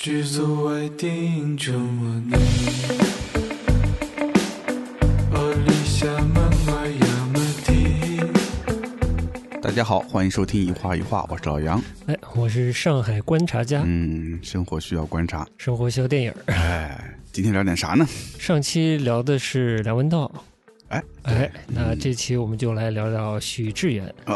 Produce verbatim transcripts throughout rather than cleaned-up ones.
剧组外电影折磨你，而理想慢慢要么低。 大家好，欢迎收听一话一话，我是老杨。 哎，我是上海观察家。 嗯，生活需要观察， 生活需要电影。 哎，今天聊点啥呢？ 上期聊的是梁文道。 哎哎，那这期我们就来聊聊许志远。 哦，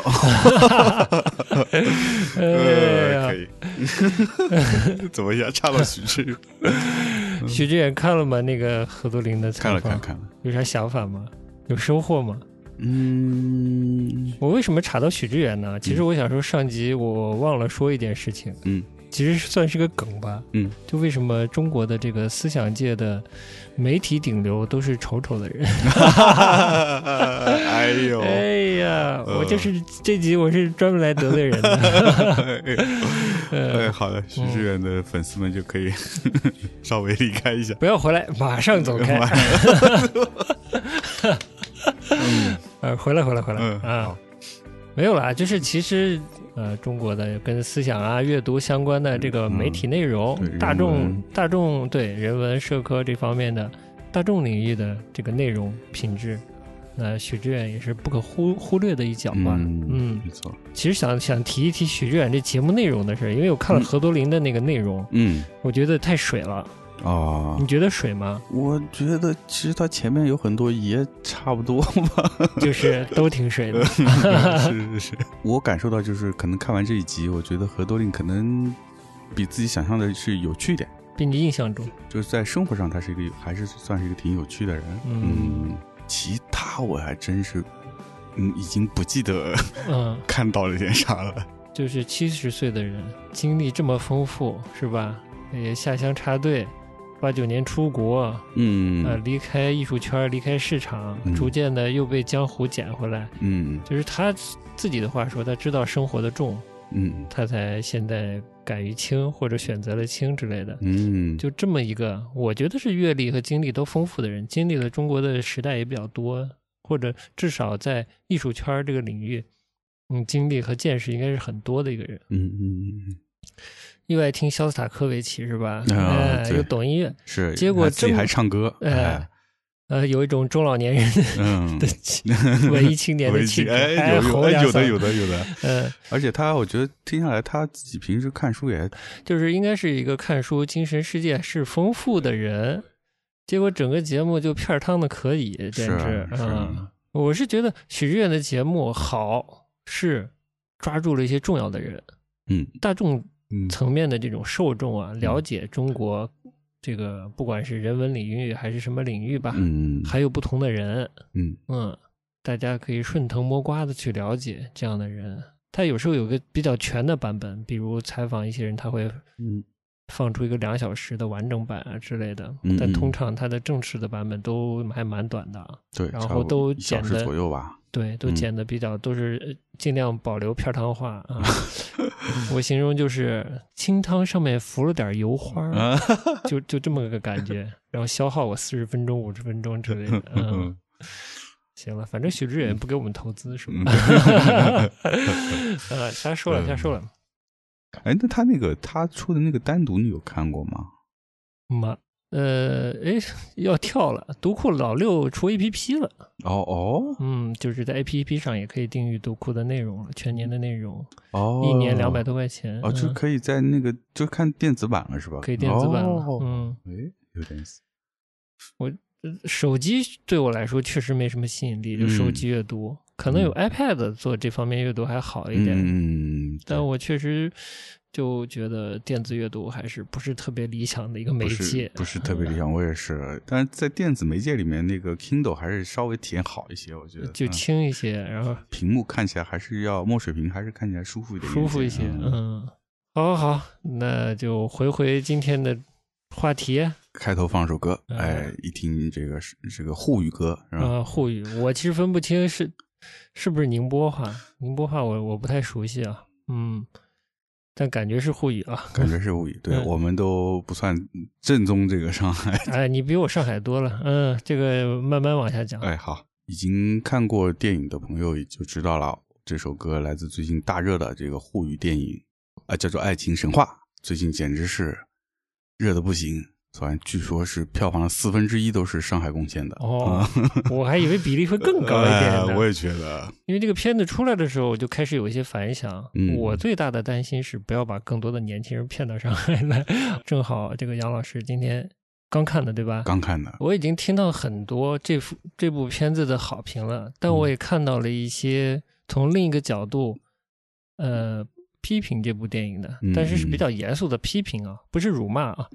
哎、 可以。怎么样？差到许志远？ 许志远看了吗？那个何多林的采访？ 看了看看了。 有啥想法吗？有收获吗？ 嗯， 我为什么查到许志远呢？其实我想说，上集我忘了说一件事情。 嗯， 其实算是个梗吧。 嗯， 就为什么中国的这个思想界的媒体顶流都是丑丑的人？ 哎呦， 哎呀， 呃、 我就是这集我是专门来得罪人的。 哎，好的，许志远的粉丝们就可以稍微离开一下， 不要回来，马上走开。 嗯， 呃，回来，回来，回来、 嗯、 啊！没有啦，就是其实呃，中国的跟思想啊、阅读相关的这个媒体内容， 嗯、 大众大众对人文社科这方面的大众领域的这个内容品质，那许志远也是不可忽忽略的一角吧。 嗯， 嗯没错。 其实想想提一提许志远这节目内容的事，因为我看了何多林的那个内容， 嗯， 我觉得太水了。 哦， 你觉得水吗？ 我觉得其实他前面有很多也差不多吧， 就是都挺水的。 是是是，我感受到就是可能看完这一集，我觉得何多林可能比自己想象的是有趣一点， 比你印象中， 就是在生活上他是一个还是算是一个挺有趣的人。嗯，嗯其他我还真是嗯已经不记得嗯看到了点啥了。 就是七十岁的人经历这么丰富，是吧？也下乡插队。八九年出国， 嗯， 呃，离开艺术圈，离开市场， 嗯、 逐渐的又被江湖捡回来， 嗯， 就是他自己的话说，他知道生活的重， 嗯， 他才现在敢于轻或者选择了轻之类的， 嗯， 就这么一个，我觉得是阅历和经历都丰富的人，经历了中国的时代也比较多，或者至少在艺术圈这个领域，嗯，经历和见识应该是很多的一个人， 嗯嗯嗯。 又爱听肖斯塔科维奇是吧？ 啊、 哎，又懂音乐， 是， 结果自己还唱歌， 哎，呃，有一种中老年人的、 嗯、 的文艺青年的气质， 哎，有有、哎、有的有的有的， 嗯， 而且他，我觉得听下来，他自己平时看书也， 就是应该是一个看书精神世界是丰富的人，结果整个节目就片汤的可以，简直，嗯，我是觉得许志远的节目好，是抓住了一些重要的人， 嗯， 大众。层面的这种受众啊，了解中国这个不管是人文领域还是什么领域吧， 嗯， 还有不同的人， 嗯嗯，大家可以顺藤摸瓜的去了解这样的人。他有时候有个比较全的版本，比如采访一些人，他会放出一个两小时的完整版啊之类的， 嗯、 但通常他的正式的版本都还蛮短的， 对， 然后都剪的左右吧。 对，都剪的比较、嗯、都是尽量保留片汤话啊。我形容就是清汤上面浮了点油花，就就这么个感觉，然后消耗我四十分钟、五十分钟之类的。嗯，行了，反正许志远不给我们投资是吧？呃，瞎说了，瞎说了。 哎，那他那个他出的那个单独，你有看过吗？ 妈。呃，哎，要跳了！读库老六出 A P P 了。 哦哦， 嗯，就是在 A P P 上也可以订阅读库的内容了，全年的内容。 哦， 一年两百多块钱。 哦，就可以在那个、嗯、就看电子版了是吧？ 可以电子版了。哦、嗯， 哎，有点意思。 我手机对我来说确实没什么吸引力，就手机阅读，嗯、可能有 iPad 做这方面阅读还好一点。 嗯， 但我确实。就觉得电子阅读还是不是特别理想的一个媒介， 不是, 不是特别理想，我也是。但是在电子媒介里面，那个 Kindle 还是稍微体验好一些，我觉得就轻一些， 嗯、 然后屏幕看起来还是要墨水屏，还是看起来舒服一点， 舒服一些。嗯，嗯好好好，那就回回今天的话题。 开头放首歌，嗯、哎，一听这个是这个沪语歌是吧？ 啊，沪语，我其实分不清是是不是宁波话，宁波话我我不太熟悉啊，嗯。但感觉是沪语啊， 感觉是沪语，对、嗯、我们都不算正宗这个上海。 哎，你比我上海多了，嗯，这个慢慢往下讲。 哎，好，已经看过电影的朋友也就知道了，这首歌来自最近大热的这个沪语电影啊、呃，叫做《爱情神话》，最近简直是热的不行。虽然据说是票房的四分之一都是上海贡献的哦，我还以为比例会更高一点呢、 呃。我也觉得， 因为这个片子出来的时候，我就开始有一些反响。 嗯、 我最大的担心是不要把更多的年轻人骗到上海来。正好这个杨老师今天刚看的对吧？ 刚看的。 我已经听到很多这部这部片子的好评了，但我也看到了一些从另一个角度，呃。批评这部电影的，但是是比较严肃的批评啊，嗯、不是辱骂啊，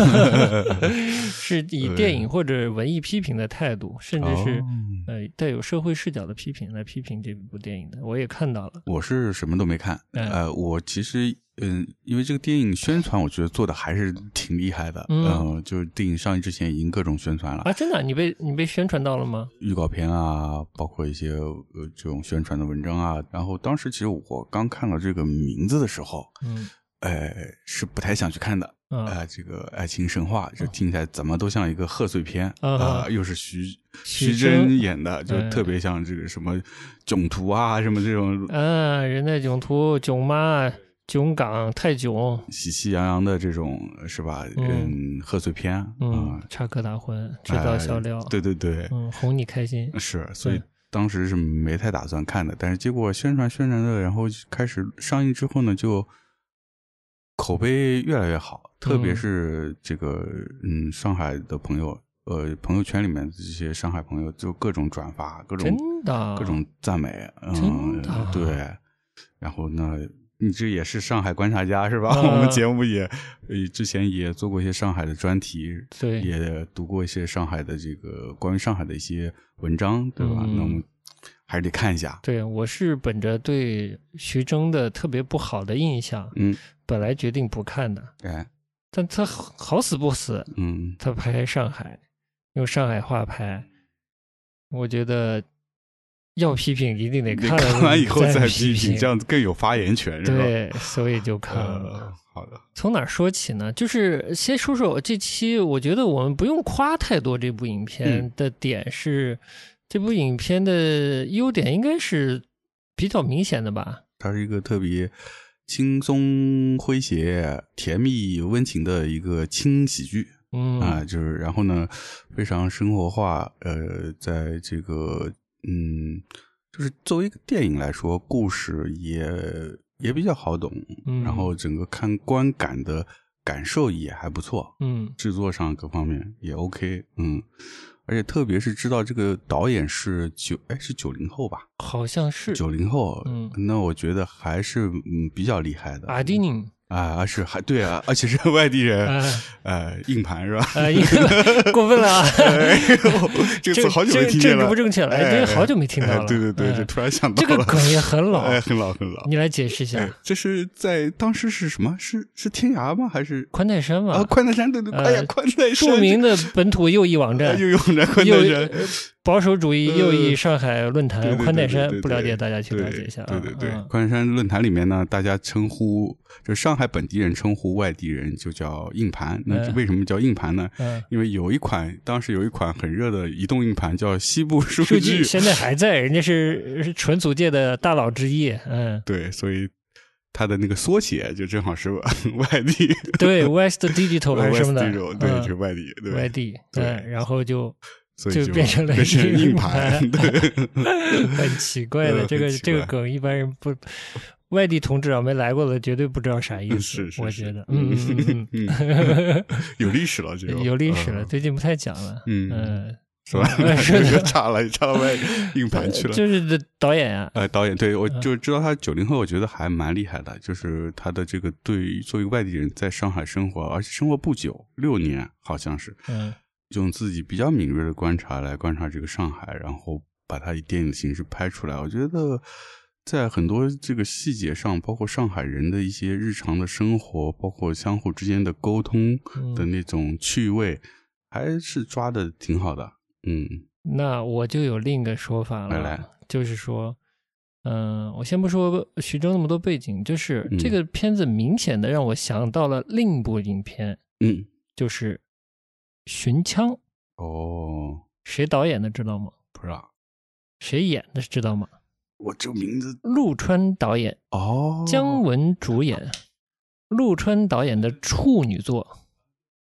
是以电影或者文艺批评的态度，甚至是、哦、呃带有社会视角的批评来批评这部电影的，我也看到了。 我是什么都没看，嗯、呃，我其实嗯，因为这个电影宣传，我觉得做的还是挺厉害的，嗯、呃，就是电影上映之前已经各种宣传了啊，真的，你被你被宣传到了吗？ 预告片啊，包括一些呃这种宣传的文章啊，然后当时其实我刚看到这个名字的时候，嗯，呃，是不太想去看的，啊、嗯呃，这个爱情神话，这听起来怎么都像一个贺岁片啊、嗯呃，又是徐徐峥演的，就特别像这个什么囧途啊，什么这种， 啊，人在囧途，囧妈。囧港太囧， 喜气洋洋的这种是吧？嗯，贺岁片， 嗯，插科打诨，制造笑料、 哎，对对对， 嗯，哄你开心是，所以当时是没太打算看的，但是结果宣传宣传的，然后开始上映之后呢，就口碑越来越好，特别是这个嗯，上海的朋友，呃，朋友圈里面的这些上海朋友就各种转发，各种真的各种赞美，嗯， 真的对，然后呢。你这也是上海观察家是吧？啊、我们节目也之前也做过一些上海的专题， 对， 也读过一些上海的这个关于上海的一些文章，对吧？嗯、那我们还是得看一下。 对，我是本着对徐峥的特别不好的印象， 嗯， 本来决定不看的， 哎， 但他好死不死， 嗯， 他拍上海，用上海话拍，我觉得。要批评一定得看了， 看完以后再批评，这样子更有发言权，是吧？ 对，所以就看了。 呃、好的， 从哪儿说起呢？就是先说说这期，我觉得我们不用夸太多这部影片的点是，嗯、这部影片的优点应该是比较明显的吧？ 它是一个特别轻松诙谐、甜蜜温情的一个轻喜剧。 嗯啊，就是然后呢，非常生活化。呃，在这个。嗯，就是作为一个电影来说，故事也也比较好懂， 嗯， 然后整个看观感的感受也还不错， 嗯， 制作上各方面也 OK， 嗯，而且特别是知道这个导演是九哎是九零后吧， 好像是九零后， 嗯， 那我觉得还是嗯比较厉害的， 阿迪宁。 啊，是还对啊，而且是外地人，呃，硬盘是吧？ 呃，硬盘过分了啊！ 这个词好久没听见了， 政治不正确了，哎，这个好久没听到了。 对对对，就突然想到这个梗也很老， 哎，很老很老。 你来解释一下， 这是在当时是什么？是是天涯吗？还是宽带山嘛？ 啊，宽带山，对对，哎呀，宽带山， 著名的本土右翼网站， 右翼网站宽带山。 保守主义右翼上海论坛宽带山，不了解大家去了解一下。 对对对，宽带山论坛里面呢，大家称呼就上海本地人称呼外地人就叫硬盘。那为什么叫硬盘呢？因为有一款当时有一款很热的移动硬盘叫西部数据， 现在还在，人家是是纯组界的大佬之一。嗯， 对，所以它的那个缩写就正好是外地。 对 ，West Digital 还是什么的， 对，就是外地，对， 外地。对，然后就。 所以就变成了硬盘， 很奇怪的。这个这个梗一般人不，外地同志啊没来过的绝对不知道啥意思。 是是， 我觉得，嗯嗯嗯，有历史了，这个有历史了，最近不太讲了。 嗯，是吧？又差了，差到外硬盘去了。 就是导演啊， 呃，导演对我就知道他九零后，我觉得还蛮厉害的。就是他的这个对于作为外地人在上海生活，而且生活不久，六年好像是。 嗯。 用自己比较敏锐的观察来观察这个上海，然后把它以电影的形式拍出来。我觉得在很多这个细节上，包括上海人的一些日常的生活，包括相互之间的沟通的那种趣味，嗯、还是抓的挺好的。嗯， 那我就有另一个说法了， 来来就是说，嗯、呃，我先不说徐峥那么多背景，就是这个片子明显的让我想到了另一部影片， 嗯， 就是。寻枪哦， 谁导演的知道吗？ 不知道。 谁演的知道吗？ 我这名字， 陆川导演哦， 姜文主演，陆川导演的处女作，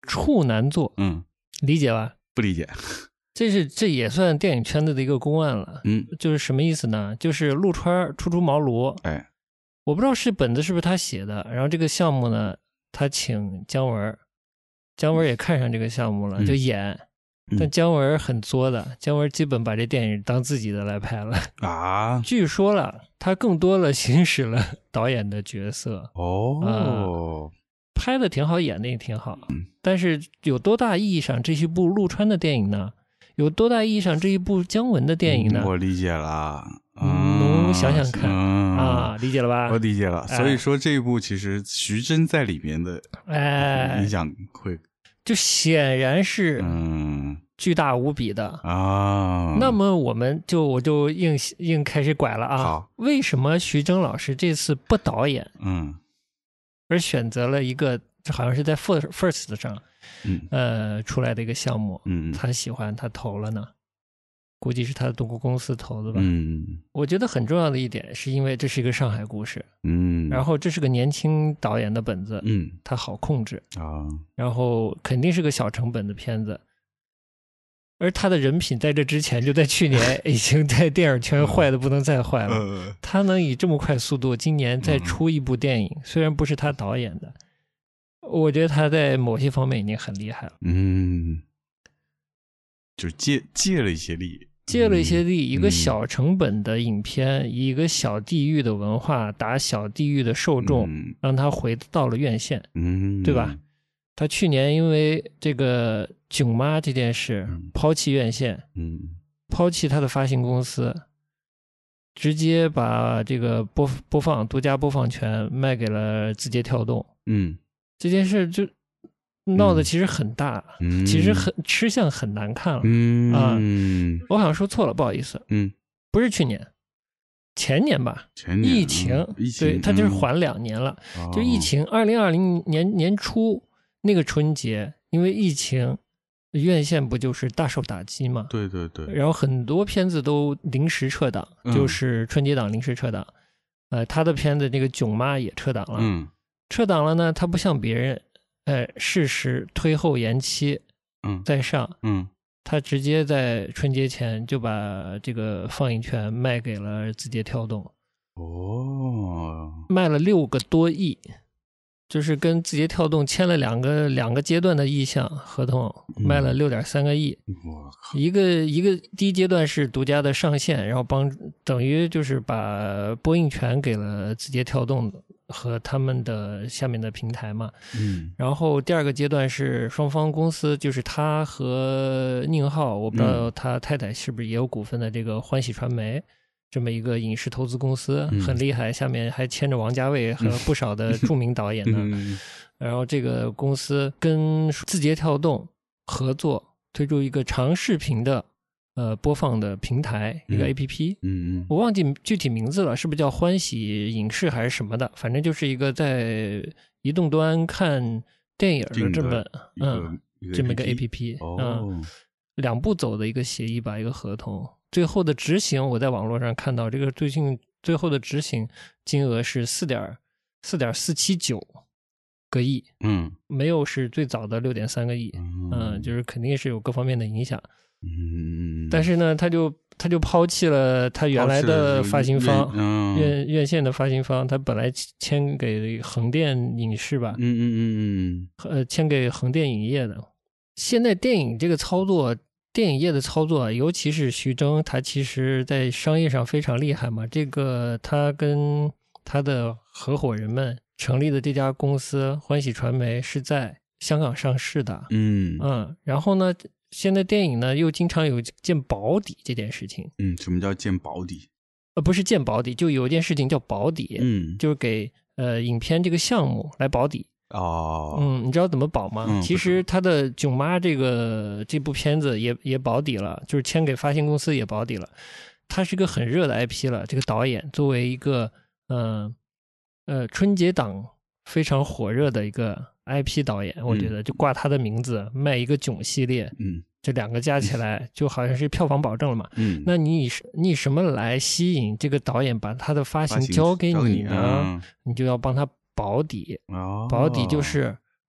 处男作， 嗯， 理解吧？ 不理解。 这是这也算电影圈子的一个公案了。 嗯， 就是什么意思呢？就是陆川初出茅庐， 哎， 我不知道是本子是不是他写的，然后这个项目呢，他请姜文，姜文也看上这个项目了，就演。嗯但姜文很作的，姜文基本把这电影当自己的来拍了啊。 据说了，他更多了行使了导演的角色。 哦、 呃，拍的挺好，演的也挺好。嗯、但是有多大意义上这是一部陆川的电影呢？有多大意义上这一部姜文的电影呢？ 嗯、我理解了。 嗯，想想看、 嗯、 啊，理解了吧？ 我理解了。所以说这一部其实徐峥在里面的哎影响会。 就显然是巨大无比的、 嗯、啊。 那么我们就我就硬硬开始拐了啊。 好， 为什么徐峥老师这次不导演， 嗯， 而选择了一个好像是在 First First 上， 嗯呃出来的一个项目， 嗯， 他喜欢他投了呢？估计是他的动画公司投的吧。 嗯， 我觉得很重要的一点是因为这是一个上海故事， 嗯， 然后这是个年轻导演的本子， 嗯， 他好控制啊， 然后肯定是个小成本的片子，而他的人品在这之前就在去年已经在电影圈坏的不能再坏了， 嗯、 他能以这么快速度今年再出一部电影、嗯、虽然不是他导演的，我觉得他在某些方面已经很厉害了。 嗯，就借借了一些力， 借了一些力、嗯、一个小成本的影片、嗯、一个小地域的文化打小地域的受众、嗯、让他回到了院线， 嗯， 对吧？他去年因为这个囧妈这件事抛弃院线， 嗯， 抛弃他的发行公司，直接把这个播播放独家播放权卖给了字节跳动， 嗯， 这件事就闹得其实很大， 嗯、 其实很吃相很难看了， 嗯啊，我好像说错了，不好意思， 嗯， 不是去年，前年吧， 前年疫情， 嗯、疫情对，他就是缓两年了， 嗯、 就疫情，二零二零年年初那个春节，因为疫情，院线不就是大受打击嘛， 对对对， 然后很多片子都临时撤档， 嗯、 就是春节档临时撤档，呃，他的片子这个囧妈也撤档了， 嗯， 撤档了呢，他不像别人。呃，适时推后延期， 嗯， 再上， 嗯， 他直接在春节前就把这个放映权卖给了字节跳动， 哦， 卖了六个多亿，就是跟字节跳动签了两个两个阶段的意向合同，卖了六点三个亿， 我靠， 一个一个第一阶段是独家的上线，然后帮等于就是把播映权给了字节跳动和他们的下面的平台嘛， 嗯， 然后第二个阶段是双方公司，就是他和宁浩，我不知道他太太是不是也有股份的这个欢喜传媒，这么一个影视投资公司， 嗯、 很厉害，下面还牵着王家卫和不少的著名导演呢。 嗯、 然后这个公司跟字节跳动合作，推出一个长视频的。呃，播放的平台一个 A P P， 嗯嗯， 我忘记具体名字了，是不是叫欢喜影视还是什么的？反正就是一个在移动端看电影的这么嗯这么一个 A P P， 哦、 嗯，两步走的一个协议吧，一个合同，最后的执行我在网络上看到，这个最近最后的执行金额是四点四点四七九个亿， 嗯， 没有是最早的六点三个亿，嗯，嗯，就是肯定是有各方面的影响。 嗯， 但是呢，他就他就抛弃了他原来的发行方， 嗯、 院院线的发行方，他本来签给横店影视吧， 嗯嗯嗯嗯， 呃，签给横店影业的。现在电影这个操作，电影业的操作，尤其是徐峥，他其实在商业上非常厉害嘛。这个他跟他的合伙人们成立的这家公司欢喜传媒是在香港上市的， 嗯嗯，然后呢？现在电影呢又经常有建保底这件事情。 嗯，什么叫建保底？ 呃，不是建保底，就有一件事情叫保底， 嗯， 就是给呃影片这个项目来保底。 哦， 嗯，你知道怎么保吗？ 嗯、 其实他的囧妈这个这部片子也也保底了，就是签给发行公司也保底了。他是一个很热的 I P 了，这个导演作为一个呃呃春节档非常火热的一个。I P 导演，我觉得就挂他的名字、嗯、卖一个囧系列， 嗯， 这两个加起来就好像是票房保证了嘛。 嗯， 那你以你以什么来吸引这个导演把他的发行交给你呢？ 你啊、 你就要帮他保底， 哦、 保底就是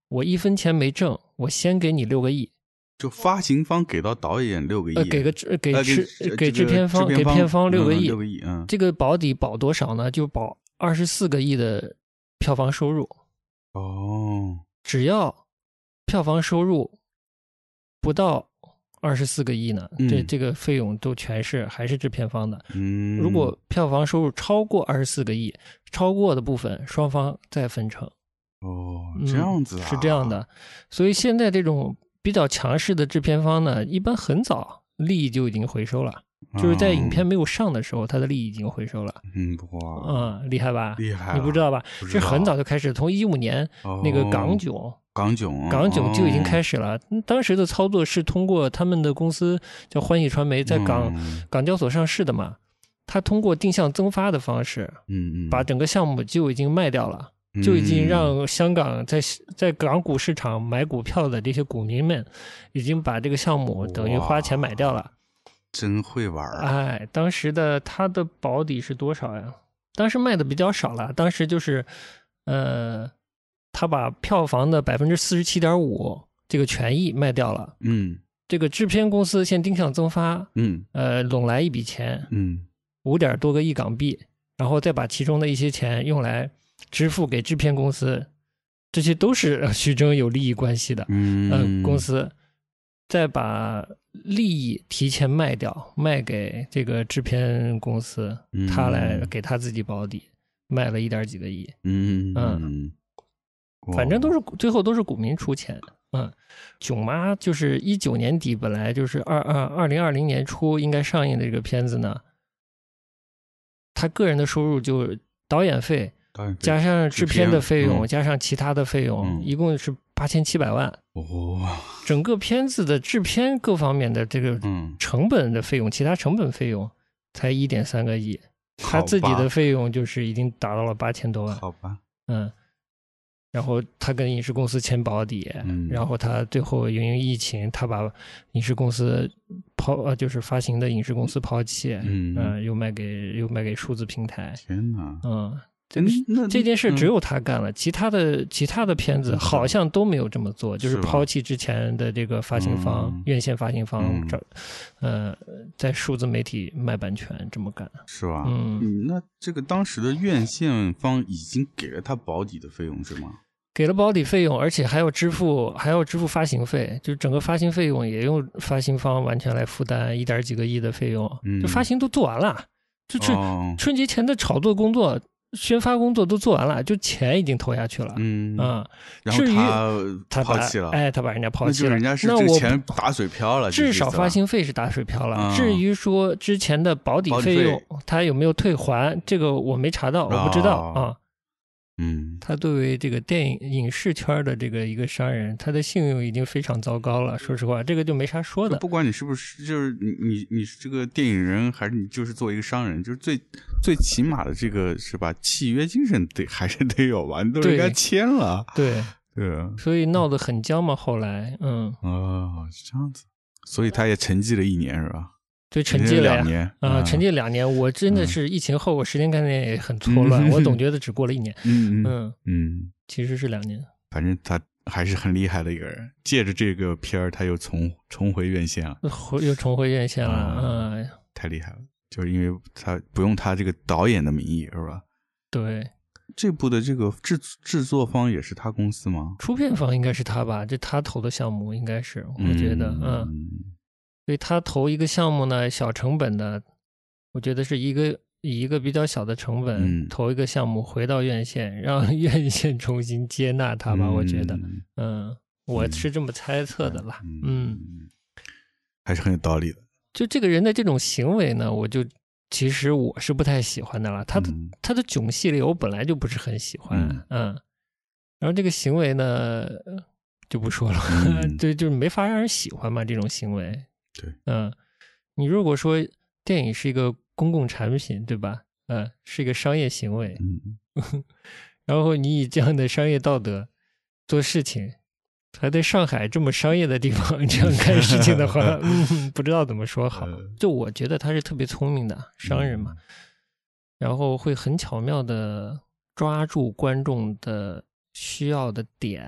我一分钱没挣，我先给你六个亿。 就发行方给到导演六个亿， 呃，给个制给制、 呃、 给制片方给片方六个亿， 六个亿，嗯， 这个保底保多少呢？就保二十四个亿的票房收入。 哦， 只要票房收入不到二十四个亿呢， 嗯、 这这个费用都全是还是制片方的。 嗯， 如果票房收入超过二十四个亿，超过的部分双方再分成。 哦，这样子啊， 嗯、是这样的。所以现在这种比较强势的制片方呢，一般很早利益就已经回收了，哦、就是在影片没有上的时候，他的利益已经回收了。 嗯，哇， 嗯，厉害吧？ 厉害， 你不知道吧？ 这很早就开始，从一五年、哦、那个港囧， 港囧， 港囧就已经开始了。哦、当时的操作是通过他们的公司叫欢喜传媒，在港、嗯、港交所上市的嘛，他通过定向增发的方式， 嗯嗯， 把整个项目就已经卖掉了。就已经让香港在在港股市场买股票的这些股民们，已经把这个项目等于花钱买掉了。 真会玩啊！ 哎，当时的他的保底是多少呀？当时卖的比较少了，当时就是呃，他把票房的百分之四十七点五这个权益卖掉了。 嗯， 这个制片公司先定向增发， 嗯， 呃，拢来一笔钱， 嗯， 五点多个亿港币，然后再把其中的一些钱用来支付给制片公司，这些都是徐峥有利益关系的。 嗯， 呃，公司再把利益提前卖掉，卖给这个制片公司， 嗯、 他来给他自己保底，卖了一点几个亿。 嗯嗯，反正都是最后都是股民出钱。嗯，囧妈就是一九年底，本来就是二二二零二零年初应该上映的这个片子呢，他个人的收入就导演费。加上制片的费用， 嗯、 加上其他的费用， 嗯、 一共是八千七百万。 哦， 整个片子的制片各方面的这个成本的费用，嗯、其他成本费用才一点三个亿，他自己的费用就是已经达到了八千多万。 好吧， 嗯，然后他跟影视公司签保底， 嗯、 然后他最后由于疫情，他把影视公司抛呃，就是发行的影视公司抛弃， 嗯、 呃，又卖给又卖给数字平台。 天哪， 嗯。这这件事只有他干了，嗯、其他的其他的片子好像都没有这么做， 是就是抛弃之前的这个发行方、 嗯、 院线发行方，找、 嗯、 呃，在数字媒体卖版权这么干， 是吧？ 嗯， 嗯那这个当时的院线方已经给了他保底的费用是吗？ 给了保底费用，而且还要支付还要支付发行费，就整个发行费用也用发行方完全来负担一点几个亿的费用， 嗯、 就发行都做完了，就春、 哦、 春节前的炒作工作。宣发工作都做完了，就钱已经投下去了。 嗯啊、嗯， 然后他抛弃了， 哎，他把人家抛弃了， 那就人家是这个钱打水漂了， 至少发行费是打水漂了。 嗯、 至于说之前的保底费用，他有没有退还，这个我没查到，我不知道啊。 哦嗯， 他作为这个电影影视圈的这个一个商人，他的信用已经非常糟糕了。说实话，这个就没啥说的。 不管你是不是就是你你你是这个电影人，还是你就是作为一个商人，就是最最起码的这个是吧？契约精神得还是得有吧？你都应该签了。 对对啊， 所以闹得很僵嘛。后来，嗯， 哦，是这样子，所以他也沉寂了一年，是吧？ 对，沉寂了两年啊、呃，沉寂两年。我真的是疫情后，我时间概念也很错乱，嗯、我总觉得只过了一年。 嗯嗯嗯， 其实是两年。 反正他还是很厉害的一个人，借着这个片儿，他又重重回院线了， 又重回院线了。嗯， 嗯太厉害了，就是因为他不用他这个导演的名义，是吧？ 对。 这部的这个制制作方也是他公司吗？ 出片方应该是他吧？这他投的项目应该是，我觉得，嗯。嗯所以他投一个项目呢，小成本的，我觉得是一个以一个比较小的成本、嗯、投一个项目回到院线，让院线重新接纳他吧。嗯、我觉得，嗯，我是这么猜测的啦。嗯，嗯还是很有道理的。 就这个人的这种行为呢，我就其实我是不太喜欢的啦。他的、嗯、他的囧系列我本来就不是很喜欢，嗯，嗯然后这个行为呢就不说了，嗯、对，就是没法让人喜欢嘛，这种行为。 对， 嗯，你如果说电影是一个公共产品，对吧？嗯，是一个商业行为， 嗯， 然后你以这样的商业道德做事情，还在上海这么商业的地方这样干事情的话，嗯，不知道怎么说好。就我觉得他是特别聪明的商人嘛，嗯、然后会很巧妙的抓住观众的需要的点，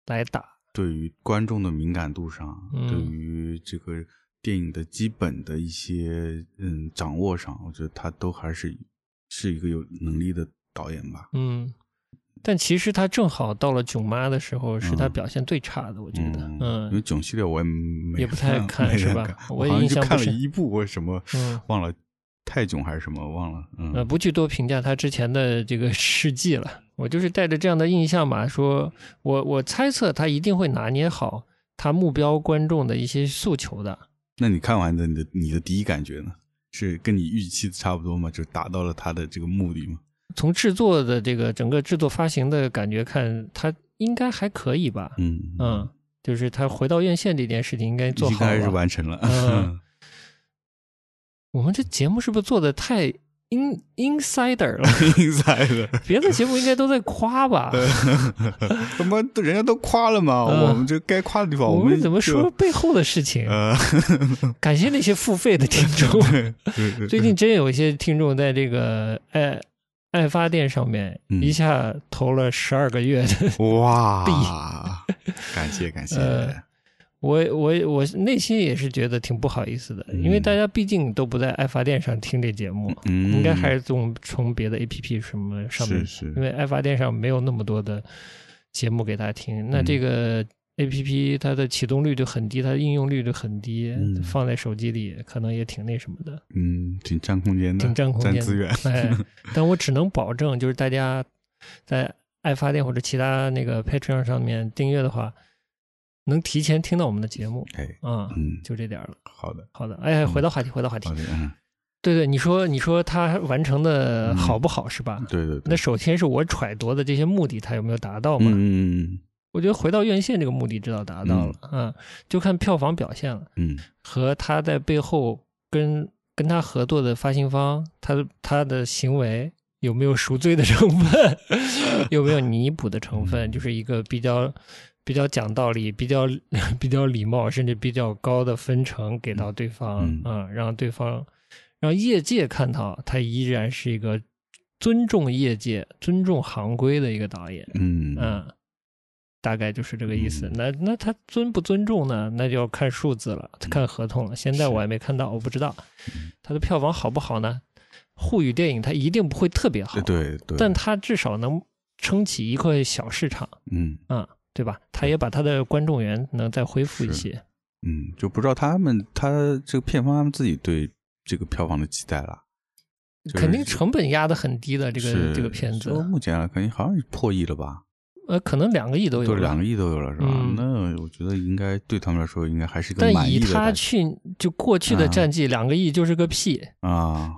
来打。 对于观众的敏感度上， 嗯、 对于这个电影的基本的一些嗯掌握上，我觉得他都还是是一个有能力的导演吧。 嗯，但其实他正好到了囧妈的时候，是他表现最差的，嗯、我觉得。嗯， 嗯因为囧系列我也没也不太看，是吧？ 我印象就看了一部，为什么、 嗯、 忘了泰囧还是什么忘了。嗯， 呃，不去多评价他之前的这个事迹了。我就是带着这样的印象吧，说我我猜测他一定会拿捏好他目标观众的一些诉求的。 那你看完的你的你的第一感觉呢？是跟你预期的差不多吗？就达到了他的这个目的吗？ 从制作的这个整个制作发行的感觉看，他应该还可以吧。 嗯嗯，就是他回到院线这件事情应该做好了， 应该是完成了。 嗯，我们这节目是不是做的太 in insider 了 ？insider， 别的节目应该都在夸吧？ 怎么人家都夸了嘛？ 嗯、 我们这该夸的地方， 我们怎么说背后的事情？ 呃、 感谢那些付费的听众。最近真有一些听众在这个爱爱发电上面一下投了十二个月的币、 嗯、哇！感谢感谢。 呃我我我内心也是觉得挺不好意思的，因为大家毕竟都不在爱发电上听这节目， 嗯、 应该还是从从别的 A P P 什么上面， 是是因为爱发电上没有那么多的节目给大家听。那这个 A P P 它的启动率就很低，它的应用率就很低， 嗯、 放在手机里可能也挺那什么的， 嗯，挺占空间的， 挺占空间的， 占资源。 哎，但我只能保证，就是大家在爱发电或者其他那个 Patreon 上面订阅的话。能提前听到我们的节目， 哎， 嗯， 嗯， 就这点了。 好的， 好的，哎，回到话题， 嗯、 回到话题。 嗯、 对对，你说你说他完成的好不好、嗯、是吧？ 对对对。 那首先是我揣度的这些目的，他有没有达到嘛？ 嗯， 我觉得回到院线这个目的知道达到了，嗯，嗯就看票房表现了， 嗯， 和他在背后跟跟他合作的发行方，他的他的行为有没有赎罪的成分，有没有弥补的成分，就是一个比较。比较讲道理，比较比较礼貌，甚至比较高的分成给到对方， 嗯， 嗯，让对方让业界看到他依然是一个尊重业界、尊重行规的一个导演， 嗯嗯，大概就是这个意思。 嗯、 那那他尊不尊重呢？那就要看数字了，看合同了。现在我还没看到，我不知道他的票房好不好呢？沪语电影它一定不会特别好， 对对， 但它至少能撑起一块小市场， 嗯嗯。对吧？他也把他的观众缘能再恢复一些。 嗯，就不知道他们他这个片方他们自己对这个票房的期待了。就是、 肯定成本压得很低的这个这个片子， 目前肯定好像破亿了吧？ 呃，可能两个亿都有了， 都两个亿都有了是吧？ 嗯、 那我觉得应该对他们来说应该还是一个满意的。 但以他去就过去的战绩，两、啊、个亿就是个屁啊！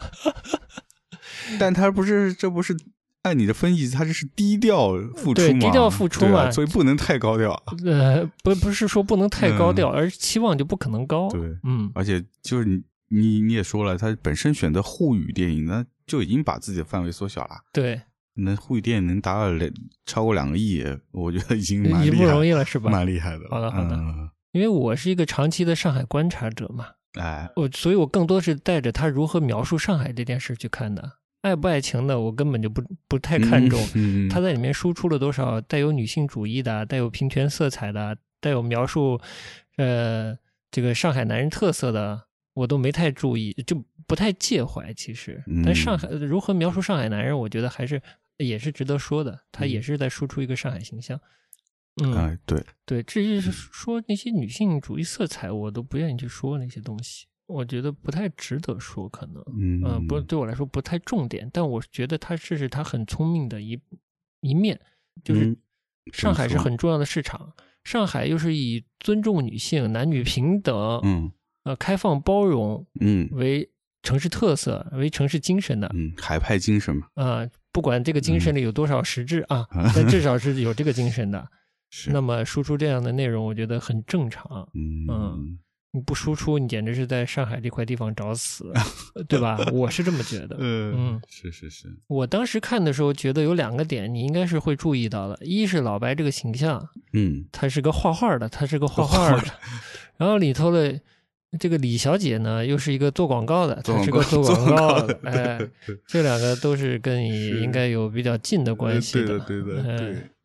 但他不是，这不是。按你的分析，他这是低调付出嘛？ 对，低调付出嘛、 啊，所以不能太高调。 呃，不，不是说不能太高调，嗯、而期望就不可能高。 对， 嗯， 而且就是你你你也说了，他本身选择沪语电影，那就已经把自己的范围缩小了。 对， 那沪语电影能达到两超过两个亿，我觉得已经蛮厉害，已经不容易了，是吧？ 蛮厉害的。 好的，好的。 嗯、 因为我是一个长期的上海观察者嘛， 哎， 我所以，我更多是带着他如何描述上海这件事去看的。爱不爱情的我根本就不不太看重、 嗯嗯、 他在里面输出了多少带有女性主义的、带有平权色彩的、带有描述呃这个上海男人特色的，我都没太注意，就不太介怀其实。但上海如何描述上海男人，我觉得还是也是值得说的，他也是在输出一个上海形象。嗯， 哎，对对，至于是说那些女性主义色彩，我都不愿意去说那些东西。我觉得不太值得说，可能， 嗯、 呃，不，对我来说不太重点，但我觉得他这是他很聪明的一一面，就是上海是很重要的市场，嗯、上海又是以尊重女性、男女平等， 嗯， 呃，开放包容， 嗯， 为城市特色、为城市精神的， 嗯，海派精神嘛， 啊、呃，不管这个精神里有多少实质、嗯、啊，但至少是有这个精神的， 是， 那么输出这样的内容，我觉得很正常， 嗯。 嗯你不输出，你简直是在上海这块地方找死，对吧？我是这么觉得。 嗯嗯， 是是是。 我当时看的时候，觉得有两个点，你应该是会注意到的。一是老白这个形象， 嗯， 他是个画画的，他是个画画的。然后里头的这个李小姐呢，又是一个做广告的，她是个做广告的。哎，这两个都是跟你应该有比较近的关系的。 对的，对的，对。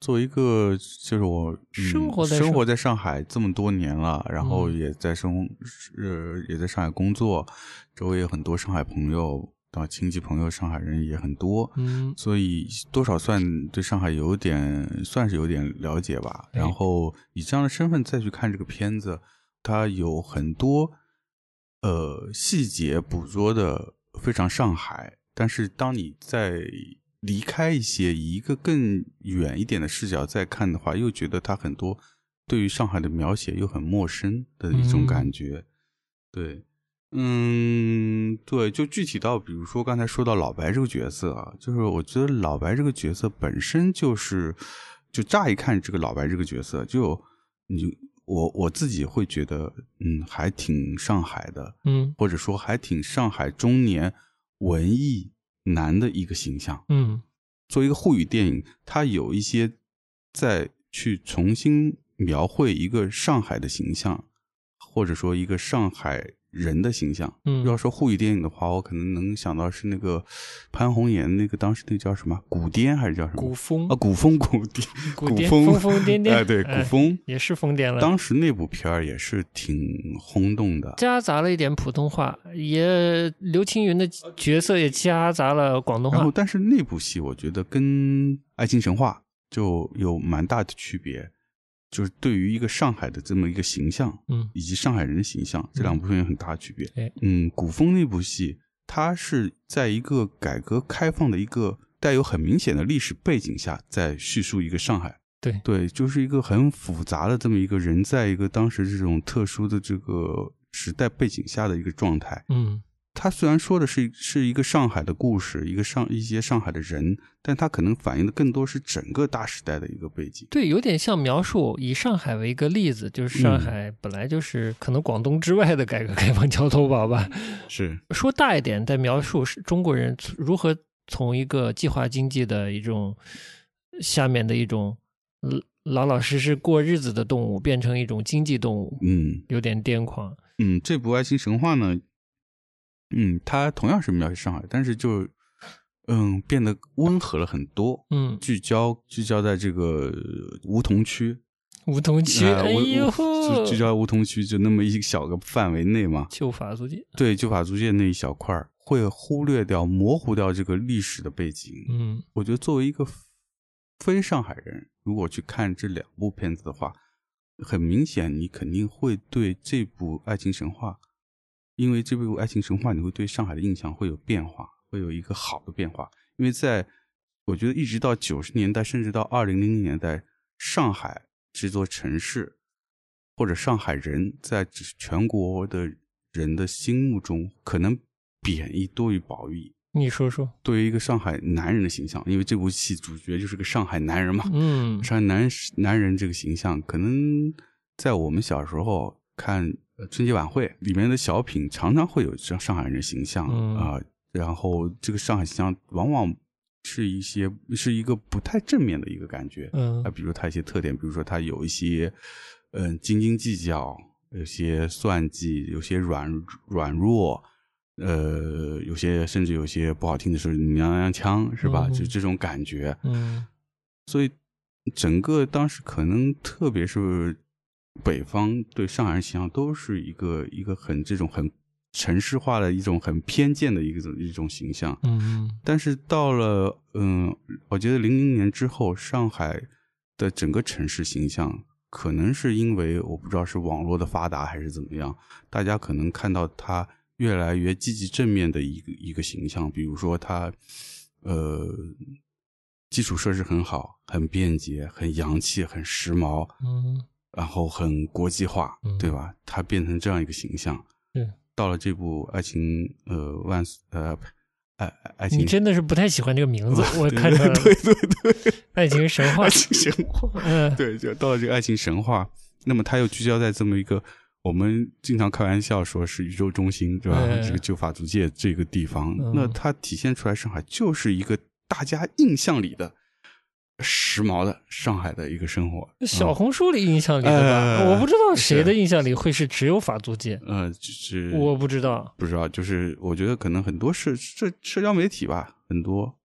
作为一个就是我、嗯、 生活在生活在上海这么多年了，然后也在生、嗯、呃也在上海工作，周围有很多上海朋友，到亲戚朋友上海人也很多， 嗯， 所以多少算对上海有点算是有点了解吧。然后以这样的身份再去看这个片子，它有很多呃细节捕捉的非常上海，但是当你在离开一些以一个更远一点的视角再看的话，又觉得它很多对于上海的描写又很陌生的一种感觉、嗯、对嗯，对，就具体到比如说刚才说到老白这个角色啊，就是我觉得老白这个角色本身就是就乍一看这个老白这个角色就你我我自己会觉得嗯还挺上海的， 嗯， 或者说还挺上海中年文艺男的一个形象。 嗯， 作为一个沪语电影，它有一些再去重新描绘一个上海的形象，或者说一个上海人的形象。 嗯， 要说沪语电影的话，我可能能想到是那个潘虹演那个当时那个叫什么古颠还是叫什么古风啊？古风古颠古古风疯疯癫癫， 哎，对，古风、 哎、也是疯癫了。 当时那部片儿也是挺轰动的， 夹杂了一点普通话，也刘青云的角色也夹杂了广东话。 然后，但是那部戏我觉得跟《爱情神话》就有蛮大的区别。就是对于一个上海的这么一个形象， 嗯， 以及上海人的形象，这两部分有很大的区别。 嗯， 嗯，古风那部戏，它是在一个改革开放的一个带有很明显的历史背景下，在叙述一个上海。 对对，就是一个很复杂的这么一个人，在一个当时这种特殊的这个时代背景下的一个状态。 嗯。 他虽然说的是是一个上海的故事，一个上一些上海的人，但他可能反映的更多是整个大时代的一个背景。 对，有点像描述以上海为一个例子，就是上海本来就是可能广东之外的改革开放桥头堡吧。 是说大一点，在描述中国人如何从一个计划经济的一种下面的一种老老实实过日子的动物，变成一种经济动物。 嗯， 有点癫狂。 嗯，这部《爱情神话》呢？嗯，它同样是描写上海，但是就嗯变得温和了很多。 嗯， 聚焦聚焦在这个梧桐区， 梧桐区， 呃、 哎呦， 就聚焦梧桐区就那么一小个范围内嘛。 旧法租界， 对，旧法租界那一小块会忽略掉、模糊掉这个历史的背景。 嗯， 我觉得作为一个非上海人，如果去看这两部片子的话，很明显你肯定会对这部《爱情神话》。因为这部《爱情神话》你会对上海的印象会有变化，会有一个好的变化。因为在我觉得一直到九十年代甚至到二零零零年代，上海这座城市或者上海人在全国的人的心目中可能贬义多于褒义。 你说说， 对于一个上海男人的形象，因为这部戏主角就是个上海男人嘛， 嗯， 上海男男人这个形象可能在我们小时候看春节晚会里面的小品常常会有这上海人的形象啊、 嗯呃，然后这个上海形象往往是一些是一个不太正面的一个感觉， 嗯啊、呃，比如他一些特点，比如说他有一些嗯、呃、斤斤计较，有些算计，有些软软弱，呃，有些甚至有些不好听的说娘娘腔，是吧？嗯、就这种感觉， 嗯， 所以整个当时可能特别是。北方对上海人形象都是一个一个很这种很城市化的一种很偏见的一个一种形象， 嗯， 但是到了嗯，我觉得零零年之后，上海的整个城市形象可能是因为我不知道是网络的发达还是怎么样，大家可能看到它越来越积极正面的一个一个形象，比如说它呃基础设施很好，很便捷，很洋气，很时髦， 嗯。 然后很国际化， 嗯、 对吧？它变成这样一个形象。 对， 到了这部爱情呃万呃爱爱情， 你真的是不太喜欢这个名字，我看出来了。 对对对对， 爱情神话， 爱情神话， 嗯， 对，就到了这个爱情神话。那么它又聚焦在这么一个我们经常开玩笑说是宇宙中心，对吧？嗯、这个旧法租界这个地方， 嗯、 那它体现出来上海就是一个大家印象里的。时髦的上海的一个生活， 小红书里印象里的吧、呃、我不知道谁的印象里会是只有法租界， 呃就是我不知道不知道就是我觉得可能很多社社社交媒体吧，很多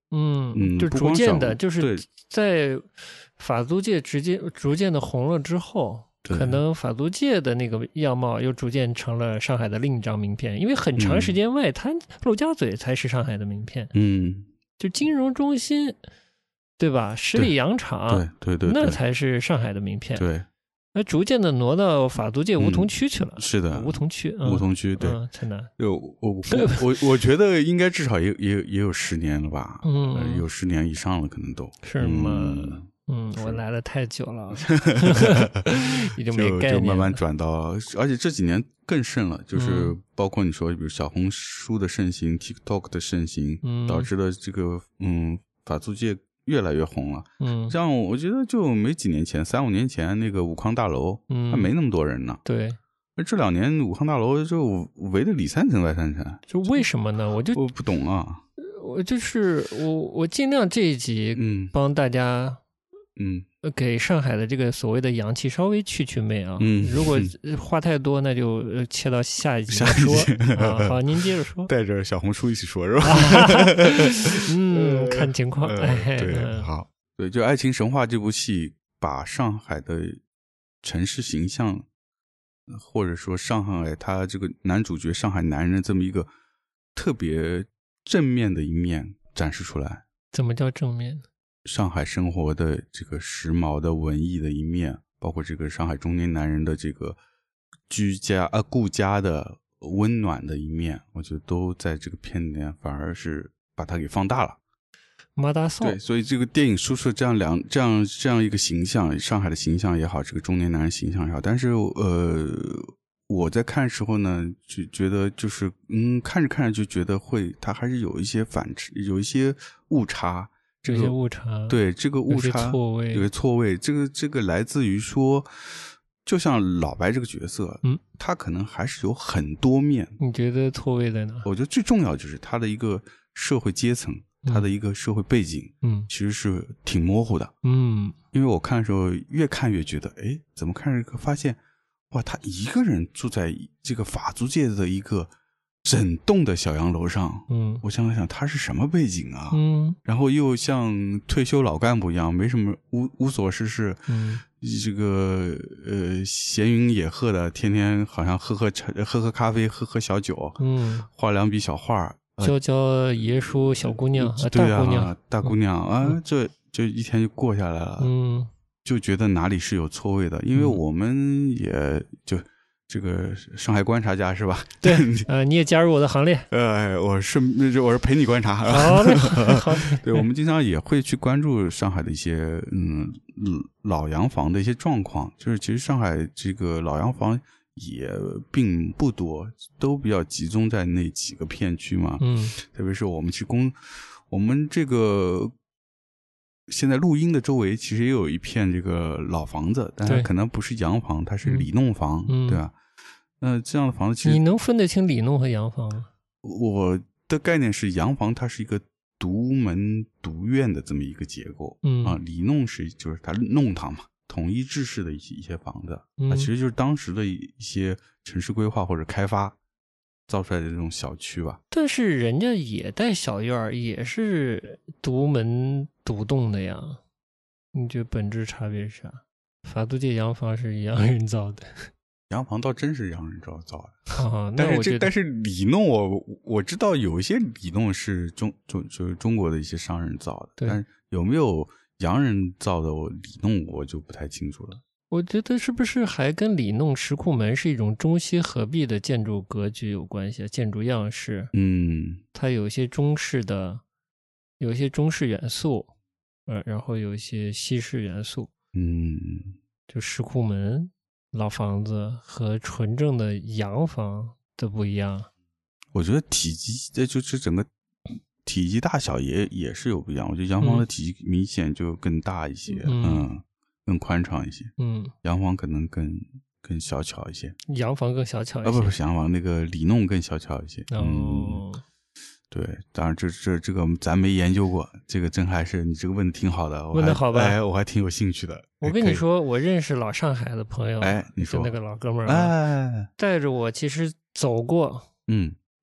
嗯嗯，就逐渐的，就是在法租界直接逐渐的红了之后，可能法租界的那个样貌又逐渐成了上海的另一张名片，因为很长时间外滩、嗯、陆家嘴才是上海的名片。 嗯， 就金融中心，对吧？十里洋场， 对对 对, 对， 那才是上海的名片。 对。 那逐渐的挪到法租界梧桐区去了， 嗯、是的， 梧桐区， 嗯、梧桐区，对， 嗯、才能。 就我我我我觉得应该至少也也也有十年了吧，嗯、呃，有十年以上了，可能都是吗？嗯, 嗯，我来了太久了，已经没概念了， 就就慢慢转到，而且这几年更盛了，就是包括你说，比如小红书的盛行、嗯、TikTok 的盛行，嗯、导致了这个嗯法租界越来越红了。嗯，像我觉得就没几年前，三五年前那个武康大楼，嗯，还没那么多人呢。 对， 那这两年武康大楼就围得里三层外三层， 就为什么呢？我就我不懂啊。 我就是我我尽量这一集嗯帮大家嗯给上海的这个所谓的洋气稍微去去魅啊。嗯，如果话太多，那就切到下一集再说。啊，好，您接着说。 带着小红书一起说是吧？ 嗯，看情况。 呃、对，好，对，就《爱情神话》这部戏，把上海的城市形象，或者说上海他这个男主角上海男人这么一个特别正面的一面展示出来。 怎么叫正面？ 上海生活的这个时髦的文艺的一面，包括这个上海中年男人的这个居家啊顾家的温暖的一面，我觉得都在这个片里面反而是把它给放大了。 马大嫂， 对，所以这个电影输出这样两这样这样一个形象，上海的形象也好，这个中年男人形象也好，但是呃我在看的时候呢，就觉得就是嗯看着看着就觉得会它还是有一些反有一些误差。 这个、有些误差， 对，这个误差有些错位， 有些错位，这个这个来自于说，就像老白这个角色，嗯，他可能还是有很多面。 你觉得错位在哪？ 我觉得最重要就是他的一个社会阶层，嗯、他的一个社会背景，嗯，其实是挺模糊的，嗯，因为我看的时候越看越觉得，哎，怎么看着发现，哇，他一个人住在这个法租界的一个整栋的小洋楼上，嗯，我想了想他是什么背景啊，嗯，然后又像退休老干部一样，没什么无无所事事，嗯，这个呃闲云野鹤的，天天好像喝喝茶、喝喝咖啡、喝喝小酒，嗯，画两笔小画， 教教爷叔小姑娘， 呃、对啊， 大姑娘， 大姑娘、嗯、啊，这就一天就过下来了，嗯，就觉得哪里是有错位的，因为我们也就。这个上海观察家是吧？ 对，呃，你也加入我的行列。 呃，我是我是陪你观察。 好嘞，好嘞。 对，我们经常也会去关注上海的一些嗯老洋房的一些状况。就是其实上海这个老洋房也并不多，都比较集中在那几个片区嘛。嗯，特别是我们去公，我们这个。现在录音的周围其实也有一片这个老房子，但它可能不是洋房，它是里弄房，嗯、对吧？那、呃、这样的房子其实你能分得清里弄和洋房吗？ 我的概念是洋房它是一个独门独院的这么一个结构，嗯啊，里弄是就是它弄堂嘛，统一制式的一些一些房子，嗯、它其实就是当时的一些城市规划或者开发造出来的这种小区吧。 但是人家也带小院，也是独门独栋的呀，你觉得本质差别是啥？法租界洋房是洋人造的， 洋房倒真是洋人造造的， 啊、 但是这但是里弄我我知道有一些里弄是中中就是中国的一些商人造的，但是有没有洋人造的我里弄我就不太清楚了。 我觉得是不是还跟里弄石库门是一种中西合璧的建筑格局有关系？建筑样式，嗯，它有一些中式的，有一些中式元素，呃，然后有一些西式元素，嗯，就石库门老房子和纯正的洋房的不一样。 我觉得体积，这就是整个体积大小也也是有不一样。我觉得洋房的体积明显就更大一些，嗯。嗯更宽敞一些，嗯，洋房可能更更小巧一些， 洋房更小巧一些， 啊不不，洋房那个里弄更小巧一些，哦，嗯，对，当然这这这个咱没研究过，这个真还是你这个问的挺好的， 问的好吧？ 哎，我还挺有兴趣的。 我跟你说，我认识老上海的朋友， 哎，你说那个老哥们儿，哎，带着我其实走过，嗯，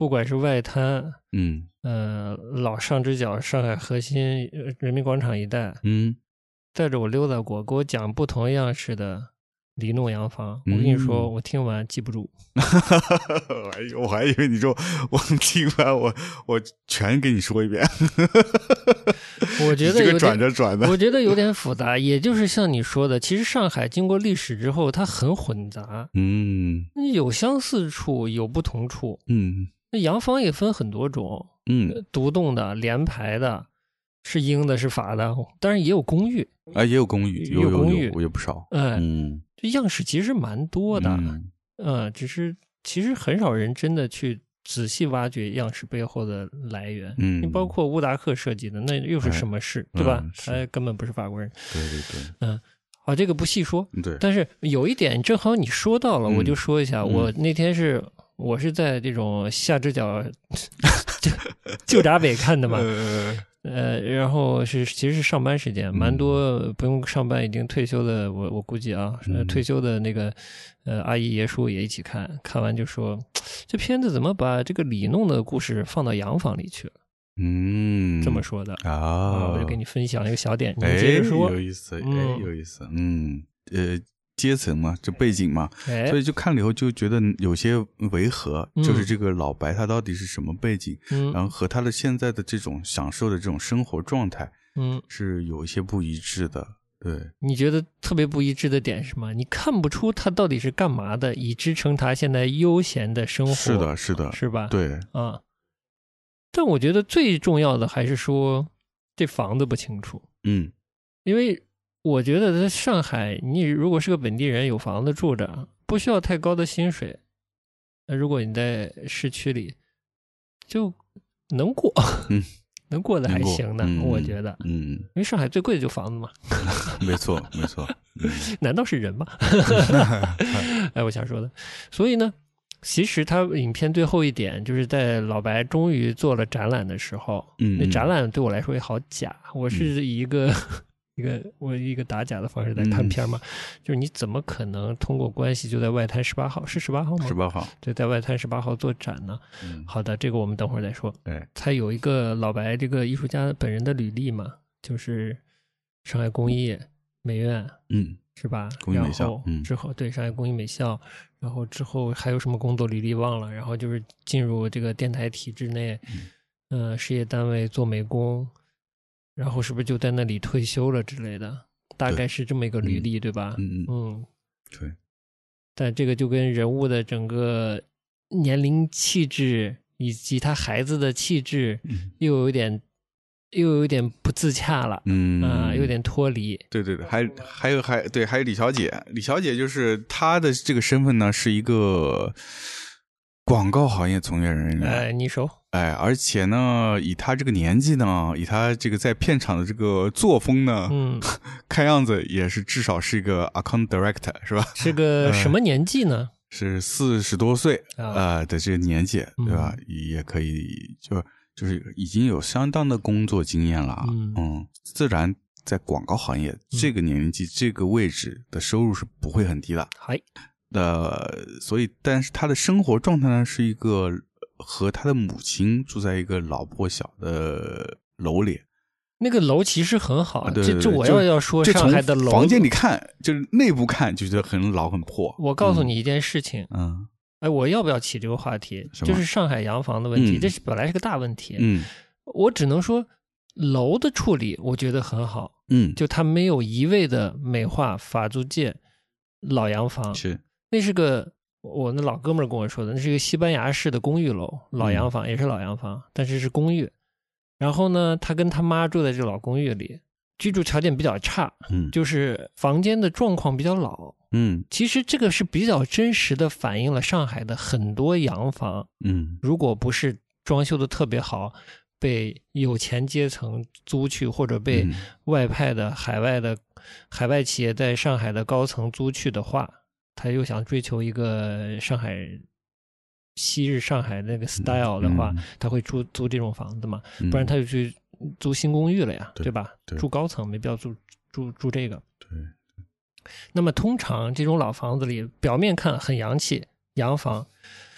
不管是外滩， 嗯， 呃，老上直角、上海核心、人民广场一带， 嗯， 带着我溜达过，给我讲不同样式的里弄洋房。我跟你说， 嗯、 我听完记不住。 我还以为你说我听完我我全给你说一遍。 我觉得有点转着转的， 我觉得有点复杂。也就是像你说的，其实上海经过历史之后，它很混杂， 嗯， 有相似处，有不同处， 嗯， 那洋房也分很多种， 嗯， 独栋的、连排的，是英的，是法的，当然也有公寓， 啊，也有公寓，有有公寓， 有有不少， 哎， 嗯， 这样式其实蛮多的， 嗯， 呃，只是其实很少人真的去仔细挖掘样式背后的来源， 嗯， 你包括乌达克设计的，那又是什么事， 哎、 对吧？ 嗯、 他根本不是法国人， 对对对， 嗯，好，这个不细说， 对， 但是有一点正好你说到了， 嗯、 我就说一下， 嗯、 我那天是我是在这种下直角就就闸北看的嘛。 呃呃，然后是其实是上班时间，蛮多不用上班已经退休的，我我估计啊，呃、退休的那个呃阿姨爷叔也一起看，看完就说这片子怎么把这个里弄的故事放到洋房里去了？ 嗯， 这么说的啊、 哦，我就给你分享一个小点，你接着说， 哎、有意思，哎，有意思，嗯，呃。阶层嘛，这背景嘛， 哎、 所以就看了以后就觉得有些违和， 嗯、 就是这个老白他到底是什么背景， 嗯， 然后和他的现在的这种享受的这种生活状态， 嗯， 是有一些不一致的。对， 你觉得特别不一致的点是什么？你看不出他到底是干嘛的，以支撑他现在悠闲的生活。 是的，是的， 是吧？ 对， 啊。但我觉得最重要的还是说这房子不清楚。 嗯， 因为我觉得在上海，你如果是个本地人，有房子住着，不需要太高的薪水。那如果你在市区里，就能过， 嗯， 能过得还行的， 嗯、 我觉得， 嗯， 因为上海最贵的就房子嘛， 没错，没错，嗯、 难道是人吗？哎，我想说的，所以呢，其实他影片最后一点就是在老白终于做了展览的时候， 嗯， 那展览对我来说也好假，我是以一个。嗯一个我一个打假的方式在看片嘛、嗯，就是你怎么可能通过关系就在外滩十八号是十八号吗？ 十八号， 对，在外滩十八号做展呢、嗯。好的，这个我们等会儿再说。 哎， 他有一个老白这个艺术家本人的履历嘛，就是上海工艺美院， 嗯， 是吧？ 工艺美校， 嗯，之后对上海工艺美校，然后之后还有什么工作履历忘了，然后就是进入这个电台体制内，嗯、呃，事业单位做美工。然后是不是就在那里退休了之类的？大概是这么一个履历， 对, 对吧？ 嗯嗯嗯， 对。 但这个就跟人物的整个年龄、气质以及他孩子的气质，又有点、嗯、又有点不自洽了。 嗯啊、呃，有点脱离。 对对对，还还有还对，还有李小姐，李小姐就是她的这个身份呢，是一个广告行业从业人员。 哎，你熟。 哎，而且呢，以他这个年纪呢，以他这个在片场的这个作风呢， 嗯， 看样子也是至少是一个 account director 是吧？ 是个什么年纪呢？ 呃、是四十多岁啊、呃、的这个年纪， 嗯、 对吧？也可以就就是已经有相当的工作经验了， 嗯， 嗯自然在广告行业、嗯、这个年纪这个位置的收入是不会很低的。 嗨， 呃，所以但是他的生活状态呢是一个。和他的母亲住在一个老破小的楼里， 那个楼其实很好， 啊、对对对这这我要要说上海的楼， 房间里看就是内部看就觉得很老很破。 我告诉你一件事情， 嗯， 哎，我要不要起这个话题？就是上海洋房的问题， 嗯、 这是本来是个大问题。 嗯， 我只能说楼的处理我觉得很好， 嗯， 就它没有一味的美化法租界老洋房， 是那是个。我那老哥们儿跟我说的，那是一个西班牙式的公寓楼，老洋房、嗯、也是老洋房，但是是公寓。然后呢，他跟他妈住在这老公寓里，居住条件比较差， 嗯， 就是房间的状况比较老， 嗯， 其实这个是比较真实的反映了上海的很多洋房， 嗯， 如果不是装修的特别好，被有钱阶层租去，或者被外派的海外的海外企业在上海的高层租去的话。他又想追求一个上海昔日上海那个 style 的话、嗯、他会租租这种房子嘛、嗯、不然他就去租新公寓了呀， 对, 对吧对住高层没必要住住住这个。 对， 那么通常这种老房子里表面看很洋气洋房，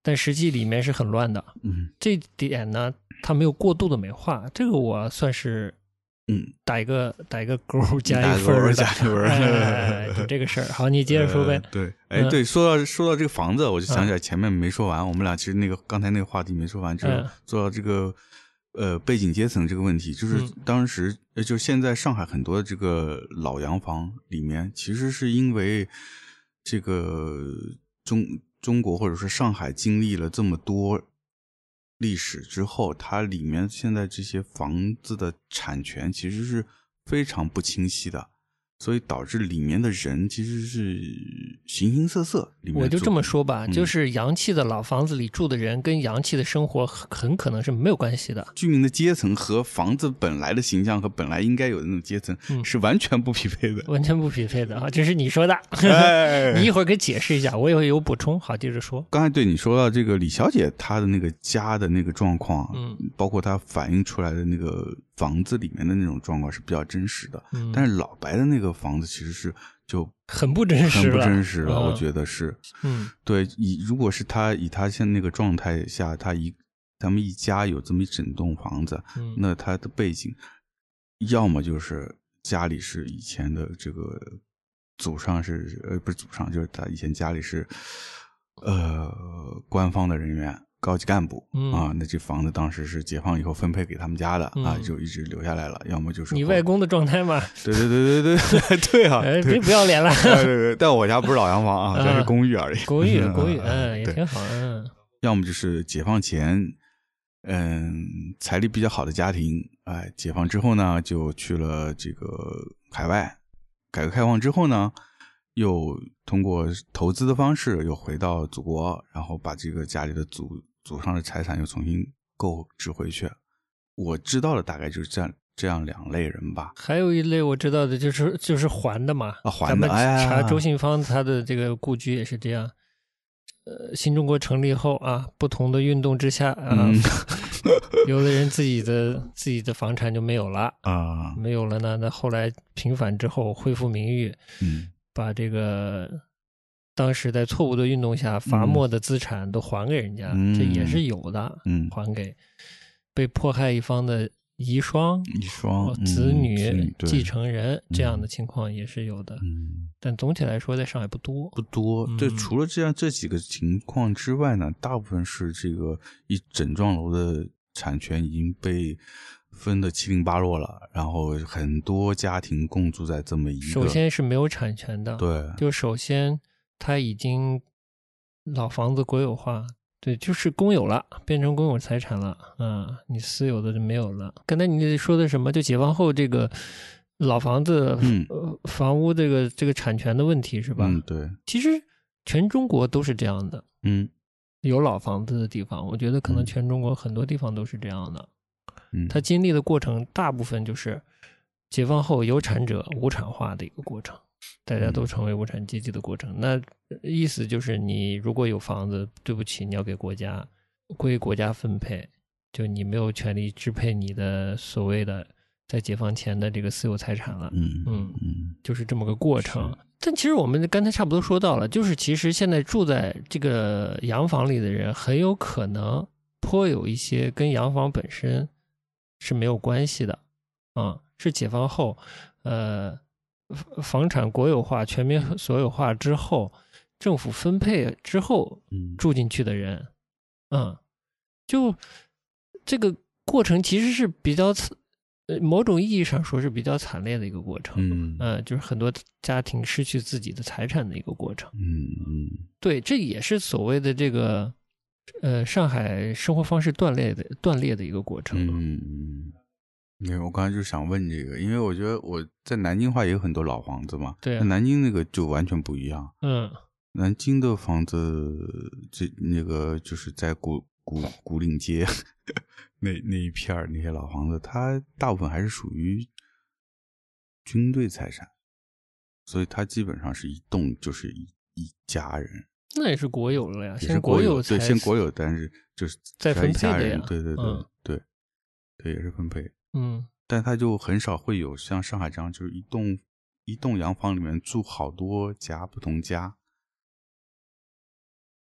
但实际里面是很乱的。 嗯， 这点呢，它没有过度的美化，这个我算是嗯打一个打一个勾加一分儿的， 加一分儿， 哎，就这个事儿。好，你接着说呗。 呃、对，哎，对，说到说到这个房子，我就想起来前面没说完，嗯、我们俩其实那个刚才那个话题没说完，就是说到这个。呃，背景阶层这个问题，就是当时，呃、嗯，就现在上海很多的这个老洋房里面，其实是因为这个中中国或者说上海经历了这么多历史之后，它里面现在这些房子的产权其实是非常不清晰的。所以导致里面的人其实是形形色色。里面我就这么说吧、 嗯， 就是洋气的老房子里住的人跟洋气的生活很可能是没有关系的。 居民的阶层和房子本来的形象和本来应该有的那种阶层是完全不匹配的， 嗯、完全不匹配的啊！这是你说的，哎、你一会儿给解释一下，我也会有补充。好，接着说。 刚才对你说到这个李小姐她的那个家的那个状况，嗯，包括她反映出来的那个房子里面的那种状况是比较真实的，嗯，但是老白的那个房子其实是就很不真实了， 很不真实了，嗯、我觉得是， 嗯， 对，以如果是他以他现在那个状态下，他一他们一家有这么一整栋房子，嗯，那他的背景要么就是家里是以前的这个祖上是呃不是祖上，就是他以前家里是呃官方的人员。高级干部、嗯、啊，那这房子当时是解放以后分配给他们家的、嗯、啊，就一直留下来了。要么就是你外公的状态嘛？ 对对对对对对啊！ 哎，别不要脸了。 对对对，但我家不是老洋房啊，这、嗯、是公寓而已。 公寓公寓，嗯，也挺好。嗯， 要么就是解放前，嗯，财力比较好的家庭，哎，解放之后呢，就去了这个海外。改革开放之后呢，又通过投资的方式又回到祖国，然后把这个家里的祖。祖上的财产又重新购置回去，我知道的大概就是这样这样两类人吧。 还有一类我知道的就是就是还的嘛， 啊，还的。哎呀， 查周信芳他的这个故居也是这样。呃，新中国成立后啊，不同的运动之下啊，嗯、有的人自己的自己的房产就没有了啊，没有了呢，那后来平反之后恢复名誉，嗯，把这个。当时在错误的运动下罚没的资产都还给人家、嗯、这也是有的、嗯、还给被迫害一方的遗孀遗孀、 哦、子女、嗯、继承人这样的情况也是有的、嗯、但总体来说在上海不多不多、嗯、对，除了这样这几个情况之外呢，大部分是这个一整幢楼的产权已经被分得七零八落了，然后很多家庭共住在这么一个， 首先是没有产权的， 对， 就首先他已经老房子国有化，对，就是公有了，变成公有财产了，嗯，你私有的就没有了。刚才你说的什么？就解放后这个老房子、嗯呃、房屋这个这个产权的问题是吧？ 嗯，对。 其实全中国都是这样的， 嗯， 有老房子的地方，我觉得可能全中国很多地方都是这样的。嗯，他经历的过程大部分就是解放后有产者无产化的一个过程。大家都成为无产阶级的过程、嗯、那意思就是你如果有房子，对不起，你要给国家归国家分配，就你没有权利支配你的所谓的在解放前的这个私有财产了。 嗯嗯嗯，就是这么个过程。但其实我们刚才差不多说到了，就是其实现在住在这个洋房里的人很有可能颇有一些跟洋房本身是没有关系的啊、嗯，是解放后呃房产国有化、全民所有化之后，政府分配之后住进去的人，嗯，嗯就这个过程其实是比较，呃，某种意义上说是比较惨烈的一个过程， 嗯， 呃，就是很多家庭失去自己的财产的一个过程， 嗯嗯， 对，这也是所谓的这个，呃，上海生活方式断裂的断裂的一个过程， 嗯嗯。因为我刚才就想问这个，因为我觉得我在南京话也有很多老房子嘛， 对、啊， 南京那个就完全不一样。 嗯， 南京的房子，这那个就是在古古古岭街那那一片那些老房子，它大部分还是属于军队财产，所以它基本上是一栋就是一一家人。 那也是国有了呀， 先国有对，先国有，但是就是再分配的呀， 对对对、 嗯、 对对，也是分配。 嗯， 但他就很少会有像上海这样，就是一栋一栋洋房里面住好多家不同家。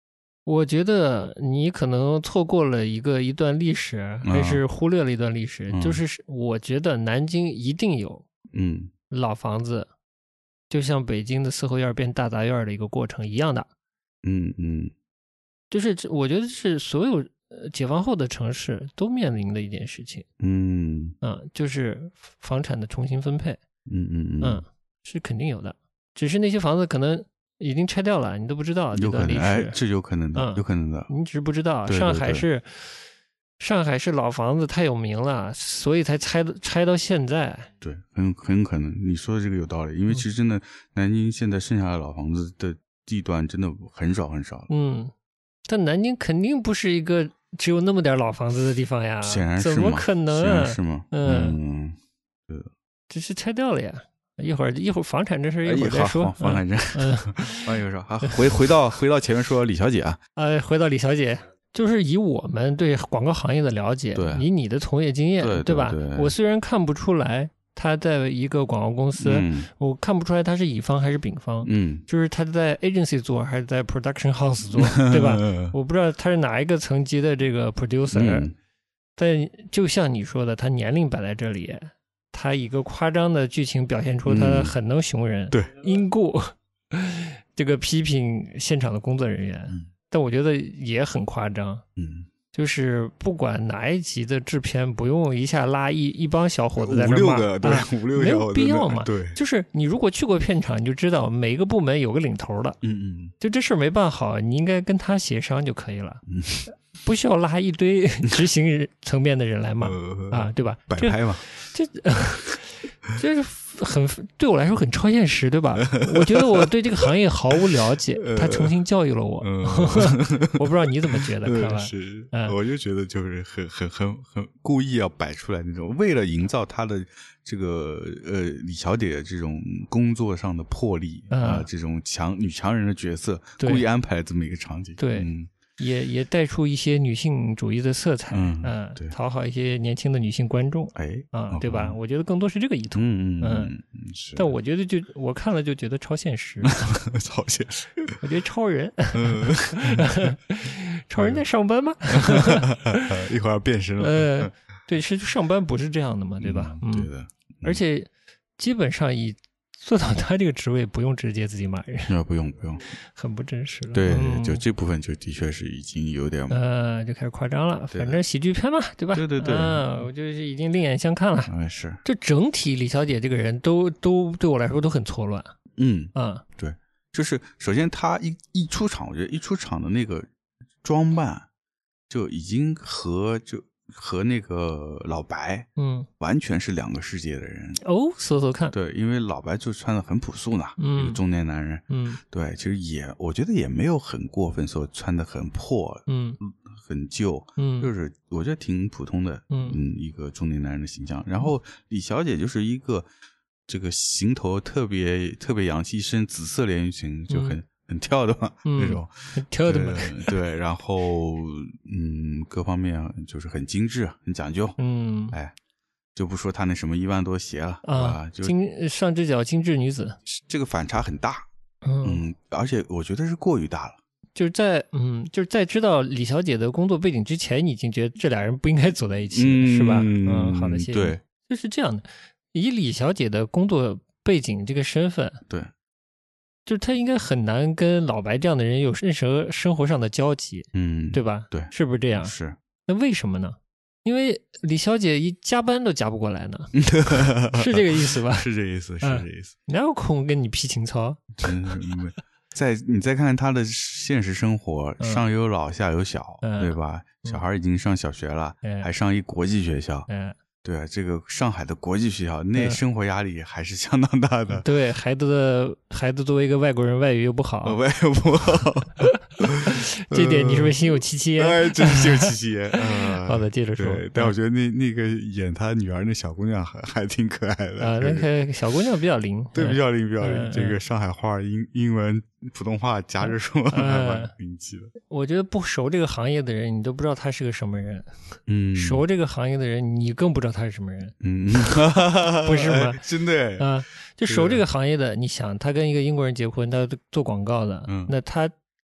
我觉得你可能错过了一个一段历史，还是忽略了一段历史。嗯、就是我觉得南京一定有，嗯，老房子，嗯、就像北京的四合院变大杂院的一个过程一样的。嗯嗯，就是我觉得是所有解放后的城市都面临的一件事情。嗯嗯，就是房产的重新分配。嗯嗯嗯，嗯，是肯定有的，只是那些房子可能。已经拆掉了，你都不知道这个历史， 哎，这有可能的，嗯、有可能的， 你只是不知道。 对对对， 上海是上海是老房子太有名了，所以才拆拆到现在。 对，很很可能你说的这个有道理，因为其实真的、嗯、南京现在剩下的老房子的地段真的很少很少了。 嗯，但南京肯定不是一个只有那么点老房子的地方呀， 显然是怎么可能？ 显然是吗？ 嗯， 对、嗯， 只是拆掉了呀。一会儿一会儿房产这事一会儿再说。 哎、房产这，嗯，房产说好，回回到回到前面说李小姐啊， 呃，回到李小姐，就是以我们对广告行业的了解， 对， 以你的从业经验， 对对吧？ 对对， 我虽然看不出来他在一个广告公司， 嗯、 我看不出来他是乙方还是丙方， 嗯， 就是他在 agency 做还是在 production house 做，对吧？我不知道他是哪一个层级的这个 producer，、嗯、但就像你说的，他年龄摆在这里。他一个夸张的剧情表现出他很能熊人， 嗯、对， 因故这个批评现场的工作人员， 嗯、 但我觉得也很夸张， 嗯， 就是不管哪一集的制片，不用一下拉一一帮小伙子在那骂， 五六个，对， 啊、 五六个没有必要嘛， 对， 就是你如果去过片场，你就知道每一个部门有个领头的， 嗯嗯， 就这事儿没办好，你应该跟他协商就可以了， 嗯。 不需要拉一堆执行层面的人来骂、呃、啊，对吧？ 摆拍嘛， 这这是很对我来说很超现实，对吧？我觉得我对这个行业毫无了解，他重新教育了我。 呃、 我不知道你怎么觉得，看完是、 嗯， 我就觉得就是很很很很故意要摆出来那种，为了营造他的这个呃李小姐这种工作上的魄力啊、 嗯呃，这种强女强人的角色，故意安排了这么一个场景， 对。 嗯， 也也带出一些女性主义的色彩， 嗯， 呃、 对， 讨好一些年轻的女性观众， 哎， 啊、嗯，对吧？我觉得更多是这个意图， 嗯嗯嗯，是。 但我觉得就我看了就觉得超现实， 超现实。 我觉得超人， 嗯、 超人在上班吗？ 一会儿要变身了。 呃，对，是上班不是这样的嘛，对吧？ 嗯，对的。 嗯、而且基本上以。做到他这个职位不用直接自己骂人， 啊，不用不用， 很不真实了。 对， 嗯、 就这部分就的确是已经有点， 呃，就开始夸张了。反正喜剧片嘛，对吧？ 对对对， 嗯，我就是已经另眼相看了。 嗯，是。 这整体李小姐这个人都都对我来说都很错乱。 嗯嗯， 对，就是首先她一一出场，我觉得一出场的那个装扮就已经和就。和那个老白， 嗯， 完全是两个世界的人哦。搜搜看， 对，因为老白就穿的很朴素呢， 嗯， 一个中年男人， 嗯， 对，其实也我觉得也没有很过分，说穿的很破， 嗯， 很旧， 嗯， 就是我觉得挺普通的， 嗯嗯，一个中年男人的形象。然后李小姐就是一个这个行头特别特别洋气，一身紫色连衣裙，就很。嗯很跳的嘛、 嗯、 那种， 很跳的嘛， 对，然后嗯，各方面就是很精致，很讲究， 嗯， 哎，就不说他那什么一万多鞋了啊， 就精上只脚精致女子， 这个反差很大， 嗯， 嗯，而且我觉得是过于大了。 就是在嗯，就是在知道李小姐的工作背景之前，你已经觉得这俩人不应该走在一起， 嗯、 是吧？嗯，好的，谢谢。 对， 就是这样的，以李小姐的工作背景这个身份， 对。 就是他应该很难跟老白这样的人有任何生活上的交集， 嗯， 对吧？ 对， 是不是这样？ 是。 那为什么呢？因为李小姐一加班都加不过来呢，是这个意思吧？ 是这意思，是这意思。 哪有空跟你批情操？ 真是，再你再看看他的现实生活， 嗯、 上有老下有小， 嗯、 对吧？小孩已经上小学了， 嗯、 还上一国际学校。 嗯对啊，这个上海的国际学校，那生活压力还是相当大的。 嗯、对，孩子的孩子作为一个外国人，外语又不好， 外语不好， 这点你是不是心有戚戚焉？ 哎，真是心有戚戚焉。嗯、 好的，接着说。 对，但我觉得那那个演他女儿那小姑娘还还挺可爱的啊，那个小姑娘比较灵， 对，比较灵，比较灵。 嗯、 这个上海话、英英文、普通话夹着说，还蛮灵气的。 我觉得不熟这个行业的人，你都不知道他是个什么人。 嗯， 熟这个行业的人，你更不知道他是什么人。 嗯， 不是吗？ 真的啊，就熟这个行业的，你想他跟一个英国人结婚，他做广告的， 嗯， 那他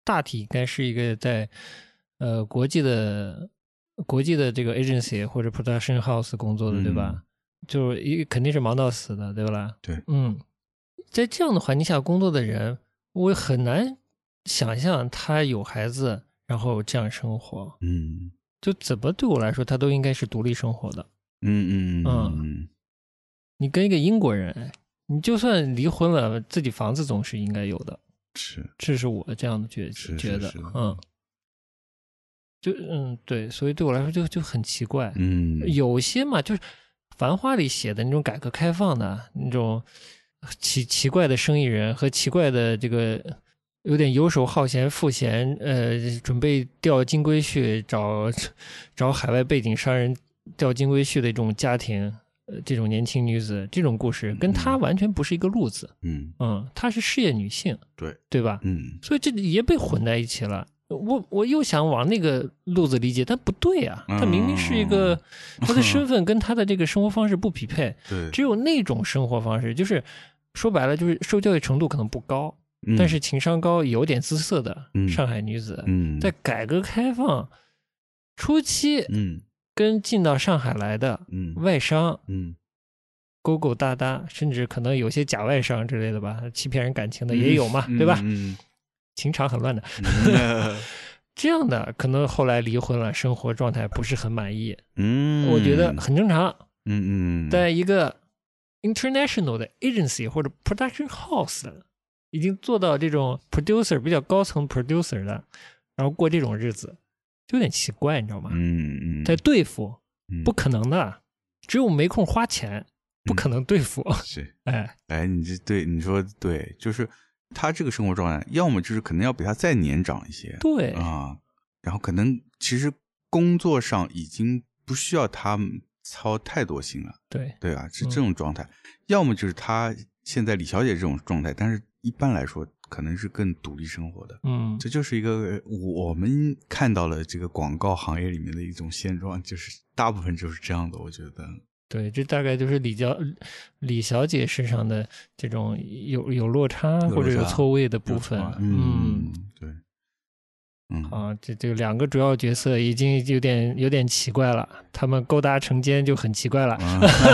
大体应该是一个在呃国际的国际的这个 agency 或者 production house 工作的，对吧？嗯、就是一个肯定是忙到死的，对吧？ 对， 嗯，在这样的环境下工作的人，我很难想象他有孩子然后这样生活。 嗯， 就怎么对我来说，他都应该是独立生活的。 嗯嗯嗯嗯，你跟一个英国人，你就算离婚了，自己房子总是应该有的。 是， 这是我这样的觉是觉得， 是是嗯，就嗯对，所以对我来说就就很奇怪， 嗯， 有些嘛，就是《繁花》里写的那种改革开放的那种奇奇怪的生意人和奇怪的这个有点游手好闲、赋闲，呃，准备钓金龟婿，找找海外背景商人钓金龟婿的这种家庭。呃，这种年轻女子这种故事跟她完全不是一个路子， 嗯嗯，她是事业女性， 对对吧？ 嗯， 所以这也被混在一起了。我我又想往那个路子理解，但不对啊，她明明是一个，她的身份跟她的这个生活方式不匹配， 对， 只有那种生活方式，就是说白了就是受教育程度可能不高， 嗯、 但是情商高、有点姿色的上海女子， 嗯， 在改革开放初期， 嗯。 跟进到上海来的外商， 嗯， 勾勾搭搭，甚至可能有些假外商之类的吧，欺骗人感情的也有嘛，嗯、对吧？ 嗯， 情场很乱的， 嗯、 这样的可能后来离婚了，生活状态不是很满意， 嗯， 我觉得很正常， 嗯嗯， 在一个 international 的 agency 或者 production house 已经做到这种 producer 比较高层 producer 的，然后过这种日子。就有点奇怪，你知道吗？ 嗯嗯， 在对付，不可能的，只有没空花钱，不可能对付。 嗯、是， 哎哎，你这对你说对，就是他这个生活状态，要么就是可能要比他再年长一些， 对啊，然后可能其实工作上已经不需要他操太多心了， 对对啊，是这种状态。嗯、要么就是他现在李小姐这种状态，但是一般来说。可能是更独立生活的， 嗯， 这就是一个我们看到了这个广告行业里面的一种现状，就是大部分就是这样的，我觉得。 对，这大概就是李小李小姐身上的这种有有落差或者有错位的部分， 嗯，对，嗯， 啊，这这两个主要角色已经有点有点奇怪了，他们勾搭成奸就很奇怪了，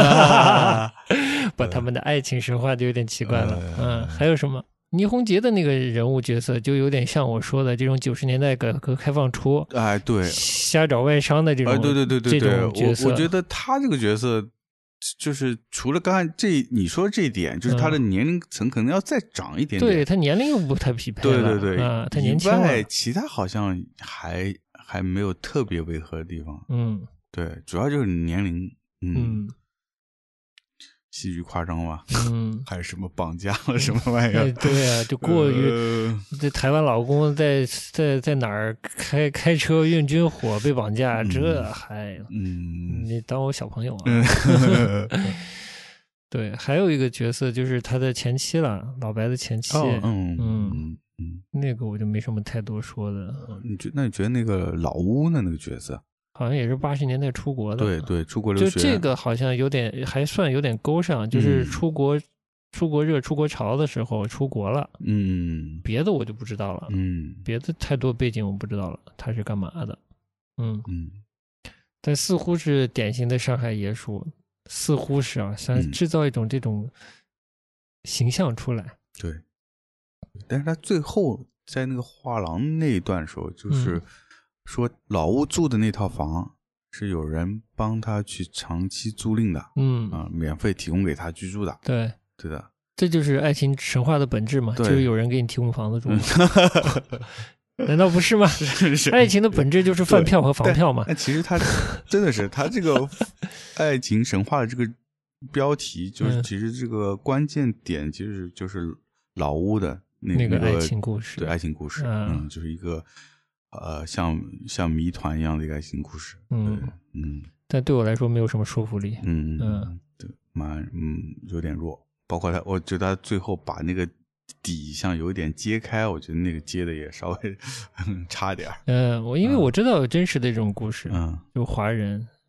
把他们的爱情神话就有点奇怪了，嗯，还有什么？倪虹洁的那个人物角色就有点像我说的这种九十年代改革开放初， 哎，对， 瞎找外商的这种， 哎，对对对对对， 这种角色我我觉得他这个角色就是除了刚才这你说这一点，就是他的年龄层可能要再长一点点， 嗯、对他年龄又不太匹配了，对对对， 啊，他年轻了， 其他好像还还没有特别违和的地方， 嗯， 对，主要就是年龄，嗯。 嗯戏剧夸张吧， 嗯， 还是什么绑架了什么玩意儿？ 对啊，就过于这、呃、台湾老公在在在哪儿开开车运军火被绑架，嗯、这还嗯， 你当我小朋友啊？对，还有一个角色就是他的前妻了，老白的前妻， 哦、嗯嗯嗯，那个我就没什么太多说的。 你觉那你觉得那个老乌的那个角色？ 好像也是八十年代出国的， 对对，出国留学， 就这个好像有点还算有点勾上，就是出国、嗯、出国热、出国潮的时候出国了， 嗯， 别的我就不知道了， 嗯， 别的太多背景我不知道了，他是干嘛的，嗯嗯， 但似乎是典型的上海爷叔，似乎是啊，想制造一种这种形象出来， 嗯、对，但是他最后在那个画廊那一段时候，就是。嗯说老屋住的那套房是有人帮他去长期租赁的， 嗯啊、呃，免费提供给他居住的。 对， 对的， 这就是爱情神话的本质嘛，就是有人给你提供房子住。难道不是吗？ 是是， 爱情的本质就是饭票和房票嘛。 但其实他真的是他这个爱情神话的这个标题，就是其实这个关键点其实就是老屋的那那个爱情故事， 对爱情故事， 嗯， 嗯就是一个。呃，像像谜团一样的一个爱情故事， 嗯嗯， 但对我来说没有什么说服力， 嗯嗯，对，蛮嗯有点弱，包括他，我觉得他最后把那个底像有一点揭开，我觉得那个揭的也稍微差点。 嗯，我因为我知道有真实的这种故事， 嗯， 就华人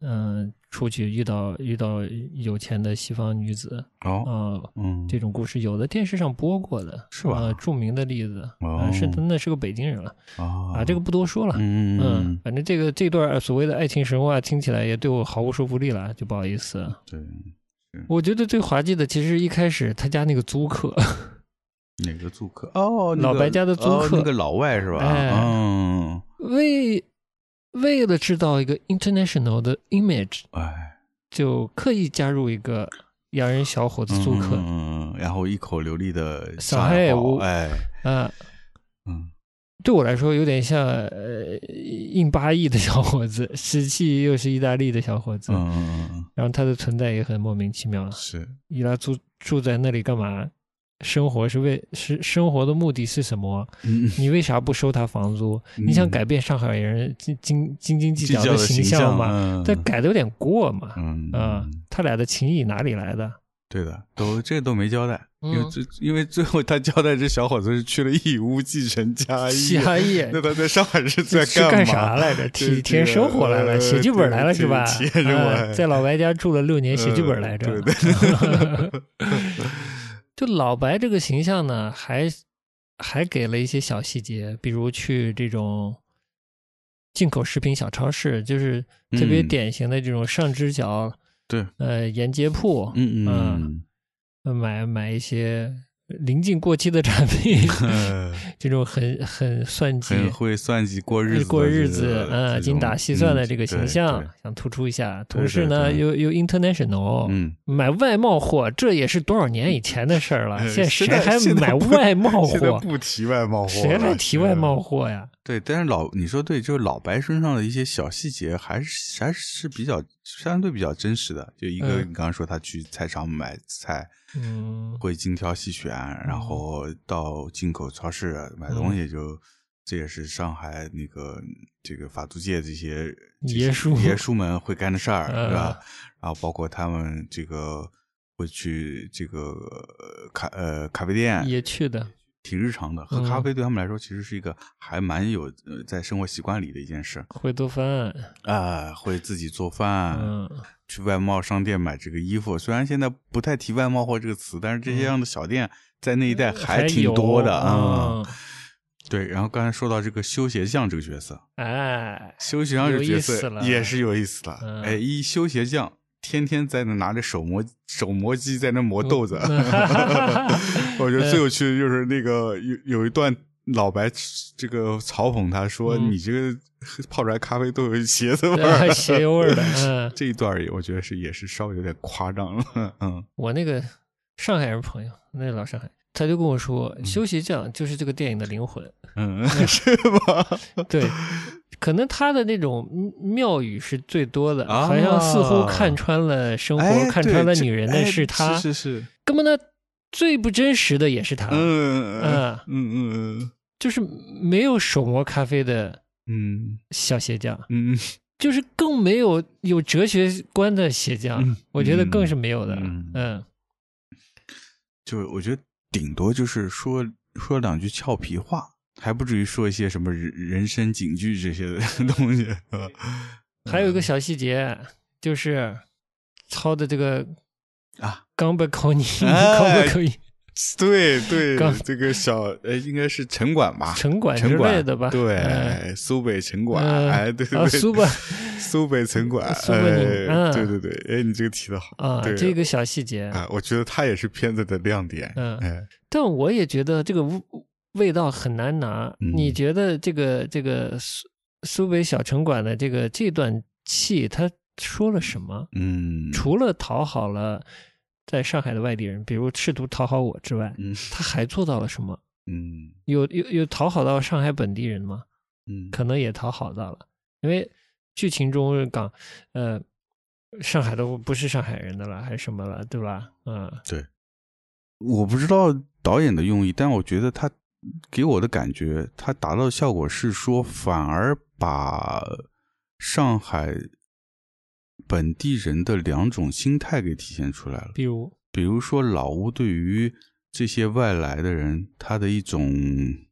嗯、呃，出去遇到遇到有钱的西方女子哦， 呃、 嗯， 这种故事有的电视上播过的， 是吧？ 呃，著名的例子， 哦， 呃、是那是个北京人了， 哦、 啊，这个不多说了， 嗯嗯，反正这个这段所谓的爱情神话听起来也对我毫无说服力了，就不好意思。 对， 我觉得最滑稽的其实一开始他家那个租客。 哪个租客？哦，那个、 老白家的租客， 哦、那个老外是吧？ 哎、 嗯， 为为了制造一个 international 的 image， 哎， 就刻意加入一个洋人小伙子租客， 嗯，然后一口流利的上海话， 哎， 啊， 嗯， 对我来说有点像呃印巴裔的小伙子，实际又是意大利的小伙子， 嗯， 然后他的存在也很莫名其妙， 是， 伊拉住住在那里干嘛？生活是为是生活的目的是什么？嗯、你为啥不收他房租？嗯、你想改变上海人斤斤斤斤计较的形象吗？ 嗯、 但改的有点过嘛。 嗯啊、嗯，他俩的情谊哪里来的？ 对的，都这都没交代， 嗯、 因为最因为最后他交代这小伙子是去了义乌继承家业， 家业。 那他在上海是在干嘛？干啥来着？体体验生活来了，写剧本来了是吧？ 体验生活、 呃，在老白家住了六年，写剧本来着。 呃、对对。 就老白这个形象呢，还还给了一些小细节，比如去这种进口食品小超市，就是特别典型的这种上只脚， 对、 嗯，呃，沿街铺， 嗯嗯， 呃、买买一些临近过期的产品，这种很很算计、 很会算计过日子、 过日子啊、精打细算的这个形象， 嗯、 想突出一下。同时呢， 对对对又又 international， 嗯， 买外贸货，这也是多少年以前的事儿了。 嗯、 现在谁还买外贸货？ 现在不提外贸货， 谁还提外贸货呀？ 对，但是老你说对，就是老白身上的一些小细节，还是还是比较相对比较真实的。就一个， 嗯、 你刚刚说他去菜场买菜， 嗯， 会精挑细选，然后到进口超市买东西就，就、嗯、这也是上海那个这个法租界这些爷叔爷叔们会干的事儿， 嗯、 对吧？然后包括他们这个会去这个咖呃咖啡店也去的。 挺日常的，喝咖啡对他们来说其实是一个还蛮有呃在生活习惯里的一件事。 会做饭啊、呃，会自己做饭， 嗯， 去外贸商店买这个衣服。虽然现在不太提外贸货这个词，但是这些样的小店在那一带还挺多的啊、嗯。对，然后刚才说到这个修鞋匠这个角色， 哎， 修鞋匠这个角色也是有意思的。 嗯、 哎，一修鞋匠。天天在那拿着手磨手磨机在那磨豆子，我觉得最有趣的就是那个有有一段老白这个嘲讽他说：“嗯、你这个泡出来咖啡都有鞋子味儿， 鞋味儿的。”嗯， 这一段我觉得是也是稍微有点夸张了。嗯， 我那个上海人朋友，那个老上海，他就跟我说， 嗯、 修鞋匠就是这个电影的灵魂。 嗯，是吧？ 对。可能他的那种妙语是最多的， 啊、 好像似乎看穿了生活， 哎、 看穿了女人的是他， 哎、是是是。 根本呢，最不真实的也是他， 嗯嗯嗯嗯， 就是没有手磨咖啡的， 嗯， 小鞋匠， 嗯， 就是更没有有哲学观的鞋匠， 嗯、 我觉得更是没有的， 嗯， 嗯就我觉得顶多就是说说两句俏皮话。还不至于说一些什么人人生警句这些的东西。 还有一个小细节，就是操的这个啊， 冈本口音，冈本口音， 对对，这个小呃，应该是城管吧， 城管之类的吧？ 对， 哎、 苏北城管， 呃、 哎，对对对， 啊、苏北苏北城管， 苏北你、 哎，对对对，哎，你这个提的好啊，这个小细节啊，我觉得它也是片子的亮点。 嗯， 哎， 但我也觉得这个味道很难拿， 嗯、 你觉得这个这个苏苏北小城管的这个这段戏，他说了什么？ 嗯， 除了讨好了在上海的外地人，比如试图讨好我之外， 嗯， 他还做到了什么？ 嗯， 有有有讨好到上海本地人吗？ 嗯， 可能也讨好到了，因为剧情中港呃上海都不是上海人的了，还是什么了，对吧？嗯， 对，我不知道导演的用意，但我觉得他。给我的感觉，它达到的效果是说，反而把上海本地人的两种心态给体现出来了。 比如， 比如说老吴对于这些外来的人，他的一种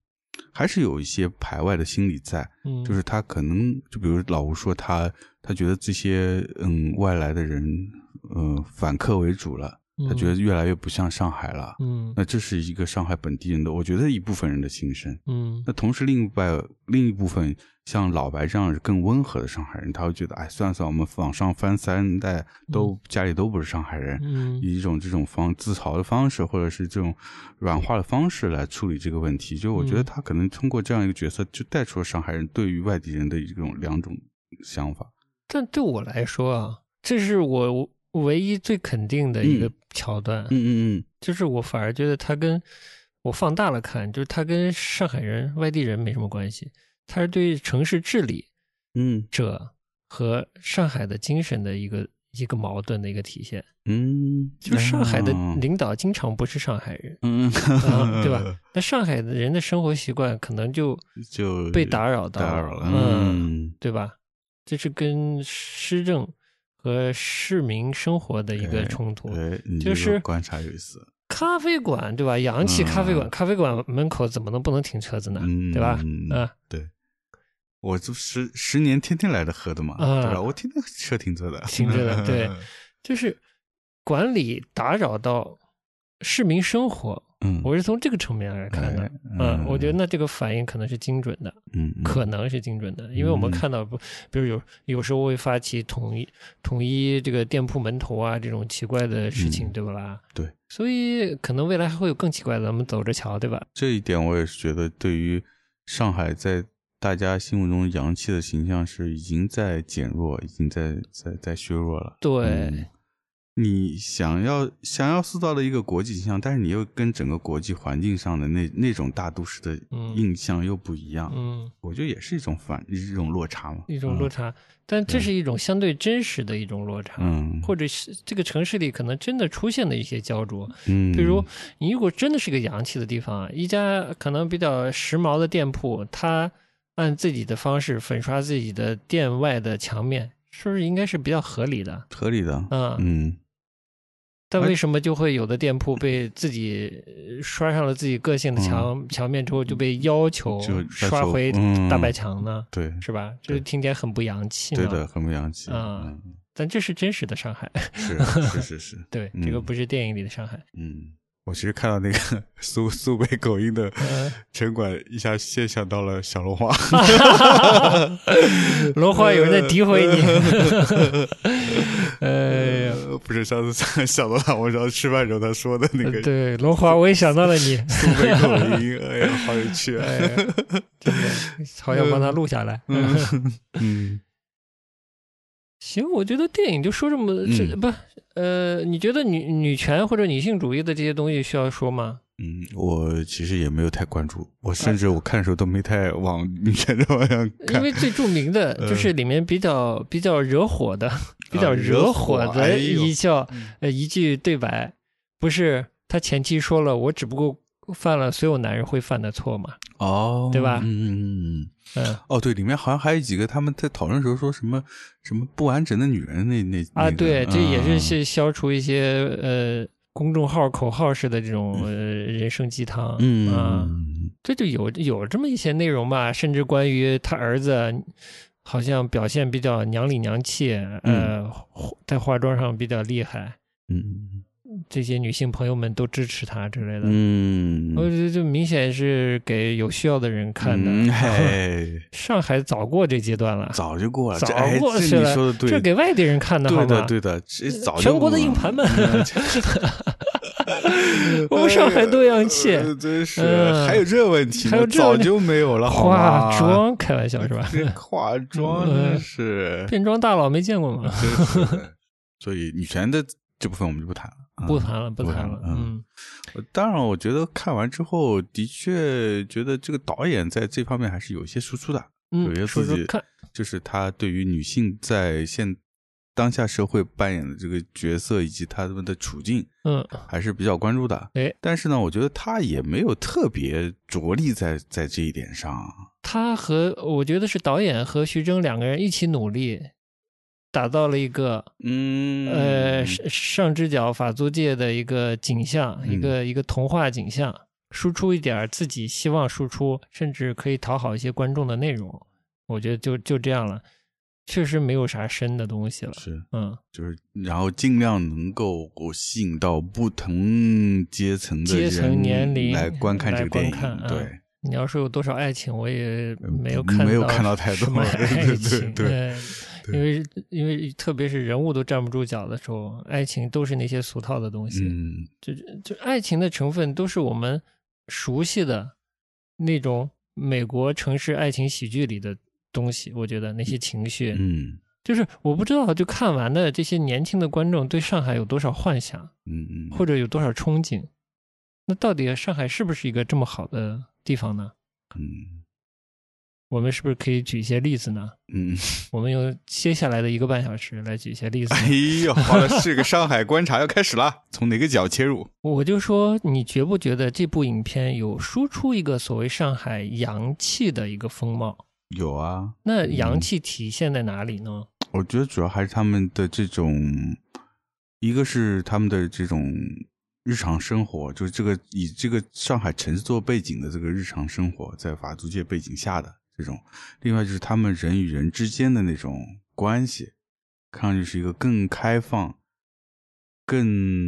还是有一些排外的心理在， 嗯， 就是他可能就比如老吴说他他觉得这些嗯外来的人呃反客为主了，他觉得越来越不像上海了， 嗯， 那这是一个上海本地人的，我觉得一部分人的心声， 嗯， 那同时另一外另一部分像老白这样更温和的上海人，他会觉得，哎，算了算了，我们往上翻三代都、嗯、家里都不是上海人， 嗯， 以一种这种方自嘲的方式，或者是这种软化的方式来处理这个问题，就我觉得他可能通过这样一个角色，就带出了上海人对于外地人的一种两种想法。 但对我来说啊，这是我唯一最肯定的一个桥段， 嗯嗯嗯， 就是我反而觉得他跟我放大了看，就是他跟上海人、外地人没什么关系，他是对城市治理嗯者和上海的精神的一个一个矛盾的一个体现。 嗯， 就是上海的领导经常不是上海人， 嗯， 啊、对吧？那上海的人的生活习惯可能就就被打扰到， 打扰了， 嗯，对吧？这是跟施政和市民生活的一个冲突， 哎哎、 就是观察有意思。 咖啡馆对吧？洋气咖啡馆，嗯、咖啡馆门口怎么能不能停车子呢？ 嗯、 对吧？啊， 对，我就十十年天天来的喝的嘛，啊、对吧？我天天车停着的， 停着的，对，就是管理打扰到市民生活。嗯，我是从这个层面来看的，嗯、呃，我觉得那这个反应可能是精准的， 嗯， 可能是精准的，因为我们看到不，比如有有时候会发起统一统一这个店铺门头啊这种奇怪的事情，嗯、对吧？ 对， 所以可能未来还会有更奇怪的，我们走着瞧，对吧？ 这一点我也是觉得，对于上海在大家心目中洋气的形象是已经在减弱，已经在在在削弱了。 对。 嗯，你想要想要塑造的一个国际形象，但是你又跟整个国际环境上的那那种大都市的印象又不一样， 嗯， 我觉得也是一种反一种落差嘛， 一种落差，嗯、但这是一种相对真实的一种落差，嗯，或者是这个城市里可能真的出现了一些焦灼，嗯，比如你如果真的是个洋气的地方，一家可能比较时髦的店铺，它按自己的方式粉刷自己的店外的墙面，是不是应该是比较合理的？ 合理的， 嗯嗯。 但为什么就会有的店铺被自己刷上了自己个性的墙、嗯、墙面之后就被要求刷回大白墙呢？ 嗯、对， 是吧？这听起来很不洋气嘛。 对的，很不洋气啊、嗯！但这是真实的上海。 是是是是， 对、嗯，这个不是电影里的上海。 嗯，我其实看到那个苏苏北口音的城管，一下先想到了小龙花。 龙花有人在诋毁你。哎呀， 不是上次想到他，我上次吃饭时候他说的那个， 对，龙华我也想到了你， 苏北口音，哎呀，好有趣啊！ 哎、真的，好想帮他录下来。 嗯，嗯行，我觉得电影就说这么， 嗯、 这不，呃，你觉得女女权或者女性主义的这些东西需要说吗？ 嗯，我其实也没有太关注，我甚至我看的时候都没太往女权这方向看， 因为最著名的就是里面比较、呃、比较惹火的、比较惹火的一叫、呃哎、 一句对白，不是他前期说了，我只不过犯了所有男人会犯的错嘛， 哦， 对吧？ 嗯嗯嗯， 哦，对，里面好像还有几个他们在讨论的时候说什么什么不完整的女人那那啊，对， 那这也是是消除一些、嗯、呃。公众号口号式的这种、呃、人生鸡汤， 嗯啊，这就有有这么一些内容吧，甚至关于他儿子好像表现比较娘里娘气， 嗯、 呃，在化妆上比较厉害， 嗯， 这些女性朋友们都支持他之类的， 嗯， 我觉得这明显是给有需要的人看的。 嗯、嘿上海早过这阶段了， 早就过了， 早过去了， 这, 你说的对， 这给外地人看的，好吗？ 对的，对的，这早就全国的硬盘们。我们上海多洋气， 呃、真是、嗯、还有这问题， 还有这早就没有了，好吗？ 化妆开玩笑是吧？ 化妆真是、 嗯、变装大佬没见过吗？ 真是所以女权的这部分我们就不谈了， 嗯、不谈了，不谈了。嗯， 嗯当然，我觉得看完之后，的确觉得这个导演在这方面还是有一些输出的， 嗯， 有些自己看， 就是他对于女性在现当下社会扮演的这个角色以及他们的处境， 嗯， 还是比较关注的。 哎， 但是呢，我觉得他也没有特别着力在在这一点上。 他和我觉得是导演和徐峥两个人一起努力，打造了一个嗯呃上只脚法租界的一个景象， 嗯、 一个一个童话景象。 输出一点自己希望输出，甚至可以讨好一些观众的内容，我觉得就就这样了，确实没有啥深的东西了。 是， 嗯， 就是然后尽量能够吸引到不同阶层的阶层年龄来观看这个电影。 嗯、 对， 你要说有多少爱情，我也没有看到， 没有看到太多爱情， 对对对。 因为因为特别是人物都站不住脚的时候，爱情都是那些俗套的东西。 嗯， 就就爱情的成分都是我们熟悉的那种美国城市爱情喜剧里的东西。我觉得那些情绪， 嗯， 就是我不知道，就看完的这些年轻的观众对上海有多少幻想， 嗯嗯， 或者有多少憧憬。那到底上海是不是一个这么好的地方呢？ 嗯。 我们是不是可以举一些例子呢？ 嗯， 我们用接下来的一个半小时来举一些例子。 哎呦，好了，是个上海观察要开始了，从哪个角切入？ 我就说，你觉不觉得这部影片有输出一个所谓上海洋气的一个风貌？ 有啊。 那洋气体现在哪里呢？ 嗯、我觉得主要还是他们的这种，一个是他们的这种日常生活，就是这个以这个上海城市做背景的这个日常生活，在法租界背景下的这种，另外就是他们人与人之间的那种关系，看上去是一个更开放、更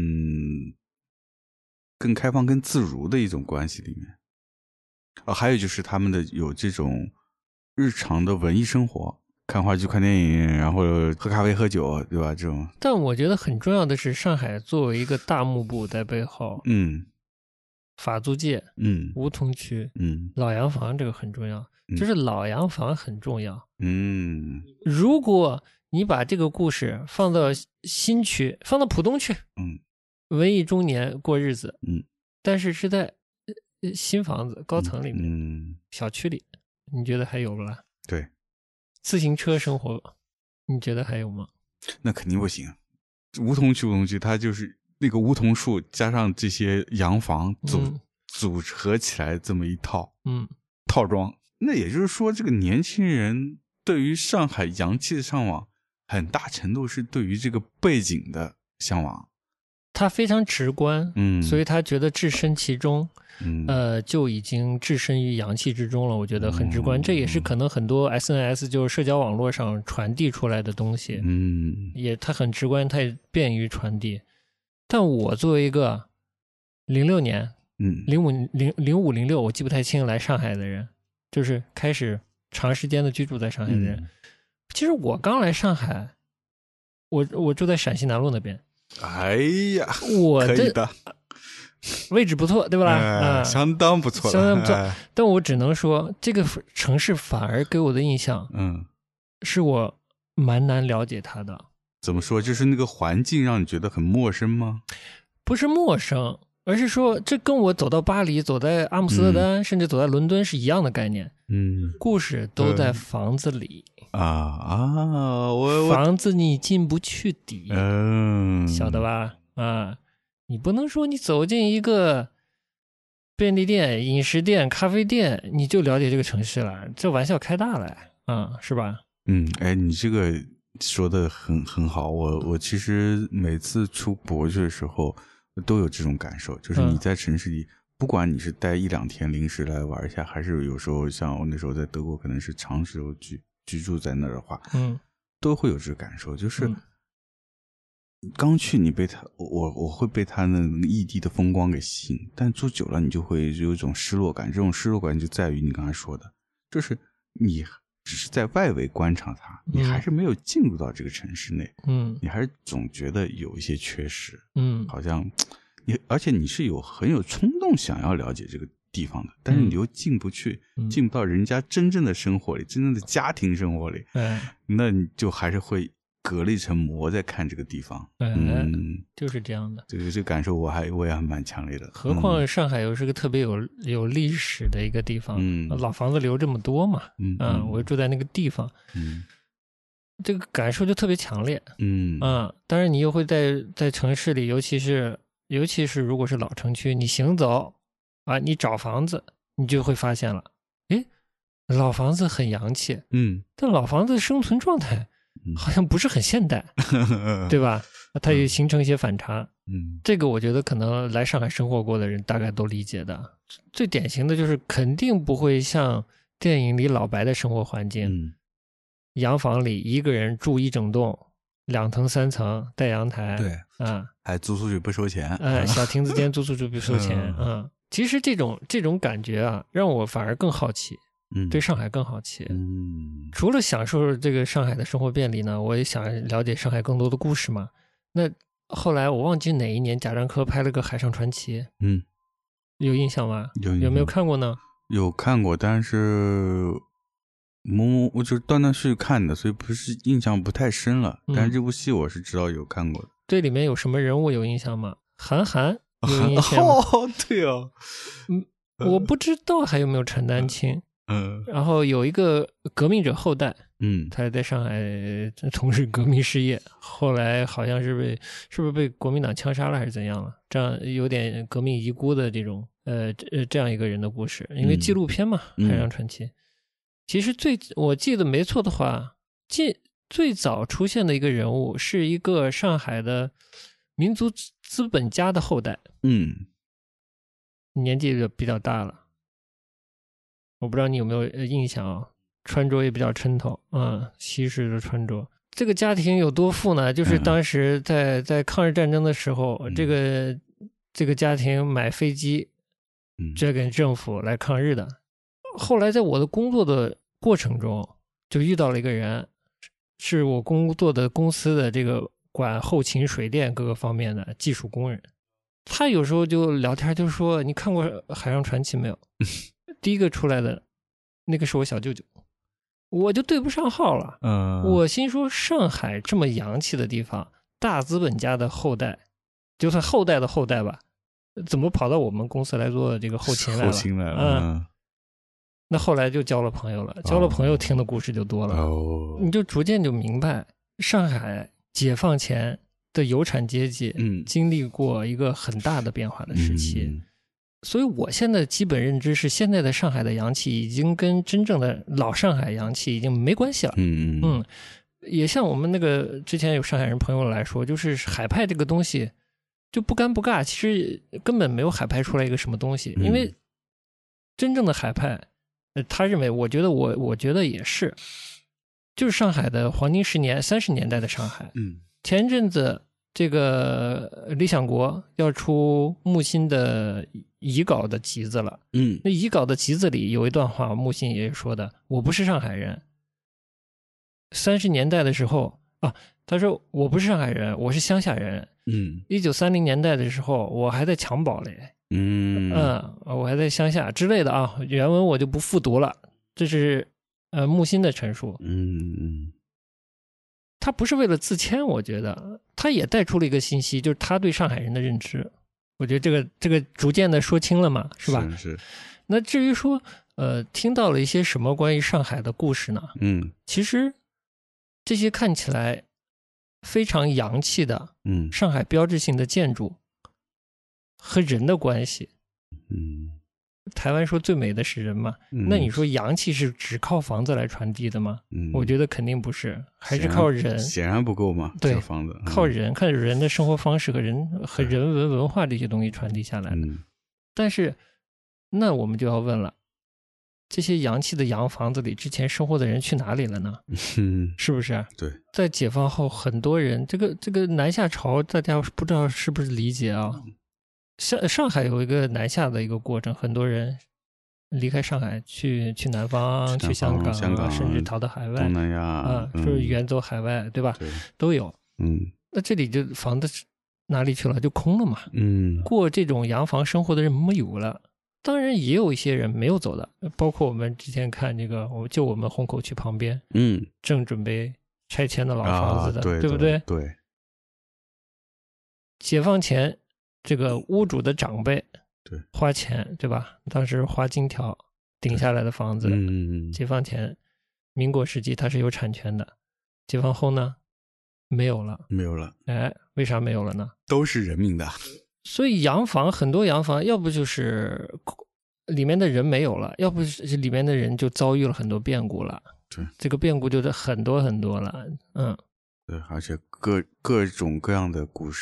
更开放、更自如的一种关系里面。啊，还有就是他们的有这种日常的文艺生活，看话剧、看电影，然后喝咖啡、喝酒，对吧？这种。 但我觉得很重要的是，上海作为一个大幕布在背后， 嗯， 法租界， 嗯， 梧桐区， 嗯， 老洋房这个很重要。就是老洋房很重要。 嗯， 如果你把这个故事放到新区，放到浦东区， 嗯， 文艺中年过日子， 嗯， 但是是在新房子高层里面， 嗯， 小区里，你觉得还有不啦？ 对， 自行车生活，你觉得还有吗？ 那肯定不行。梧桐区，梧桐区，它就是那个梧桐树加上这些洋房组、嗯、组合起来这么一套， 嗯， 套装。那也就是说，这个年轻人对于上海洋气的向往，很大程度是对于这个背景的向往。 他非常直观， 嗯， 所以他觉得置身其中， 嗯， 呃，就已经置身于洋气之中了。我觉得很直观，嗯、这也是可能很多 S N S 就是社交网络上传递出来的东西， 嗯， 也它很直观，它也便于传递。但我作为一个零六年， 嗯， 零五零零五零六，我记不太清来上海的人。就是开始长时间的居住在上海的人、嗯、其实我刚来上海，我我住在陕西南路那边。 哎呀， 我可以的位置不错，对吧啦、 哎啊？ 相当不错， 相当不错、 哎。 但我只能说，这个城市反而给我的印象， 嗯， 是我蛮难了解它的。 怎么说？就是那个环境让你觉得很陌生吗？ 不是陌生。而是说，这跟我走到巴黎、走在阿姆斯特丹、嗯，甚至走在伦敦是一样的概念。 嗯， 故事都在房子里。 啊啊，我房子你进不去底， 嗯， 晓得吧？啊，你不能说你走进一个便利店、饮食店、咖啡店，你就了解这个城市了，这玩笑开大了，啊、嗯，是吧？ 嗯，哎，你这个说的很很好。我我其实每次出国去的时候。都有这种感受，就是你在城市里、嗯、不管你是待一两天临时来玩一下，还是有时候像我那时候在德国可能是长时候居居住在那儿的话， 嗯， 都会有这个感受，就是、嗯、刚去你被他我我会被他那异地的风光给吸引，但住久了你就会有一种失落感，这种失落感就在于你刚才说的，就是你只是在外围观察它，你还是没有进入到这个城市内， 嗯， 你还是总觉得有一些缺失， 嗯， 好像你，而且你是有很有冲动想要了解这个地方的，但是你又进不去， 嗯、 进不到人家真正的生活里，真正的家庭生活里， 哎， 那你就还是会隔了一层膜在看这个地方， 哎、 嗯， 就是这样的。 这个这个感受我还我也还蛮强烈的。 何况上海又是个特别有有历史的一个地方， 嗯， 老房子留这么多嘛， 嗯嗯，我住在那个地方， 嗯， 这个感受就特别强烈， 嗯嗯，当然你又会在在城市里，尤其是尤其是如果是老城区，你行走啊，你找房子，你就会发现了，诶，老房子很洋气， 嗯， 但老房子生存状态好像不是很现代， 嗯、 对吧？它也形成一些反差。 嗯， 这个我觉得可能来上海生活过的人大概都理解的。最典型的就是肯定不会像电影里老白的生活环境， 嗯， 洋房里一个人住一整栋，两层三层带阳台， 对， 啊， 还租出去不收钱， 哎，小亭子间租出去不收钱，嗯，其实这种这种感觉啊，让我反而更好奇。 嗯， 对上海更好奇。 嗯， 除了享受这个上海的生活便利呢，我也想了解上海更多的故事嘛。那后来我忘记哪一年贾樟柯拍了个《海上传奇》， 嗯， 有印象吗？ 有印象， 有没有看过呢？ 有看过，但是模模我就是断断续续看的，所以不是印象不太深了。嗯、但是这部戏我是知道有看过的。 对，里面有什么人物有印象吗？韩寒有印象吗？ 哦，对哦， 嗯，我不知道还有没有陈丹青。 嗯， 然后有一个革命者后代， 嗯， 他在上海从事革命事业，后来好像是被是不是被国民党枪杀了还是怎样了？这样有点革命遗孤的这种呃呃这样一个人的故事，因为纪录片嘛， 嗯、 海上传奇。其实最我记得没错的话，最最早出现的一个人物是一个上海的民族资本家的后代， 嗯， 年纪就比较大了。我不知道你有没有印象啊？穿着也比较抻头，嗯，西式的穿着。这个家庭有多富呢？就是当时在在抗日战争的时候，嗯、这个这个家庭买飞机，捐给政府来抗日的。后来在我的工作的过程中，就遇到了一个人，是我工作的公司的这个管后勤、水电各个方面的技术工人。他有时候就聊天，就说：“你看过《海上传奇》没有？”第一个出来的那个是我小舅舅，我就对不上号了。嗯，我心说上海这么洋气的地方，大资本家的后代，就算后代的后代吧，怎么跑到我们公司来做这个后勤来了？ 后勤来了。 嗯，那后来就交了朋友了，交了朋友听的故事就多了。哦，你就逐渐就明白，上海解放前的有产阶级，嗯，经历过一个很大的变化的时期。嗯，所以我现在基本认知是，现在的上海的洋气已经跟真正的老上海洋气已经没关系了。嗯嗯，也像我们那个之前有上海人朋友来说，就是海派这个东西就不干不尬，其实根本没有海派出来一个什么东西。因为真正的海派，呃，他认为，我觉得我我觉得也是，就是上海的黄金十年三十年代的上海。嗯，前阵子这个理想国要出木心的遗稿的集子了，嗯，那遗稿的集子里有一段话，木心也说的：“我不是上海人。三十年代的时候啊，他说我不是上海人，我是乡下人。嗯，一九三零年代的时候，我还在襁褓嘞，嗯嗯，我还在乡下之类的啊。原文我就不复读了，这是呃木心的陈述。嗯嗯。”他不是为了自谦，我觉得他也带出了一个信息，就是他对上海人的认知。我觉得这个这个逐渐的说清了嘛，是吧？ 是是。 那至于说，呃，听到了一些什么关于上海的故事呢？嗯，其实这些看起来非常洋气的，嗯，上海标志性的建筑和人的关系，嗯。台湾说最美的是人嘛，嗯、那你说洋气是只靠房子来传递的吗？嗯，我觉得肯定不是，还是靠人。 显然不够嘛， 对， 房子、嗯、 靠人，看人的生活方式和人和人文文化这些东西传递下来的。嗯、但是，那我们就要问了，这些洋气的洋房子里之前生活的人去哪里了呢？嗯，是不是？ 对， 在解放后，很多人这个这个南下潮，大家不知道是不是理解啊？嗯，上上海有一个南下的一个过程，很多人离开上海去去南方、去香港、 香港， 甚至逃到海外、 东南亚啊，就是远走海外，对吧？ 对， 都有。 嗯， 那这里就房子哪里去了？就空了嘛。嗯，过这种洋房生活的人没有了。当然也有一些人没有走的，包括我们之前看这个，我就我们虹口区旁边，嗯，正准备拆迁的老房子的， 啊、对对不对？ 对。 解放前。这个屋主的长辈对花钱对吧？当时花金条顶下来的房子，嗯，解放前民国时期它是有产权的，解放后呢没有了， 没有了。 哎，为啥没有了呢？ 都是人民的。 所以洋房很多洋房，要不就是里面的人没有了，要不是里面的人就遭遇了很多变故了。 对， 这个变故就是很多很多了，嗯， 对，而且各各种各样的故事啊。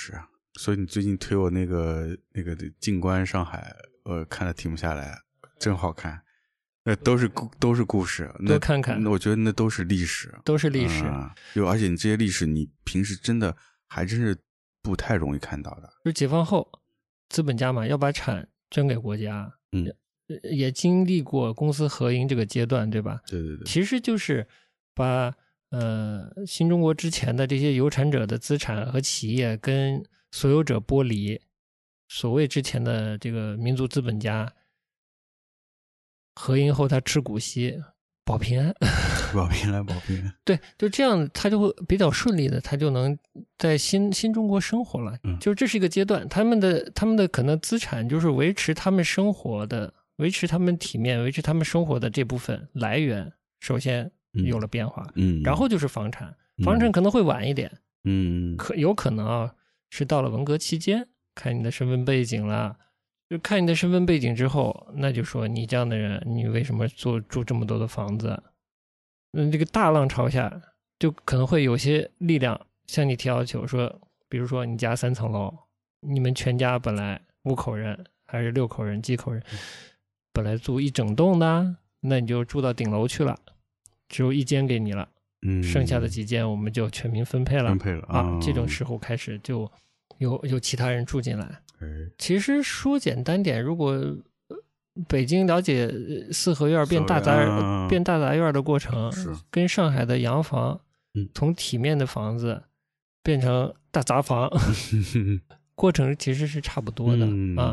所以你最近推我那个那个静观上海，我看了停不下来，真好看。那都是故都是故事， 多看看。 我觉得那都是历史， 都是历史。 就、嗯、而且你这些历史，你平时真的还真是不太容易看到的。 就解放后，资本家嘛要把产捐给国家， 嗯， 也经历过公私合营这个阶段，对吧？ 对对对。 其实就是把呃新中国之前的这些有产者的资产和企业跟所有者剥离，所谓之前的这个民族资本家。合营后他吃股息保平安保平安保平安对，就这样他就会比较顺利的他就能在新新中国生活了、嗯、就是这是一个阶段，他们的他们的可能资产就是维持他们生活的维持他们体面维持他们生活的这部分来源首先有了变化， 嗯， 然后就是房产，房产可能会晚一点， 嗯， 可有可能啊是到了文革期间，看你的身份背景了，就看你的身份背景之后，那就说你这样的人，你为什么做住这么多的房子？嗯，这个大浪潮下，就可能会有些力量向你提要求说，比如说你家三层楼，你们全家本来五口人还是六口人、几口人，本来住一整栋的，那你就住到顶楼去了，只有一间给你了， 嗯， 剩下的几间我们就全民分配了， 分配了啊、 哦， 这种时候开始就有有其他人住进来。其实说简单点，如果北京了解四合院变大杂、啊、变大杂院的过程，跟上海的洋房、嗯、从体面的房子变成大杂房过程其实是差不多的、嗯、啊。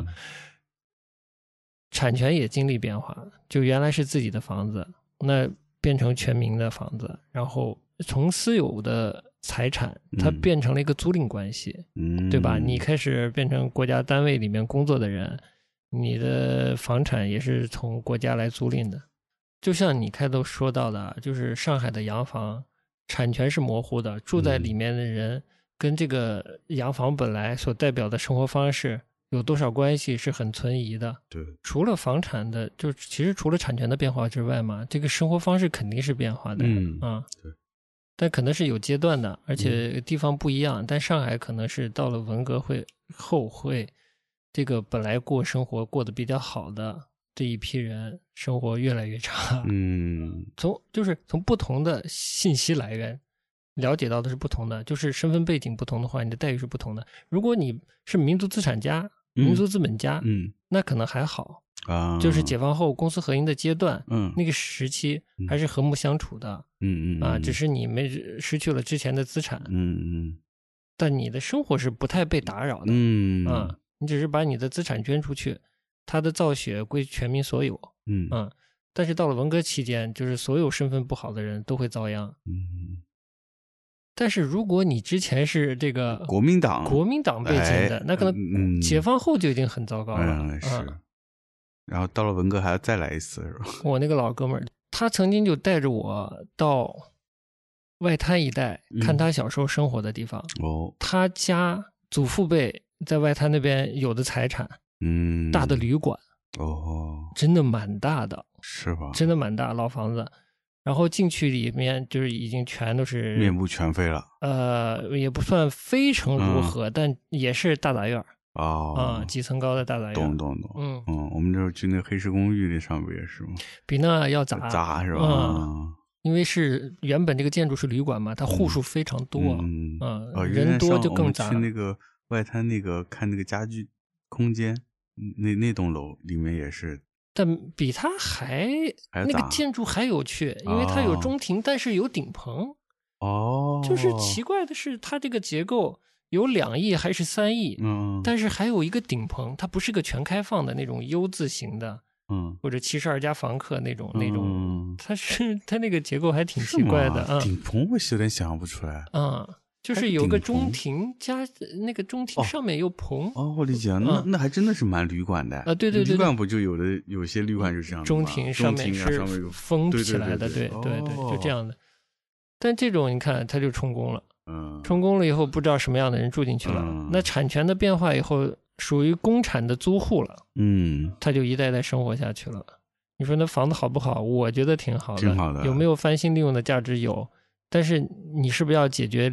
产权也经历变化，就原来是自己的房子，那变成全民的房子，然后从私有的财产它变成了一个租赁关系、嗯、对吧？你开始变成国家单位里面工作的人，你的房产也是从国家来租赁的。就像你开头说到的，就是上海的洋房产权是模糊的，住在里面的人跟这个洋房本来所代表的生活方式有多少关系是很存疑的。 对， 除了房产的，就其实除了产权的变化之外嘛，这个生活方式肯定是变化的。 嗯啊， 对。 但可能是有阶段的，而且地方不一样、嗯、但上海可能是到了文革会后会这个本来过生活过得比较好的这一批人生活越来越差。 嗯， 从就是从不同的信息来源了解到的是不同的，就是身份背景不同的话，你的待遇是不同的。如果你是民族资产家、嗯、民族资本家， 嗯， 那可能还好啊， 就是解放后公私合营的阶段， 嗯， 那个时期还是和睦相处的， 嗯嗯啊，只是你没失去了之前的资产， 嗯嗯， 但你的生活是不太被打扰的， 嗯啊，你只是把你的资产捐出去，它的造血归全民所有， 嗯啊，但是到了文革期间，就是所有身份不好的人都会遭殃， 嗯。 但是如果你之前是这个国民党国民党背景的， 哎、 那可能解放后就已经很糟糕了。 嗯，是、 啊。 然后到了文革还要再来一次，是吧？ 我那个老哥们儿，他曾经就带着我到外滩一带看他小时候生活的地方。 嗯、哦， 他家祖父辈在外滩那边有的财产， 嗯， 大的旅馆， 哦， 真的蛮大的， 是吧？ 真的蛮大，老房子。然后进去里面就是已经全都是面目全非了， 呃，也不算非诚如何，嗯、但也是大杂院哦， 啊、嗯，几层高的大杂院， 懂懂懂， 嗯嗯，我们这去那黑石公寓那上边也是吗？ 比那要杂杂是吧？ 嗯，因为是原本这个建筑是旅馆嘛，它户数非常多， 嗯， 嗯哦、 人多就更杂。 去那个外滩那个看那个家具空间，那那栋楼里面也是。 但比它还那个建筑还有趣，因为它有中庭，哦、但是有顶棚。 哦， 就是奇怪的是，它这个结构有两翼还是三翼， 嗯， 但是还有一个顶棚，它不是个全开放的那种 U 字形的， 嗯， 或者七十二家房客那种、 嗯、 那种，它是它那个结构还挺奇怪的啊。 顶棚我有点想象不出来。 嗯。就是有个中庭加那个中庭上面有棚哦，我理解了，那、嗯、那还真的是蛮旅馆的啊，对对对， 旅馆不就有的有些旅馆就是这样的吗？ 中庭上面是封起来的，对对对，就这样的。但这种你看，它就充公了， 嗯， 充公了以后，不知道什么样的人住进去了。 嗯、 那产权的变化以后，属于公产的租户了， 嗯， 他就一代代生活下去了。你说那房子好不好？我觉得挺好的， 挺好的。 有没有翻新利用的价值？有，但是你是不是要解决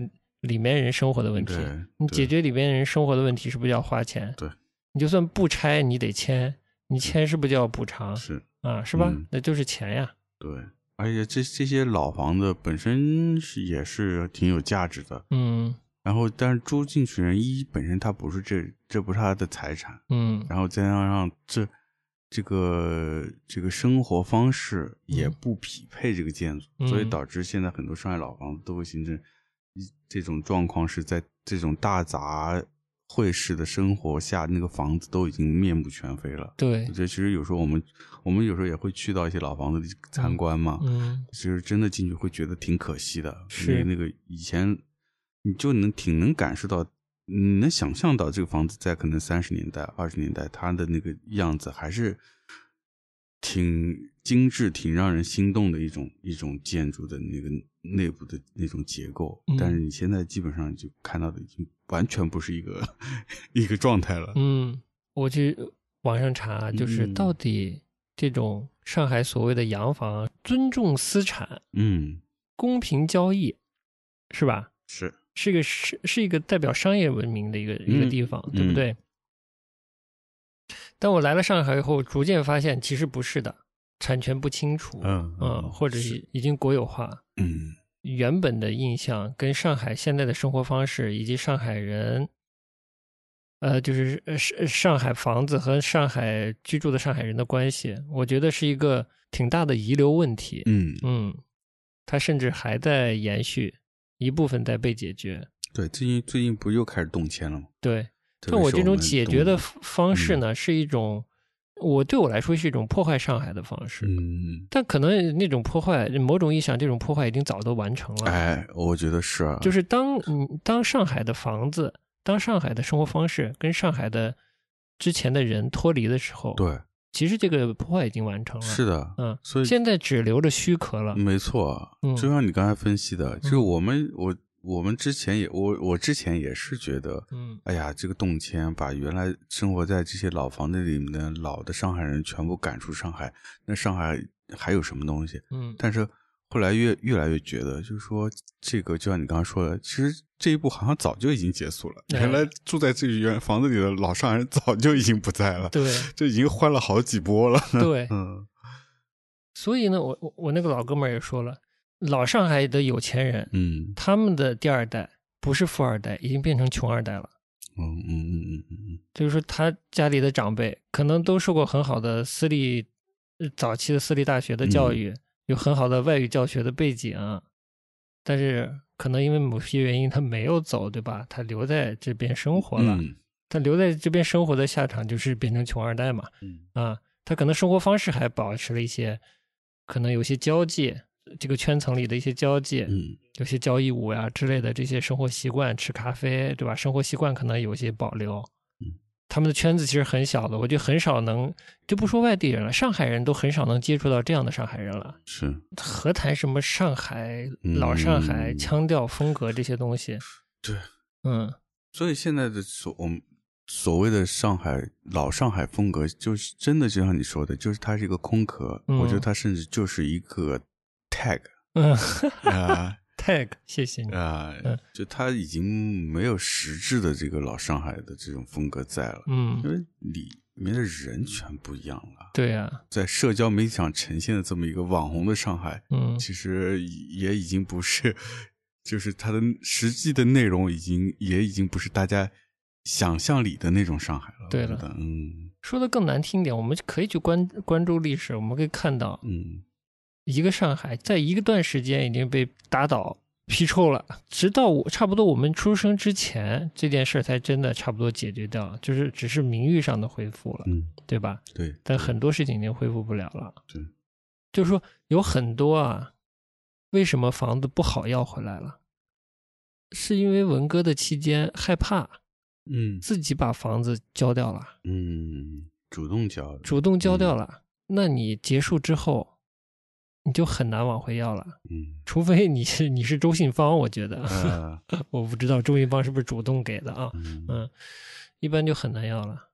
里面人生活的问题。你解决里面人生活的问题是不是要花钱？ 对， 你就算不拆你得签，你签是不是就要补偿？ 是啊，是吧、 嗯？ 那就是钱呀。 对，而且这这些老房子本身是也是挺有价值的。 嗯。 然后，但是住进去人一本身他不是这这不是他的财产， 嗯， 然后再加上这这个这个生活方式也不匹配这个建筑、嗯，所以导致现在很多上海老房子都会形成这种状况，是在这种大杂烩式的生活下，那个房子都已经面目全非了。 对， 我觉得其实有时候我们我们有时候也会去到一些老房子参观嘛， 嗯， 其实真的进去会觉得挺可惜的， 是因为那个以前。你就能挺能感受到，你能想象到这个房子在可能三十年代、二十年代，它的那个样子还是挺精致、挺让人心动的一种一种建筑的那个内部的那种结构。嗯、但是你现在基本上就看到的已经完全不是一个一个状态了。 嗯，我去网上查，就是到底这种上海所谓的洋房，尊重私产， 嗯， 公平交易，是吧？ 是。 是一个是是一个代表商业文明的一个、嗯、一个地方，对不对、嗯？但我来了上海以后，逐渐发现其实不是的，产权不清楚， 嗯嗯，或者已经国有化， 嗯， 原本的印象跟上海现在的生活方式以及上海人，呃，就是上海房子和上海居住的上海人的关系，我觉得是一个挺大的遗留问题， 嗯嗯，它甚至还在延续。一部分在被解决， 对，最近最近不又开始动迁了吗？ 对，但我这种解决的方式呢，嗯、是一种，我对我来说是一种破坏上海的方式。 嗯， 但可能那种破坏，某种意义上，这种破坏已经早都完成了。 哎，我觉得是啊， 就是当嗯，当上海的房子，当上海的生活方式跟上海的之前的人脱离的时候， 对。 其实这个破坏已经完成了， 是的， 嗯， 所以现在只留着躯壳了。 没错，嗯、就像你刚才分析的，就是我们、嗯、我我们之前也我我之前也是觉得， 嗯， 哎呀，这个动迁把原来生活在这些老房子里面的老的上海人全部赶出上海，那上海还有什么东西？ 嗯， 但是后来越越来越觉得，就是说这个就像你刚刚说的，其实这一步好像早就已经结束了。 嗯、 原来住在这个原房子里的老上海人早就已经不在了， 对， 就已经换了好几波了。 对， 嗯。 所以呢，我我我那个老哥们儿也说了，老上海的有钱人， 嗯， 他们的第二代不是富二代，已经变成穷二代了。 嗯嗯嗯嗯嗯， 就是说他家里的长辈可能都受过很好的私立早期的私立大学的教育。嗯，有很好的外语教学的背景，但是可能因为某些原因他没有走，对吧？他留在这边生活了， 嗯、 他留在这边生活的下场就是变成穷二代嘛。 嗯、 啊，他可能生活方式还保持了一些，可能有些交界，这个圈层里的一些交界， 嗯， 有些交谊舞呀之类的这些生活习惯，吃咖啡，对吧？生活习惯可能有些保留。他们的圈子其实很小的，我觉得很少能，就不说外地人了，上海人都很少能接触到这样的上海人了。 是， 何谈什么上海、嗯、老上海腔调风格这些东西？ 对， 嗯， 所以现在的所我们所谓的上海老上海风格，就是真的就像你说的，就是它是一个空壳，嗯、我觉得它甚至就是一个 tag， 嗯啊。 tag， 谢谢你啊、呃，就他已经没有实质的这个老上海的这种风格在了， 嗯， 因为里面的人全不一样了。 对呀、啊， 在社交媒体上呈现的这么一个网红的上海， 嗯， 其实也已经不是，就是它的实际的内容已经也已经不是大家想象里的那种上海了。 对了， 嗯， 说的更难听一点，我们可以去关关注历史，我们可以看到， 嗯。 一个上海在一个段时间已经被打倒批臭了，直到我差不多我们出生之前，这件事才真的差不多解决掉，就是只是名誉上的恢复了， 嗯， 对吧？ 对， 但很多事情已经恢复不了了。 对， 就是说有很多啊，为什么房子不好要回来了？是因为文革的期间害怕， 嗯， 自己把房子交掉了， 嗯，主动交， 主动交掉了，嗯、那你结束之后。你就很难往回要了， 嗯， 除非你是你是周信芳，我觉得， 呃、 我不知道周信芳是不是主动给的啊， 嗯, 嗯，一般就很难要了。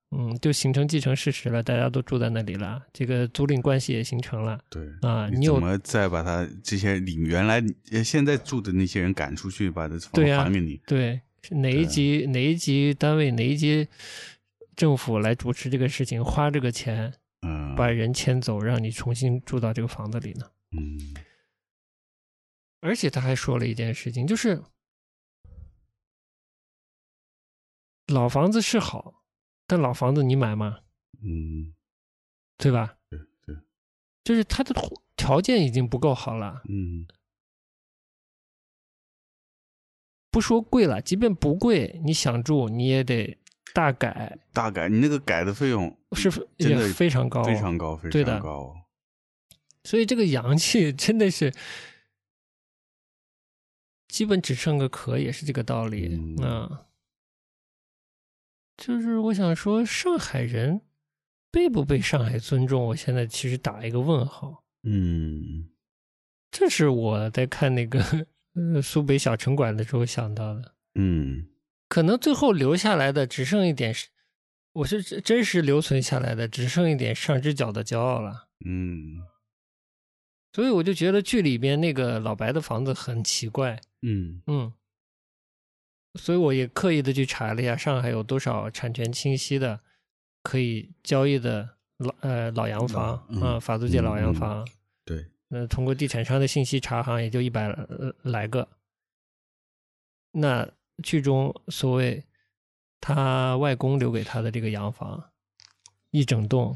嗯，就形成既成事实了，大家都住在那里了，这个租赁关系也形成了。 对啊， 你怎么再把他这些里原来现在住的那些人赶出去，把这房子还给你？ 对、啊，对，哪一级哪一级单位哪一级政府来主持这个事情，花这个钱，嗯，把人迁走，让你重新住到这个房子里呢？ 嗯， 而且他还说了一件事情，就是老房子是好。但老房子你买吗？ 嗯， 对吧？ 对对， 就是它的条件已经不够好了。 嗯， 不说贵了，即便不贵，你想住你也得大改。 大改，你那个改的费用是真的非常高， 非常高，非常高。 所以这个阳气真的是基本只剩个壳，也是这个道理。嗯。嗯，就是我想说，上海人被不被上海尊重，我现在其实打一个问号。 嗯， 这是我在看那个呃苏北小城管的时候想到的。 嗯， 可能最后留下来的只剩一点，我是真实留存下来的只剩一点上只脚的骄傲了。 嗯， 所以我就觉得剧里边那个老白的房子很奇怪。 嗯嗯。所以我也刻意的去查了一下，上海有多少产权清晰的可以交易的老呃老洋房啊、嗯呃，法租界老洋房。 嗯、对， 那通过地产商的信息查行，也就一百来个。那剧中所谓他外公留给他的这个洋房，一整栋，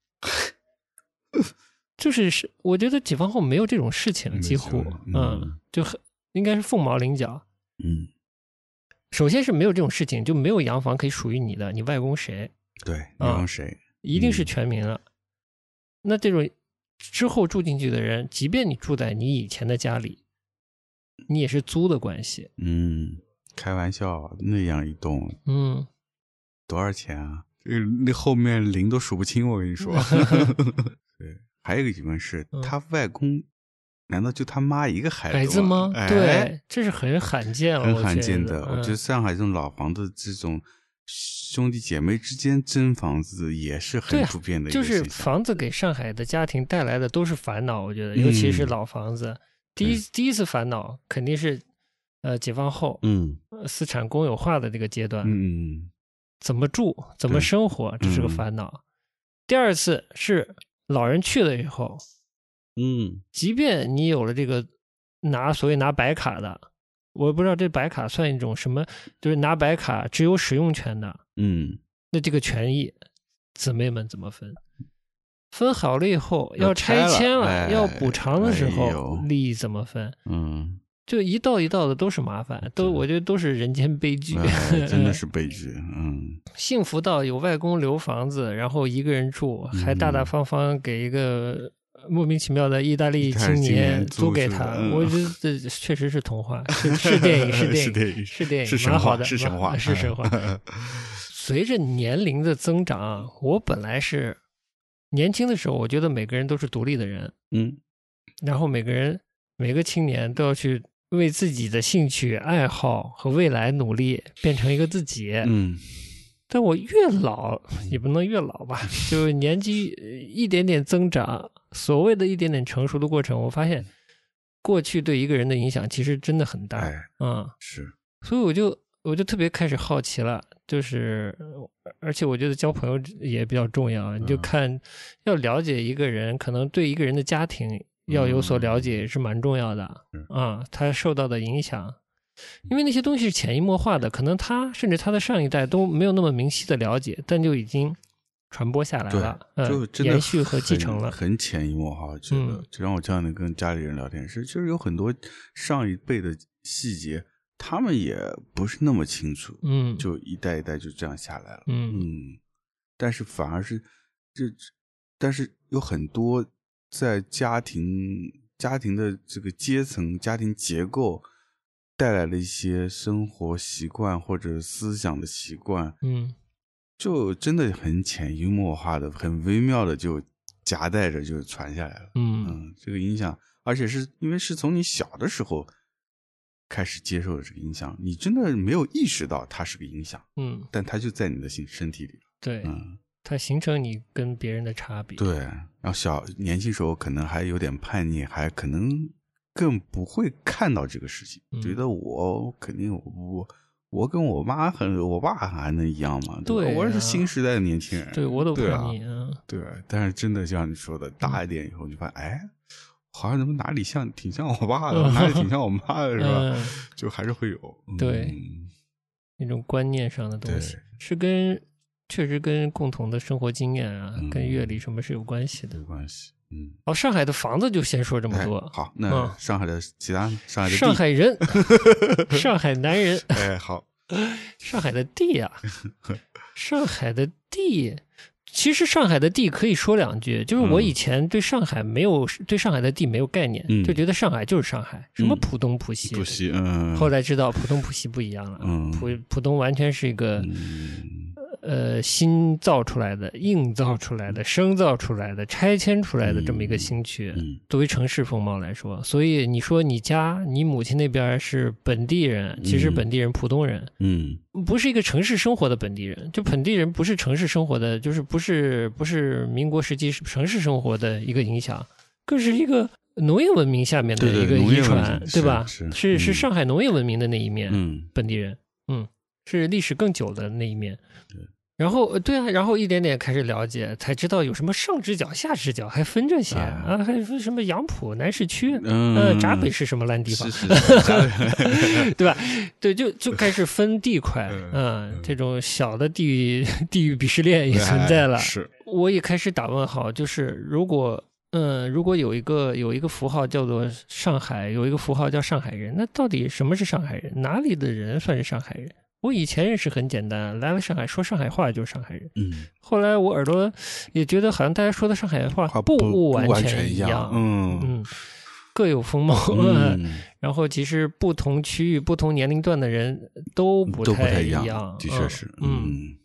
就是是我觉得解放后没有这种事情，几乎嗯, 嗯，就很应该是凤毛麟角。 嗯。 首先是没有这种事情，就没有洋房可以属于你的，你外公谁？ 对，外公谁、 啊、一定是全民了、嗯。那这种之后住进去的人，即便你住在你以前的家里，你也是租的关系。 嗯，开玩笑，那样一栋， 嗯， 多少钱啊？这那后面零都数不清，我跟你说。对，还有一个疑问是，嗯、他外公。难道就他妈一个孩子吗？ 孩子吗？ 哎、 对，这是很罕见了， 很罕见的。 我觉得上海这种老房子，这种兄弟姐妹之间争房子也是很普遍的一个现象。 就是房子给上海的家庭带来的都是烦恼，我觉得，尤其是老房子，嗯、第一第一次烦恼肯定是呃解放后， 嗯， 私产公有化的这个阶段， 嗯， 怎么住，怎么生活，这是个烦恼。嗯、第二次是老人去了以后。 嗯， 即便你有了这个拿所谓拿白卡的，我不知道这白卡算一种什么，就是拿白卡只有使用权的， 嗯， 那这个权益姊妹们怎么分？分好了以后要拆迁了， 哎、 要补偿的时候、 哎、 利益怎么分？ 嗯， 就一道一道的都是麻烦，都我觉得都是人间悲剧， 哎、真的是悲剧。嗯， 幸福到有外公留房子，然后一个人住，还大大方方给一个。莫名其妙的意大利青年租给他， 嗯、 我觉得这确实是童话，是是电影，是电影， 是电影， 是电影， 是蛮好的， 是神话， 是神话。随着年龄的增长，我本来是年轻的时候，我觉得每个人都是独立的人， 嗯， 然后每个人每个青年都要去为自己的兴趣爱好和未来努力，变成一个自己， 嗯。 但我越老也不能越老吧，就年纪一点点增长，所谓的一点点成熟的过程，我发现过去对一个人的影响其实真的很大。 哎， 嗯， 是， 所以我就我就特别开始好奇了，就是而且我觉得交朋友也比较重要，你就看要了解一个人，可能对一个人的家庭要有所了解也是蛮重要的啊、嗯，他受到的影响。因为那些东西是潜移默化的，可能他甚至他的上一代都没有那么明晰的了解，但就已经传播下来了， 就真的、 呃、延续和继承了， 很潜移默化。我觉得， 嗯、 就让我这样的跟家里人聊天是，就是有很多上一辈的细节，他们也不是那么清楚， 嗯， 就一代一代就这样下来了， 嗯嗯，但是反而是这，但是有很多在家庭家庭的这个阶层、家庭结构。带来了一些生活习惯或者思想的习惯， 嗯， 就真的很潜移默化的、很微妙的就夹带着就传下来了。 嗯嗯，这个影响，而且是因为是从你小的时候开始接受的这个影响，你真的没有意识到它是个影响， 嗯， 但它就在你的心身体里了。 对， 嗯， 它形成你跟别人的差别。 对，然后小年轻时候可能还有点叛逆，还可能更不会看到这个事情，嗯、觉得我肯定我我跟我妈很我爸还能一样吗？对吧， 对、啊， 我是新时代的年轻人， 对我都叛逆啊，对，但是真的像你说的，大一点以后，你发现，嗯、哎。好像怎么哪里像挺像我爸的，哪里挺像我妈的，是吧？嗯、就还是会有、嗯、 对那种观念上的东西，是跟确实跟共同的生活经验啊、嗯、跟阅历什么是有关系的， 有关系。嗯， 好，上海的房子就先说这么多。 哎、好，那上海的其他、嗯、上海的地上海人，上海男人。 哎，好， 上海的地啊，上海的地。其实上海的地可以说两句，就是我以前对上海没有、嗯、对上海的地没有概念、嗯，就觉得上海就是上海，什么浦东、浦西、 浦西，嗯， 后来知道浦东、浦西不一样了， 嗯， 浦浦东完全是一个、嗯、呃新造出来的、硬造出来的、生造出来的、拆迁出来的这么一个新区。 嗯， 作为城市风貌来说，所以你说你家你母亲那边是本地人，其实本地人浦东人， 嗯。 不是一个城市生活的本地人，就本地人不是城市生活的，就是不是不是民国时期城市生活的一个影响，更是一个农业文明下面的一个遗传， 对, 对, 对吧？ 是 是, 是, 是上海农业文明的那一面， 嗯， 本地人，嗯，是历史更久的那一面。对，然后对啊，然后一点点开始了解，才知道有什么上直角、下直角，还分这些啊，啊还分什么杨浦、南市区， 嗯， 呃，闸北是什么烂地方， 是是是对吧？对，就就开始分地块，嗯，嗯这种小的地地域鄙视链也存在了。 是， 我也开始打问号，就是如果。嗯，如果有一个有一个符号叫做上海，有一个符号叫上海人，那到底什么是上海人？哪里的人算是上海人？我以前认识很简单，来了上海说上海话就是上海人。 嗯， 后来我耳朵也觉得好像大家说的上海话不不完全一样， 嗯嗯，各有风貌。 嗯， 然后其实不同区域、不同年龄段的人都不太一样， 的确是， 嗯。嗯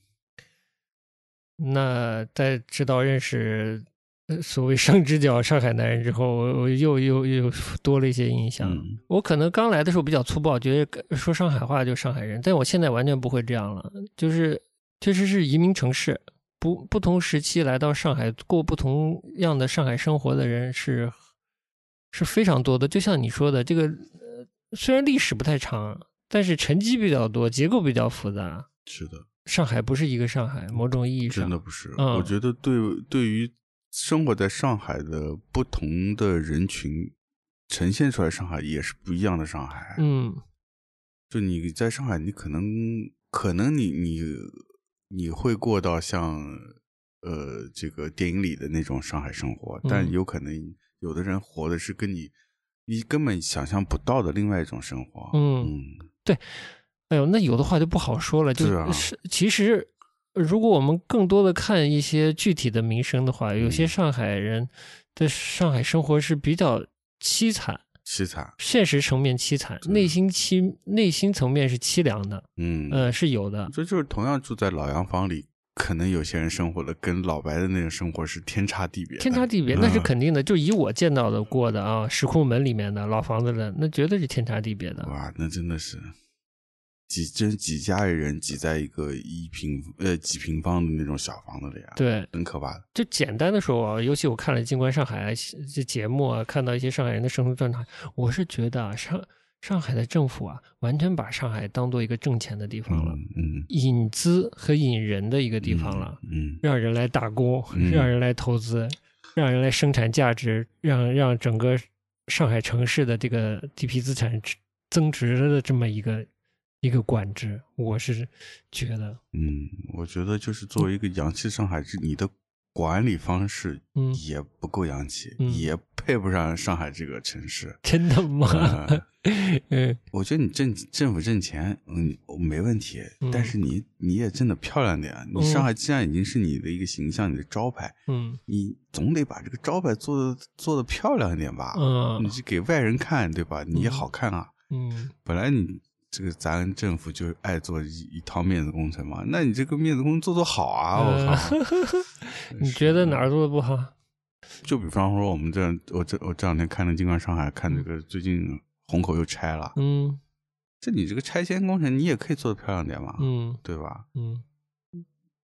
那在知道认识。所谓上直角上海男人之后，我又又又多了一些印象、嗯。我可能刚来的时候比较粗暴，觉得说上海话就上海人，但我现在完全不会这样了。就是确实是移民城市，不不同时期来到上海过不同样的上海生活的人是是非常多的。就像你说的，这个、呃、虽然历史不太长，但是沉积比较多，结构比较复杂。 是的， 上海不是一个上海，某种意义上真的不是。 嗯、 我觉得对对于。生活在上海的不同的人群呈现出来上海也是不一样的上海。 嗯， 就你在上海你可能可能你你你会过到像呃这个电影里的那种上海生活、嗯、但有可能有的人活的是跟你你根本想象不到的另外一种生活。 嗯, 嗯对，哎呦那有的话就不好说了，就是、 啊、 其实如果我们更多的看一些具体的民生的话，有些上海人的上海生活是比较凄惨， 凄惨， 现实层面凄惨，内心凄内心层面是凄凉的， 嗯呃是有的。 这就是同样住在老洋房里，可能有些人生活的跟老白的那种生活是天差地别的， 天差地别，那是肯定的。嗯、就以我见到的过的啊，石库门里面的老房子的，那绝对是天差地别的。 哇，那真的是。几真几家人挤在一个一平呃几平方的那种小房子里啊， 对， 很可怕的。 就简单的说啊，尤其我看了《静观上海》这节目啊，看到一些上海人的生存状态，我是觉得啊，上上海的政府啊，完全把上海当做一个挣钱的地方了， 嗯，嗯引资和引人的一个地方了， 嗯，嗯让人来打工， 嗯、 让人来投资，让人来生产价值，让让整个上海城市的这个地皮资产增值的这么一个。一个管制，我是觉得， 嗯，我觉得就是作为一个洋气上海，你的管理方式也不够洋气， 嗯、 也配不上上海这个城市。 真的吗？ 呃、嗯，我觉得你挣政府挣钱，嗯，没问题， 嗯、 但是你你也挣得漂亮点。你上海既然已经是你的一个形象，你的招牌， 嗯， 你总得把这个招牌做的做的漂亮一点吧？ 嗯， 你是给外人看，对吧？你也好看啊。 嗯，本来你。这个咱政府就爱做一一套面子工程嘛，那你这个面子工程做做好啊！我靠， 你觉得哪儿做的不好？ 就比方说我们这，我这我这两天看了《金冠上海》，看这个最近虹口又拆了， 嗯， 这你这个拆迁工程你也可以做的漂亮点嘛， 嗯， 对吧？ 嗯，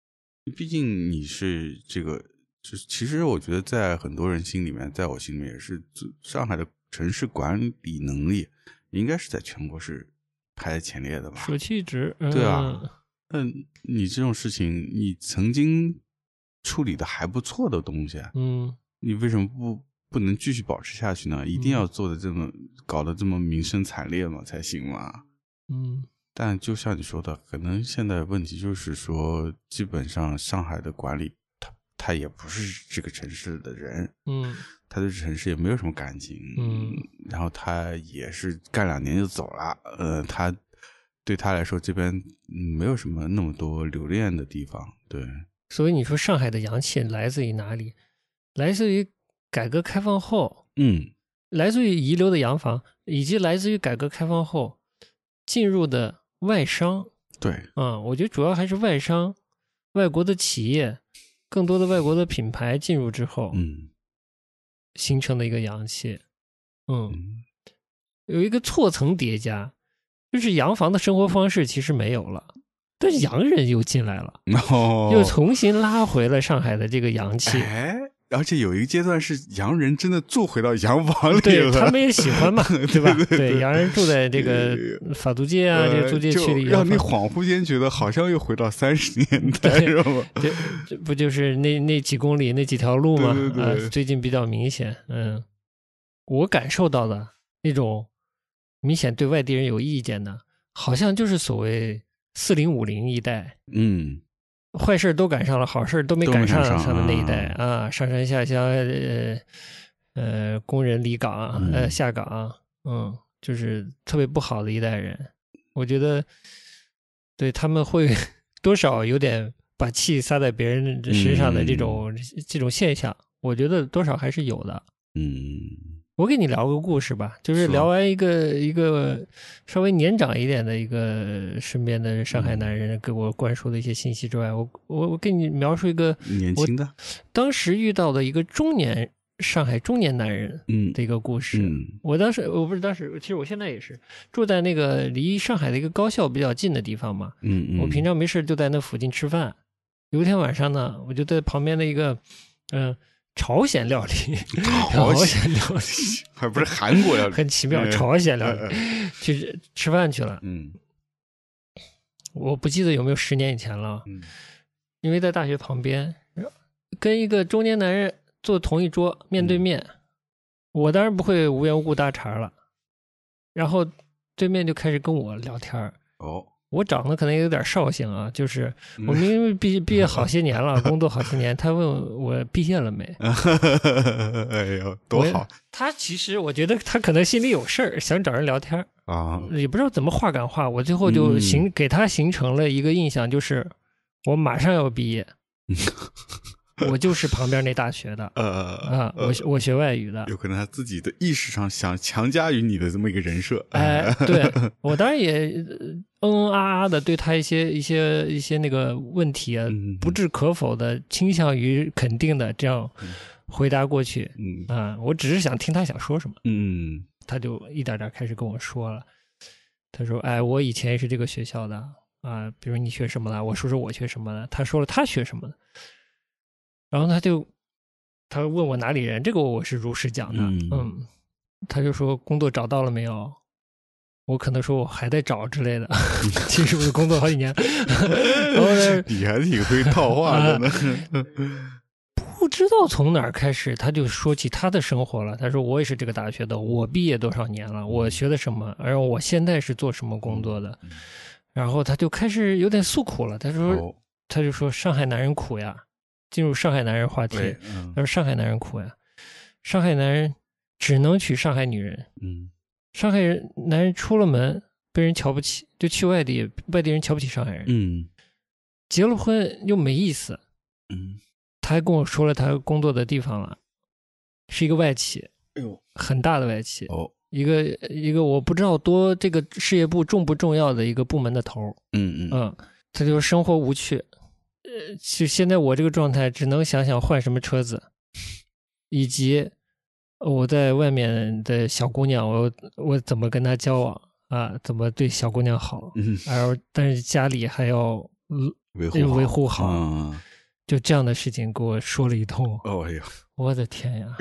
毕竟你是这个，就其实我觉得在很多人心里面，在我心里面也是，上海的城市管理能力应该是在全国是排在前列的吧？ 首屈一指，嗯、 对啊。那你这种事情，你曾经处理的还不错的东西， 嗯， 你为什么不不能继续保持下去呢？一定要做的这么、嗯、搞得这么名声惨烈嘛才行嘛？ 嗯。 但就像你说的，可能现在问题就是说，基本上上海的管理，他他也不是这个城市的人， 嗯， 他对城市也没有什么感情， 嗯， 然后他也是干两年就走了，呃，他对他来说这边没有什么那么多留恋的地方，对。 所以你说上海的洋气来自于哪里？来自于改革开放后， 嗯， 来自于遗留的洋房，以及来自于改革开放后进入的外商。 对， 嗯，我觉得主要还是外商，外国的企业，更多的外国的品牌进入之后， 嗯， 形成的一个洋气。嗯，嗯有一个错层叠加，就是洋房的生活方式其实没有了，但是洋人又进来了， 哦、 又重新拉回了上海的这个洋气。 哎，而且有一个阶段是洋人真的住回到洋房里了， 对，他们也喜欢嘛，对吧？ 对, 对, 对, 对，洋人住在这个法租界啊， 呃、 这个租界区里， 让你恍惚间觉得好像又回到三十年代，是吧？ 这这不就是那那几公里那几条路吗？ 对对对啊，最近比较明显。嗯，我感受到的那种明显对外地人有意见的，好像就是所谓四零五零一代， 嗯。 坏事都赶上了，好事都没赶上上的那一代啊， 啊，上山下乡，呃呃，工人离岗， 嗯、 呃下岗，嗯，就是特别不好的一代人。我觉得，对他们会多少有点把气撒在别人身上的这种、嗯、这种现象，我觉得多少还是有的。 嗯。 我给你聊个故事吧，就是聊完一个一个稍微年长一点的一个身边的上海男人给我灌输的一些信息之外，我我我给你描述一个年轻的当时遇到的一个中年上海中年男人的一个故事。 嗯嗯、 我当时我不是当时，其实我现在也是住在那个离上海的一个高校比较近的地方嘛。 嗯嗯， 我平常没事就在那附近吃饭。有一天晚上呢，我就在旁边的一个嗯。呃朝鲜料理，朝鲜料理还不是韩国料理， 很奇妙。朝鲜料理去吃饭去了， 嗯， 我不记得有没有十年以前了， 嗯， 因为在大学旁边，跟一个中年男人坐同一桌，面对面，嗯、我当然不会无缘无故搭茬了，然后对面就开始跟我聊天哦。 我长得可能有点绍兴啊，就是我明明毕毕业好些年了，工作好些年，他问我毕业了没？ 哎呦，多好！ 他其实我觉得他可能心里有事儿，想找人聊天啊， 也不知道怎么话赶话，我最后就形、嗯、给他形成了一个印象，就是我马上要毕业。我就是旁边那大学的， 呃啊，我我学外语的， 有可能他自己的意识上想强加于你的这么一个人设。 哎，对我当然也嗯嗯啊啊的对他一些一些一些那个问题啊， 嗯、 不置可否的，倾向于肯定的这样回答过去。 嗯啊，我只是想听他想说什么。 嗯， 他就一点点开始跟我说了，他说：“哎，我以前也是这个学校的啊，比如你学什么的，我说说我学什么的。”他说了他学什么的。然后他就他问我哪里人，这个我是如实讲的。嗯, 嗯，他就说工作找到了没有？我可能说我还在找之类的。其实我工作好几年。然后呢， 你还挺会套话的呢。 啊、不知道从哪儿开始，他就说起他的生活了。他说我也是这个大学的，我毕业多少年了，我学的什么，然后我现在是做什么工作的。然后他就开始有点诉苦了。他说，哦、他就说上海男人苦呀。进入上海男人话题，他说上海男人苦呀，上海男人只能娶上海女人， 嗯， 上海人男人出了门被人瞧不起，就去外地，外地人瞧不起上海人， 嗯， 结了婚又没意思， 嗯， 他还跟我说了他工作的地方了，是一个外企， 哎呦， 很大的外企， 哦， 一个一个我不知道多这个事业部重不重要的一个部门的头， 嗯嗯嗯，他就生活无趣。呃，就现在我这个状态，只能想想换什么车子，以及我在外面的小姑娘，我我怎么跟她交往啊？怎么对小姑娘好？ 嗯， 然后但是家里还要维护维护好。 嗯， 就这样的事情给我说了一通。 哦哎呦， 我的天呀！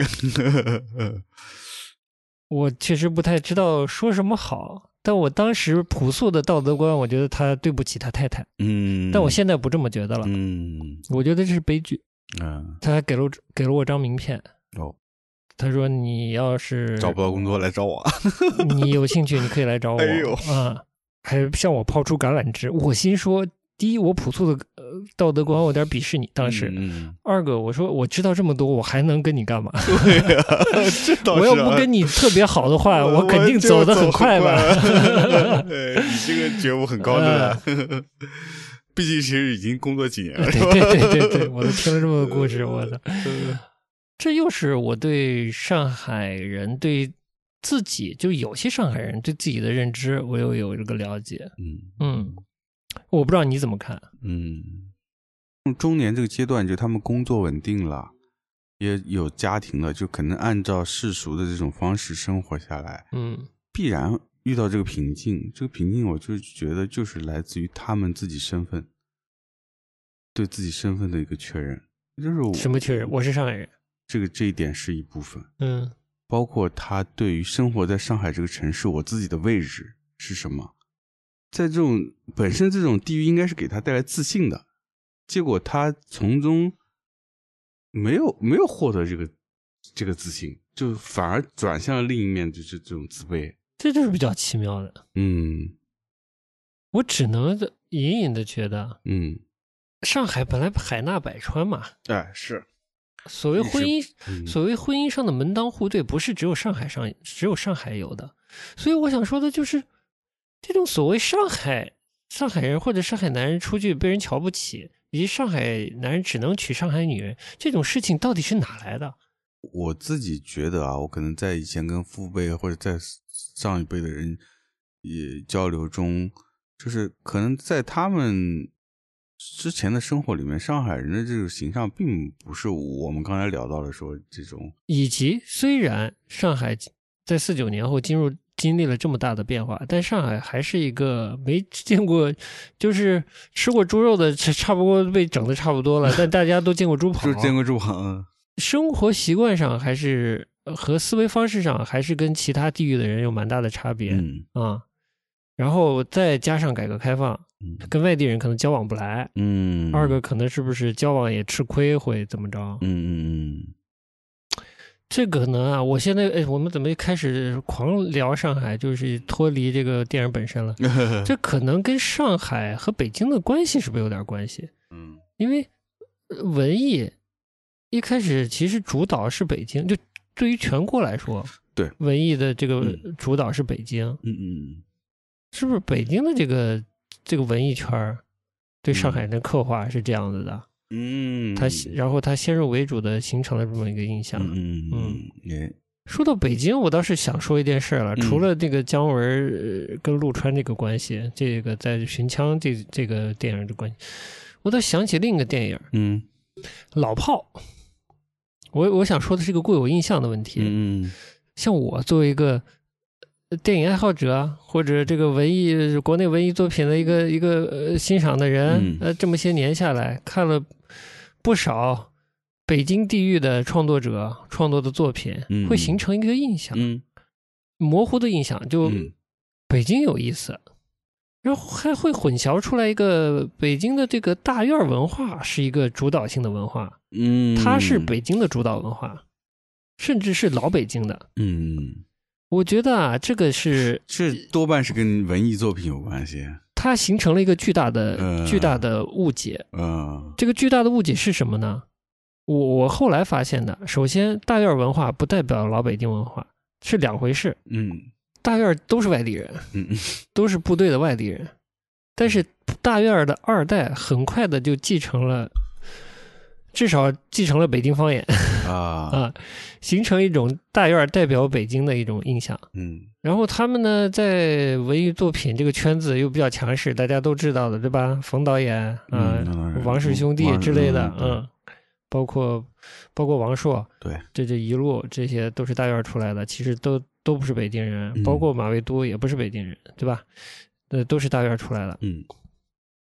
我确实不太知道说什么好，但我当时朴素的道德观，我觉得他对不起他太太。 嗯， 但我现在不这么觉得了。 嗯， 我觉得这是悲剧。 嗯， 他还给了给了我张名片。 哦， 他说你要是找不到工作来找我， 你有兴趣你可以来找我。 哎呦啊，还向我抛出橄榄枝。我心说，第一，我朴素的、呃、道德观我有点鄙视你当时。 嗯、 二个，我说我知道这么多，我还能跟你干嘛？ 对呀、啊，这倒是、啊。 我要不跟你特别好的话，我肯定走得很快吧。 对你这个觉悟很高的、呃，毕竟是已经工作几年了。 对对对对对，我都听了这么个故事，我的。这又是我对上海人对自己，就有些上海人对自己的认知，我又有这个了解。 嗯嗯，我不知道你怎么看。 嗯，中年这个阶段，就他们工作稳定了，也有家庭了，就可能按照世俗的这种方式生活下来。 嗯，必然遇到这个瓶颈。这个瓶颈，我就觉得就是来自于他们自己身份，对自己身份的一个确认。就是我什么确认？我是上海人。 这个这一点是一部分， 嗯， 包括他对于生活在上海这个城市，我自己的位置是什么，在这种本身这种地域应该是给他带来自信的，结果他从中没有没有获得这个这个自信，就反而转向了另一面，就是这种自卑， 这就是比较奇妙的。 嗯， 我只能隐隐的觉得， 嗯， 上海本来海纳百川嘛， 哎是。 所谓婚姻、 嗯、 所谓婚姻上的门当户对，不是只有上海上只有上海有的。所以我想说的就是，这种所谓上海上海人或者上海男人出去被人瞧不起，以及上海男人只能娶上海女人这种事情，到底是哪来的？ 我自己觉得啊，我可能在以前跟父辈或者在上一辈的人也交流中，就是可能在他们之前的生活里面，上海人的这个形象并不是我们刚才聊到的说这种， 以及虽然上海在四九年后进入经历了这么大的变化，但上海还是一个没见过，就是吃过猪肉的差不多被整的差不多了，但大家都见过猪跑， 就见过猪跑。 生活习惯上还是和思维方式上还是跟其他地域的人有蛮大的差别。 嗯啊，然后再加上改革开放。跟外地人可能交往不来， 嗯， 二个可能是不是交往也吃亏，会怎么着？ 嗯嗯嗯， 这个呢，我现在哎，我们怎么开始狂聊上海，就是脱离这个电影本身了？这可能跟上海和北京的关系是不是有点关系？ 嗯， 因为文艺一开始其实主导是北京，就对于全国来说， 对文艺的这个主导是北京。 嗯嗯， 是不是北京的这个？这个文艺圈对上海人的刻画是这样子的， 嗯， 他然后他先入为主的形成了这么一个印象， 嗯嗯嗯。 说到北京，我倒是想说一件事了，嗯、除了这个姜文跟陆川这个关系，这个在寻枪这这个电影的关系，我倒想起另一个电影， 嗯， 老炮。我我想说的是一个固有印象的问题， 嗯， 像我作为一个。电影爱好者或者这个文艺国内文艺作品的一个一个、呃、欣赏的人、嗯、呃，这么些年下来看了不少北京地域的创作者创作的作品、嗯、会形成一个印象、 嗯、 模糊的印象，就北京有意思、嗯、然后还会混淆出来一个北京的这个大院文化是一个主导性的文化， 嗯， 它是北京的主导文化，甚至是老北京的， 嗯， 我觉得啊，这个是这多半是跟文艺作品有关系。 它形成了一个巨大的、呃、巨大的误解。 嗯、呃， 这个巨大的误解是什么呢？我我后来发现的，首先大院文化不代表老北京文化，是两回事。 嗯， 大院都是外地人， 嗯， 都是部队的外地人，但是大院的二代很快的就继承了。至少继承了北京方言啊啊，形成一种大院代表北京的一种印象。 嗯， 然后他们呢，在文艺作品这个圈子又比较强势，大家都知道的，对吧？冯导演啊、 嗯， 王氏兄弟之类的， 嗯， 嗯包括包括王朔， 对， 这这一路这些都是大院出来的，其实都都不是北京人， 嗯、 包括马未都也不是北京人，对吧？呃，都是大院出来的。 嗯。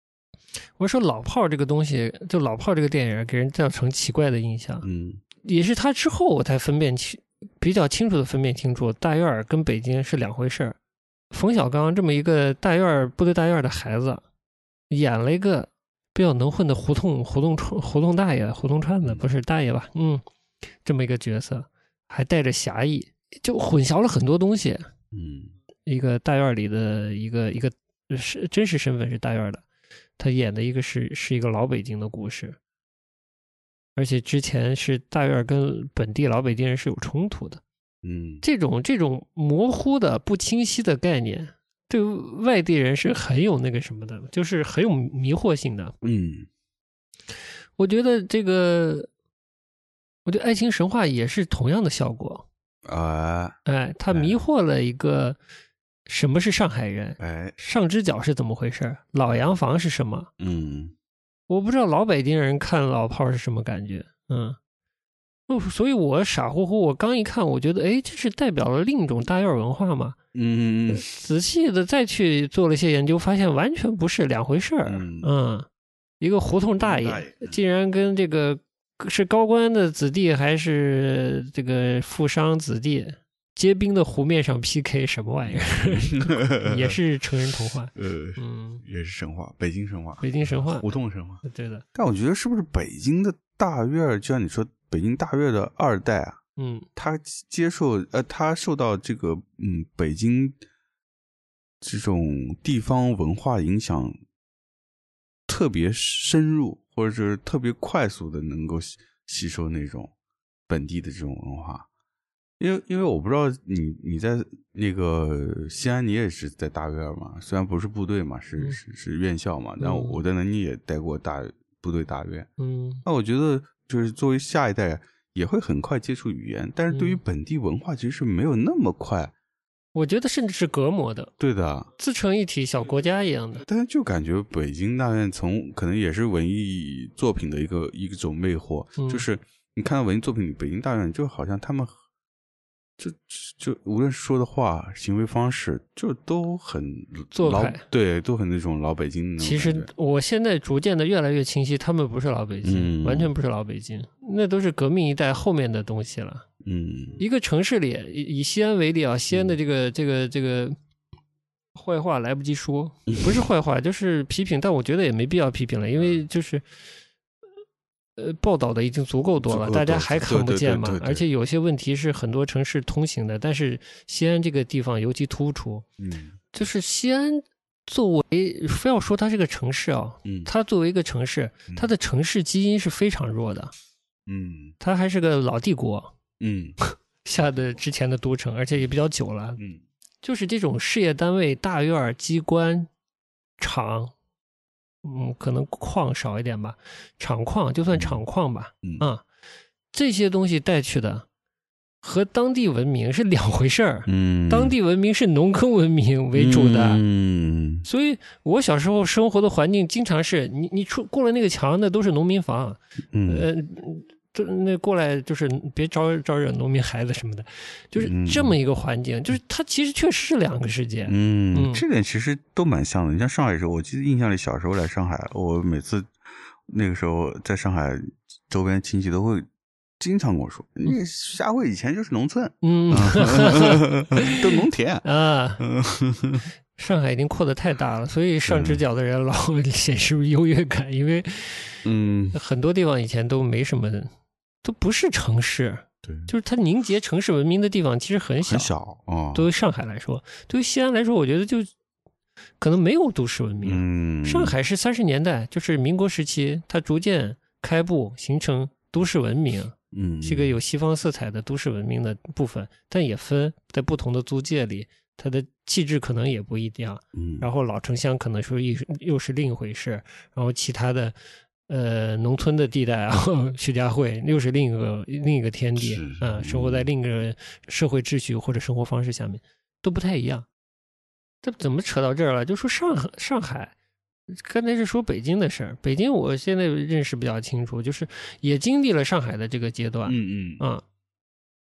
我说老炮这个东西，就老炮这个电影给人造成奇怪的印象。 嗯， 也是他之后我才分辨清，比较清楚的分辨清楚，大院跟北京是两回事儿。冯小刚这么一个大院部队大院的孩子，演了一个比较能混的胡同胡同胡同大爷胡同串子，不是大爷吧？嗯，这么一个角色，还带着侠义，就混淆了很多东西。 嗯， 一个大院里的一个一个是真实身份是大院的，他演的一个是是一个老北京的故事，而且之前是大院跟本地老北京人是有冲突的。 嗯， 这种这种模糊的不清晰的概念，对外地人是很有那个什么的，就是很有迷惑性的。 嗯， 我觉得这个，我觉得《爱情神话》也是同样的效果。 啊， 哎，他迷惑了一个什么是上海人， 哎， 上只脚是怎么回事，老洋房是什么？ 嗯， 我不知道老北京人看老炮是什么感觉，嗯。所以我傻乎乎，我刚一看，我觉得，哎，这是代表了另一种大院文化嘛？ 嗯嗯嗯。 仔细的再去做了一些研究，发现完全不是两回事儿。 嗯, 嗯，一个胡同大爷竟然跟这个是高官的子弟还是这个富商子弟结冰的湖面上 P K， 什么玩意儿？也是成人童话。 呃， 嗯， 也是神话，北京神话， 北京神话， 胡同神话。 对的。 但我觉得是不是北京的大院，就像你说。北京大院的二代啊， 嗯， 他接受呃，他受到这个嗯北京这种地方文化影响特别深入，或者是特别快速的能够吸收那种本地的这种文化。因为因为我不知道你你在那个西安，你也是在大院嘛，虽然不是部队嘛，是、嗯、是是院校嘛，但我在南京也待过大部队大院。 嗯， 那我觉得。就是作为下一代也会很快接触语言，但是对于本地文化其实是没有那么快。嗯、 我觉得甚至是隔膜的。 对的， 自成一体小国家一样的。 但是就感觉北京大院从可能也是文艺作品的一个一种魅惑、嗯，就是你看到文艺作品里北京大院就好像他们就就无论是说的话行为方式就都很老，对，都很那种老北京。 其实我现在逐渐的越来越清晰，他们不是老北京、嗯、完全不是老北京，那都是革命一代后面的东西了。 嗯， 一个城市里以西安为例啊，西安的这个、嗯、这个这个坏话来不及说，不是坏话就是批评，但我觉得也没必要批评了，因为就是呃，报道的已经足够多了，大家还看不见嘛？ 对对对对对， 而且有些问题是很多城市通行的，但是西安这个地方尤其突出。 嗯， 就是西安作为非要说它是个城市啊， 嗯， 它作为一个城市，它的城市基因是非常弱的。 嗯， 它还是个老帝国， 嗯， 下的之前的都城，而且也比较久了。 嗯， 就是这种事业单位、大院、机关、厂。嗯，可能矿少一点吧，厂矿就算厂矿吧， 嗯啊，这些东西带去的和当地文明是两回事儿。 嗯， 当地文明是农耕文明为主的， 嗯， 所以我小时候生活的环境经常是你你出过了那个墙，那都是农民房， 嗯， 呃，就那过来就是别招招惹农民孩子什么的，就是这么一个环境，嗯、就是它其实确实是两个世界。 嗯，嗯这点其实都蛮像的。你像上海时候，我记得印象里小时候来上海，我每次那个时候在上海周边亲戚都会经常跟我说，那个夏汇以前就是农村， 嗯， 都农田啊。上海已经扩得太大了，所以上直角的人老显示优越感，因为嗯， 很多地方以前都没什么。都不是城市， 对， 就是它凝结城市文明的地方其实很小， 很小哦。 对于上海来说，对于西安来说，我觉得就可能没有都市文明。 嗯， 上海是三十年代，就是民国时期，它逐渐开埠形成都市文明， 嗯， 是个有西方色彩的都市文明的部分，但也分在不同的租界里，它的气质可能也不一样。 嗯， 然后老城乡可能说又是另一回事，然后其他的。呃，农村的地带啊，徐家汇又是另一个另一个天地啊、呃，生活在另一个社会秩序或者生活方式下面，都不太一样。这怎么扯到这儿了？就说上海，上海，刚才是说北京的事儿。北京我现在认识比较清楚，就是也经历了上海的这个阶段， 嗯嗯啊，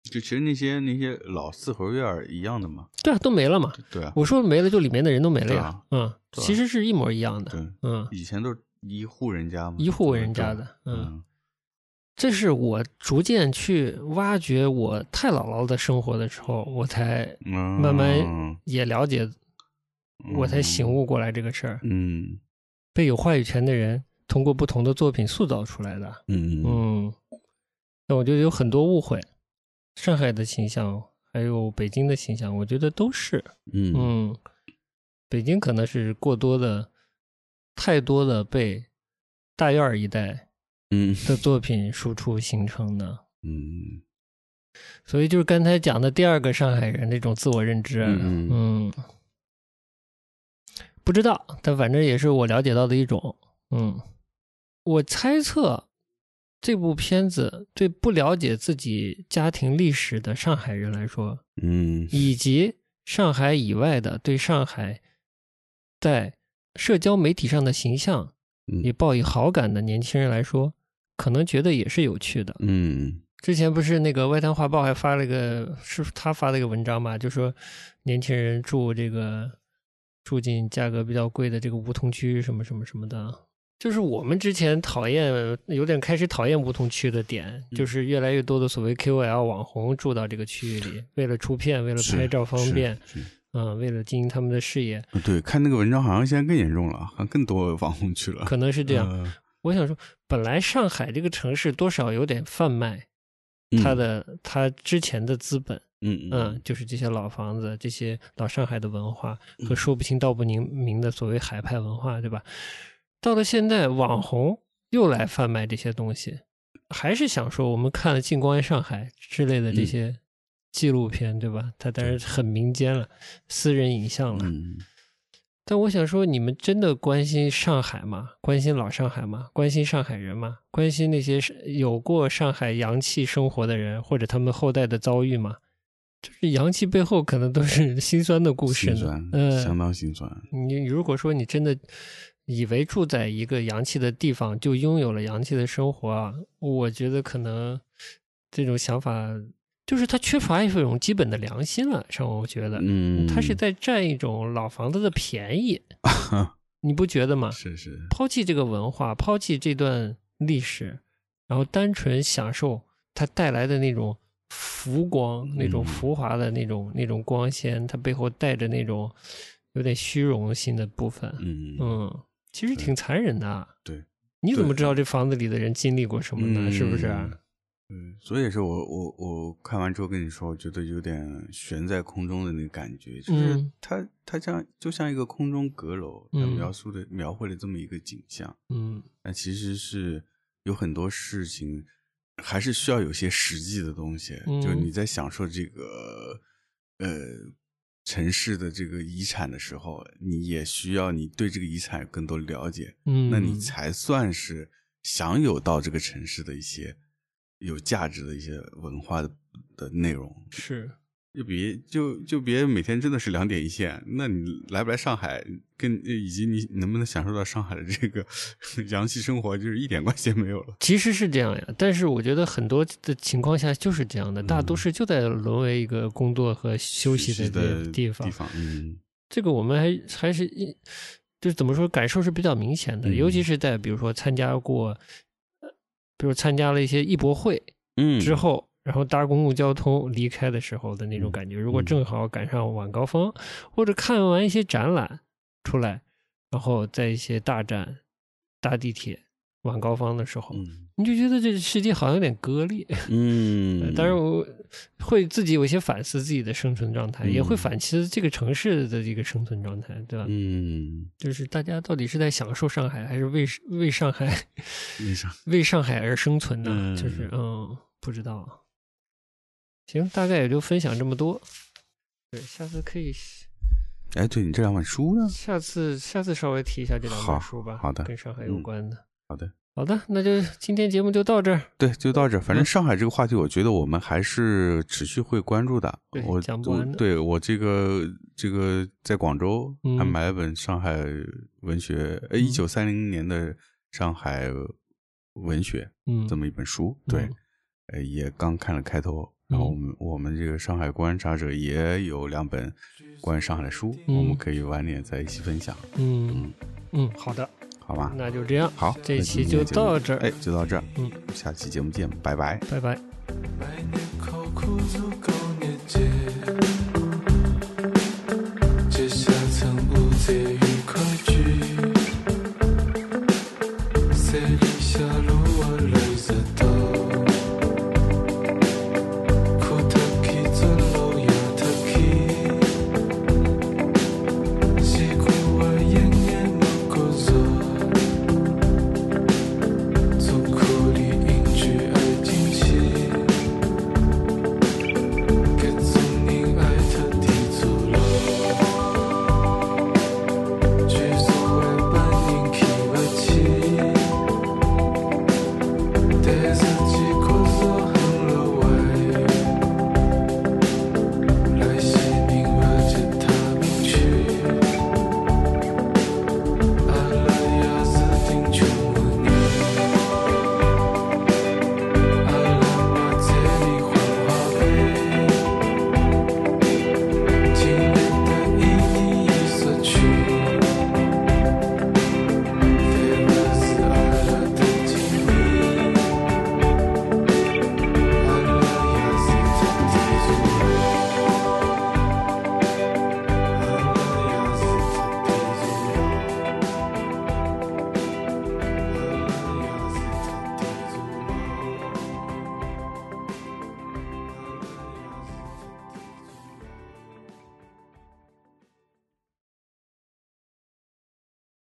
就其实那些那些老四合院一样的嘛。 对啊，都没了嘛。 对啊， 我说没了，就里面的人都没了呀。 啊、 嗯， 啊、 其实是一模一样的。 对， 嗯， 以前都是一户人家嘛， 一户人家的。嗯，嗯这是我逐渐去挖掘我太姥姥的生活的时候，我才慢慢也了解，嗯、我才醒悟过来这个事儿。 嗯， 被有话语权的人通过不同的作品塑造出来的。 嗯嗯，那我觉得有很多误会，上海的形象还有北京的形象，我觉得都是。 嗯嗯，北京可能是过多的、太多的被大院儿一代嗯的作品输出形成的。 嗯， 所以就是刚才讲的第二个上海人那种自我认知。 嗯嗯，不知道，但反正也是我了解到的一种。嗯，我猜测这部片子对不了解自己家庭历史的上海人来说， 嗯， 以及上海以外的对上海在社交媒体上的形象也抱以好感的年轻人来说，可能觉得也是有趣的。 嗯， 之前不是那个外滩画报还发了一个，是他发了一个文章嘛，就说年轻人住这个住进价格比较贵的这个梧桐区什么什么什么的，就是我们之前讨厌有点开始讨厌梧桐区的点，就是越来越多的所谓 K O L 网红住到这个区域里，为了出片，为了拍照方便，嗯，为了经营他们的事业。 对，看那个文章好像现在更严重了，好像更多网红去了， 可能是这样。 呃、 我想说，本来上海这个城市多少有点贩卖它的、嗯、它之前的资本。 嗯嗯，就是这些老房子，这些老上海的文化和说不清道不明的所谓海派文化，对吧？到了现在，网红又来贩卖这些东西，还是想说我们看了《静观上海》之类的这些纪录片，嗯、对吧？它当然很民间了，私人影像了。 嗯， 但我想说，你们真的关心上海吗？关心老上海吗？关心上海人吗？关心那些有过上海洋气生活的人，或者他们后代的遭遇吗？就是洋气背后可能都是心酸的故事呢， 心酸， 嗯， 相当心酸。 你如果说你真的以为住在一个洋气的地方就拥有了洋气的生活啊，我觉得可能这种想法就是他缺乏一种基本的良心了，让我觉得， 嗯， 他是在占一种老房子的便宜，你不觉得吗？ 是是， 抛弃这个文化，抛弃这段历史，然后单纯享受它带来的那种浮光，那种浮华的那种、嗯、那种光鲜，它背后带着那种有点虚荣心的部分。 嗯嗯，其实挺残忍的、啊。 对， 你怎么知道这房子里的人经历过什么呢？是不是？ 嗯，所以也是我我我看完之后跟你说，我觉得有点悬在空中的那个感觉，就是它、嗯、它像就像一个空中阁楼，它描述的、嗯、描绘了这么一个景象。 嗯， 但其实是有很多事情。还是需要有些实际的东西， 嗯、 就是你在享受这个呃城市的这个遗产的时候，你也需要你对这个遗产有更多了解， 嗯， 那你才算是享有到这个城市的一些有价值的一些文化的的内容。 是， 就别就就别每天真的是两点一线，那你来不来上海，跟以及你能不能享受到上海的这个洋气生活，就是一点关系也没有了。 其实是这样呀，但是我觉得很多的情况下就是这样的，大都市就在沦为一个工作和休息的地方。 地方，嗯， 这个我们还还是就是怎么说，感受是比较明显的，嗯、尤其是在比如说参加过，比如参加了一些艺博会， 嗯， 之后。然后搭公共交通离开的时候的那种感觉，如果正好赶上晚高峰，嗯、或者看完一些展览出来，然后在一些大站搭地铁晚高峰的时候， 嗯、 你就觉得这个世界好像有点割裂。 嗯， 当然我会自己有一些反思自己的生存状态，嗯、也会反思这个城市的这个生存状态，对吧？ 嗯， 就是大家到底是在享受上海，还是为为上海为上为上海而生存呢？ 嗯、 就是嗯，不知道。行，大概也就分享这么多。对，下次可以。 哎，对你这两本书呢？ 下次下次稍微提一下这两本书吧。 好的， 跟上海有关的。 嗯、好的， 好的，那就今天节目就到这儿。 对，就到这儿。反正上海这个话题，我觉得我们还是持续会关注的。 对， 我讲不完的。 对我这个这个在广州还买了本上海文学，呃、嗯，一九三零年的上海文学， 嗯， 这么一本书。对。 嗯呃，也刚看了开头， 然后我们、嗯、我们这个上海观察者也有两本关于上海的书，嗯、我们可以晚点在一起分享。 嗯嗯嗯，好的， 好吧， 那就这样。 好， 这一期就到这儿， 哎，就到这儿。 嗯， 下期节目见，拜拜， 拜拜。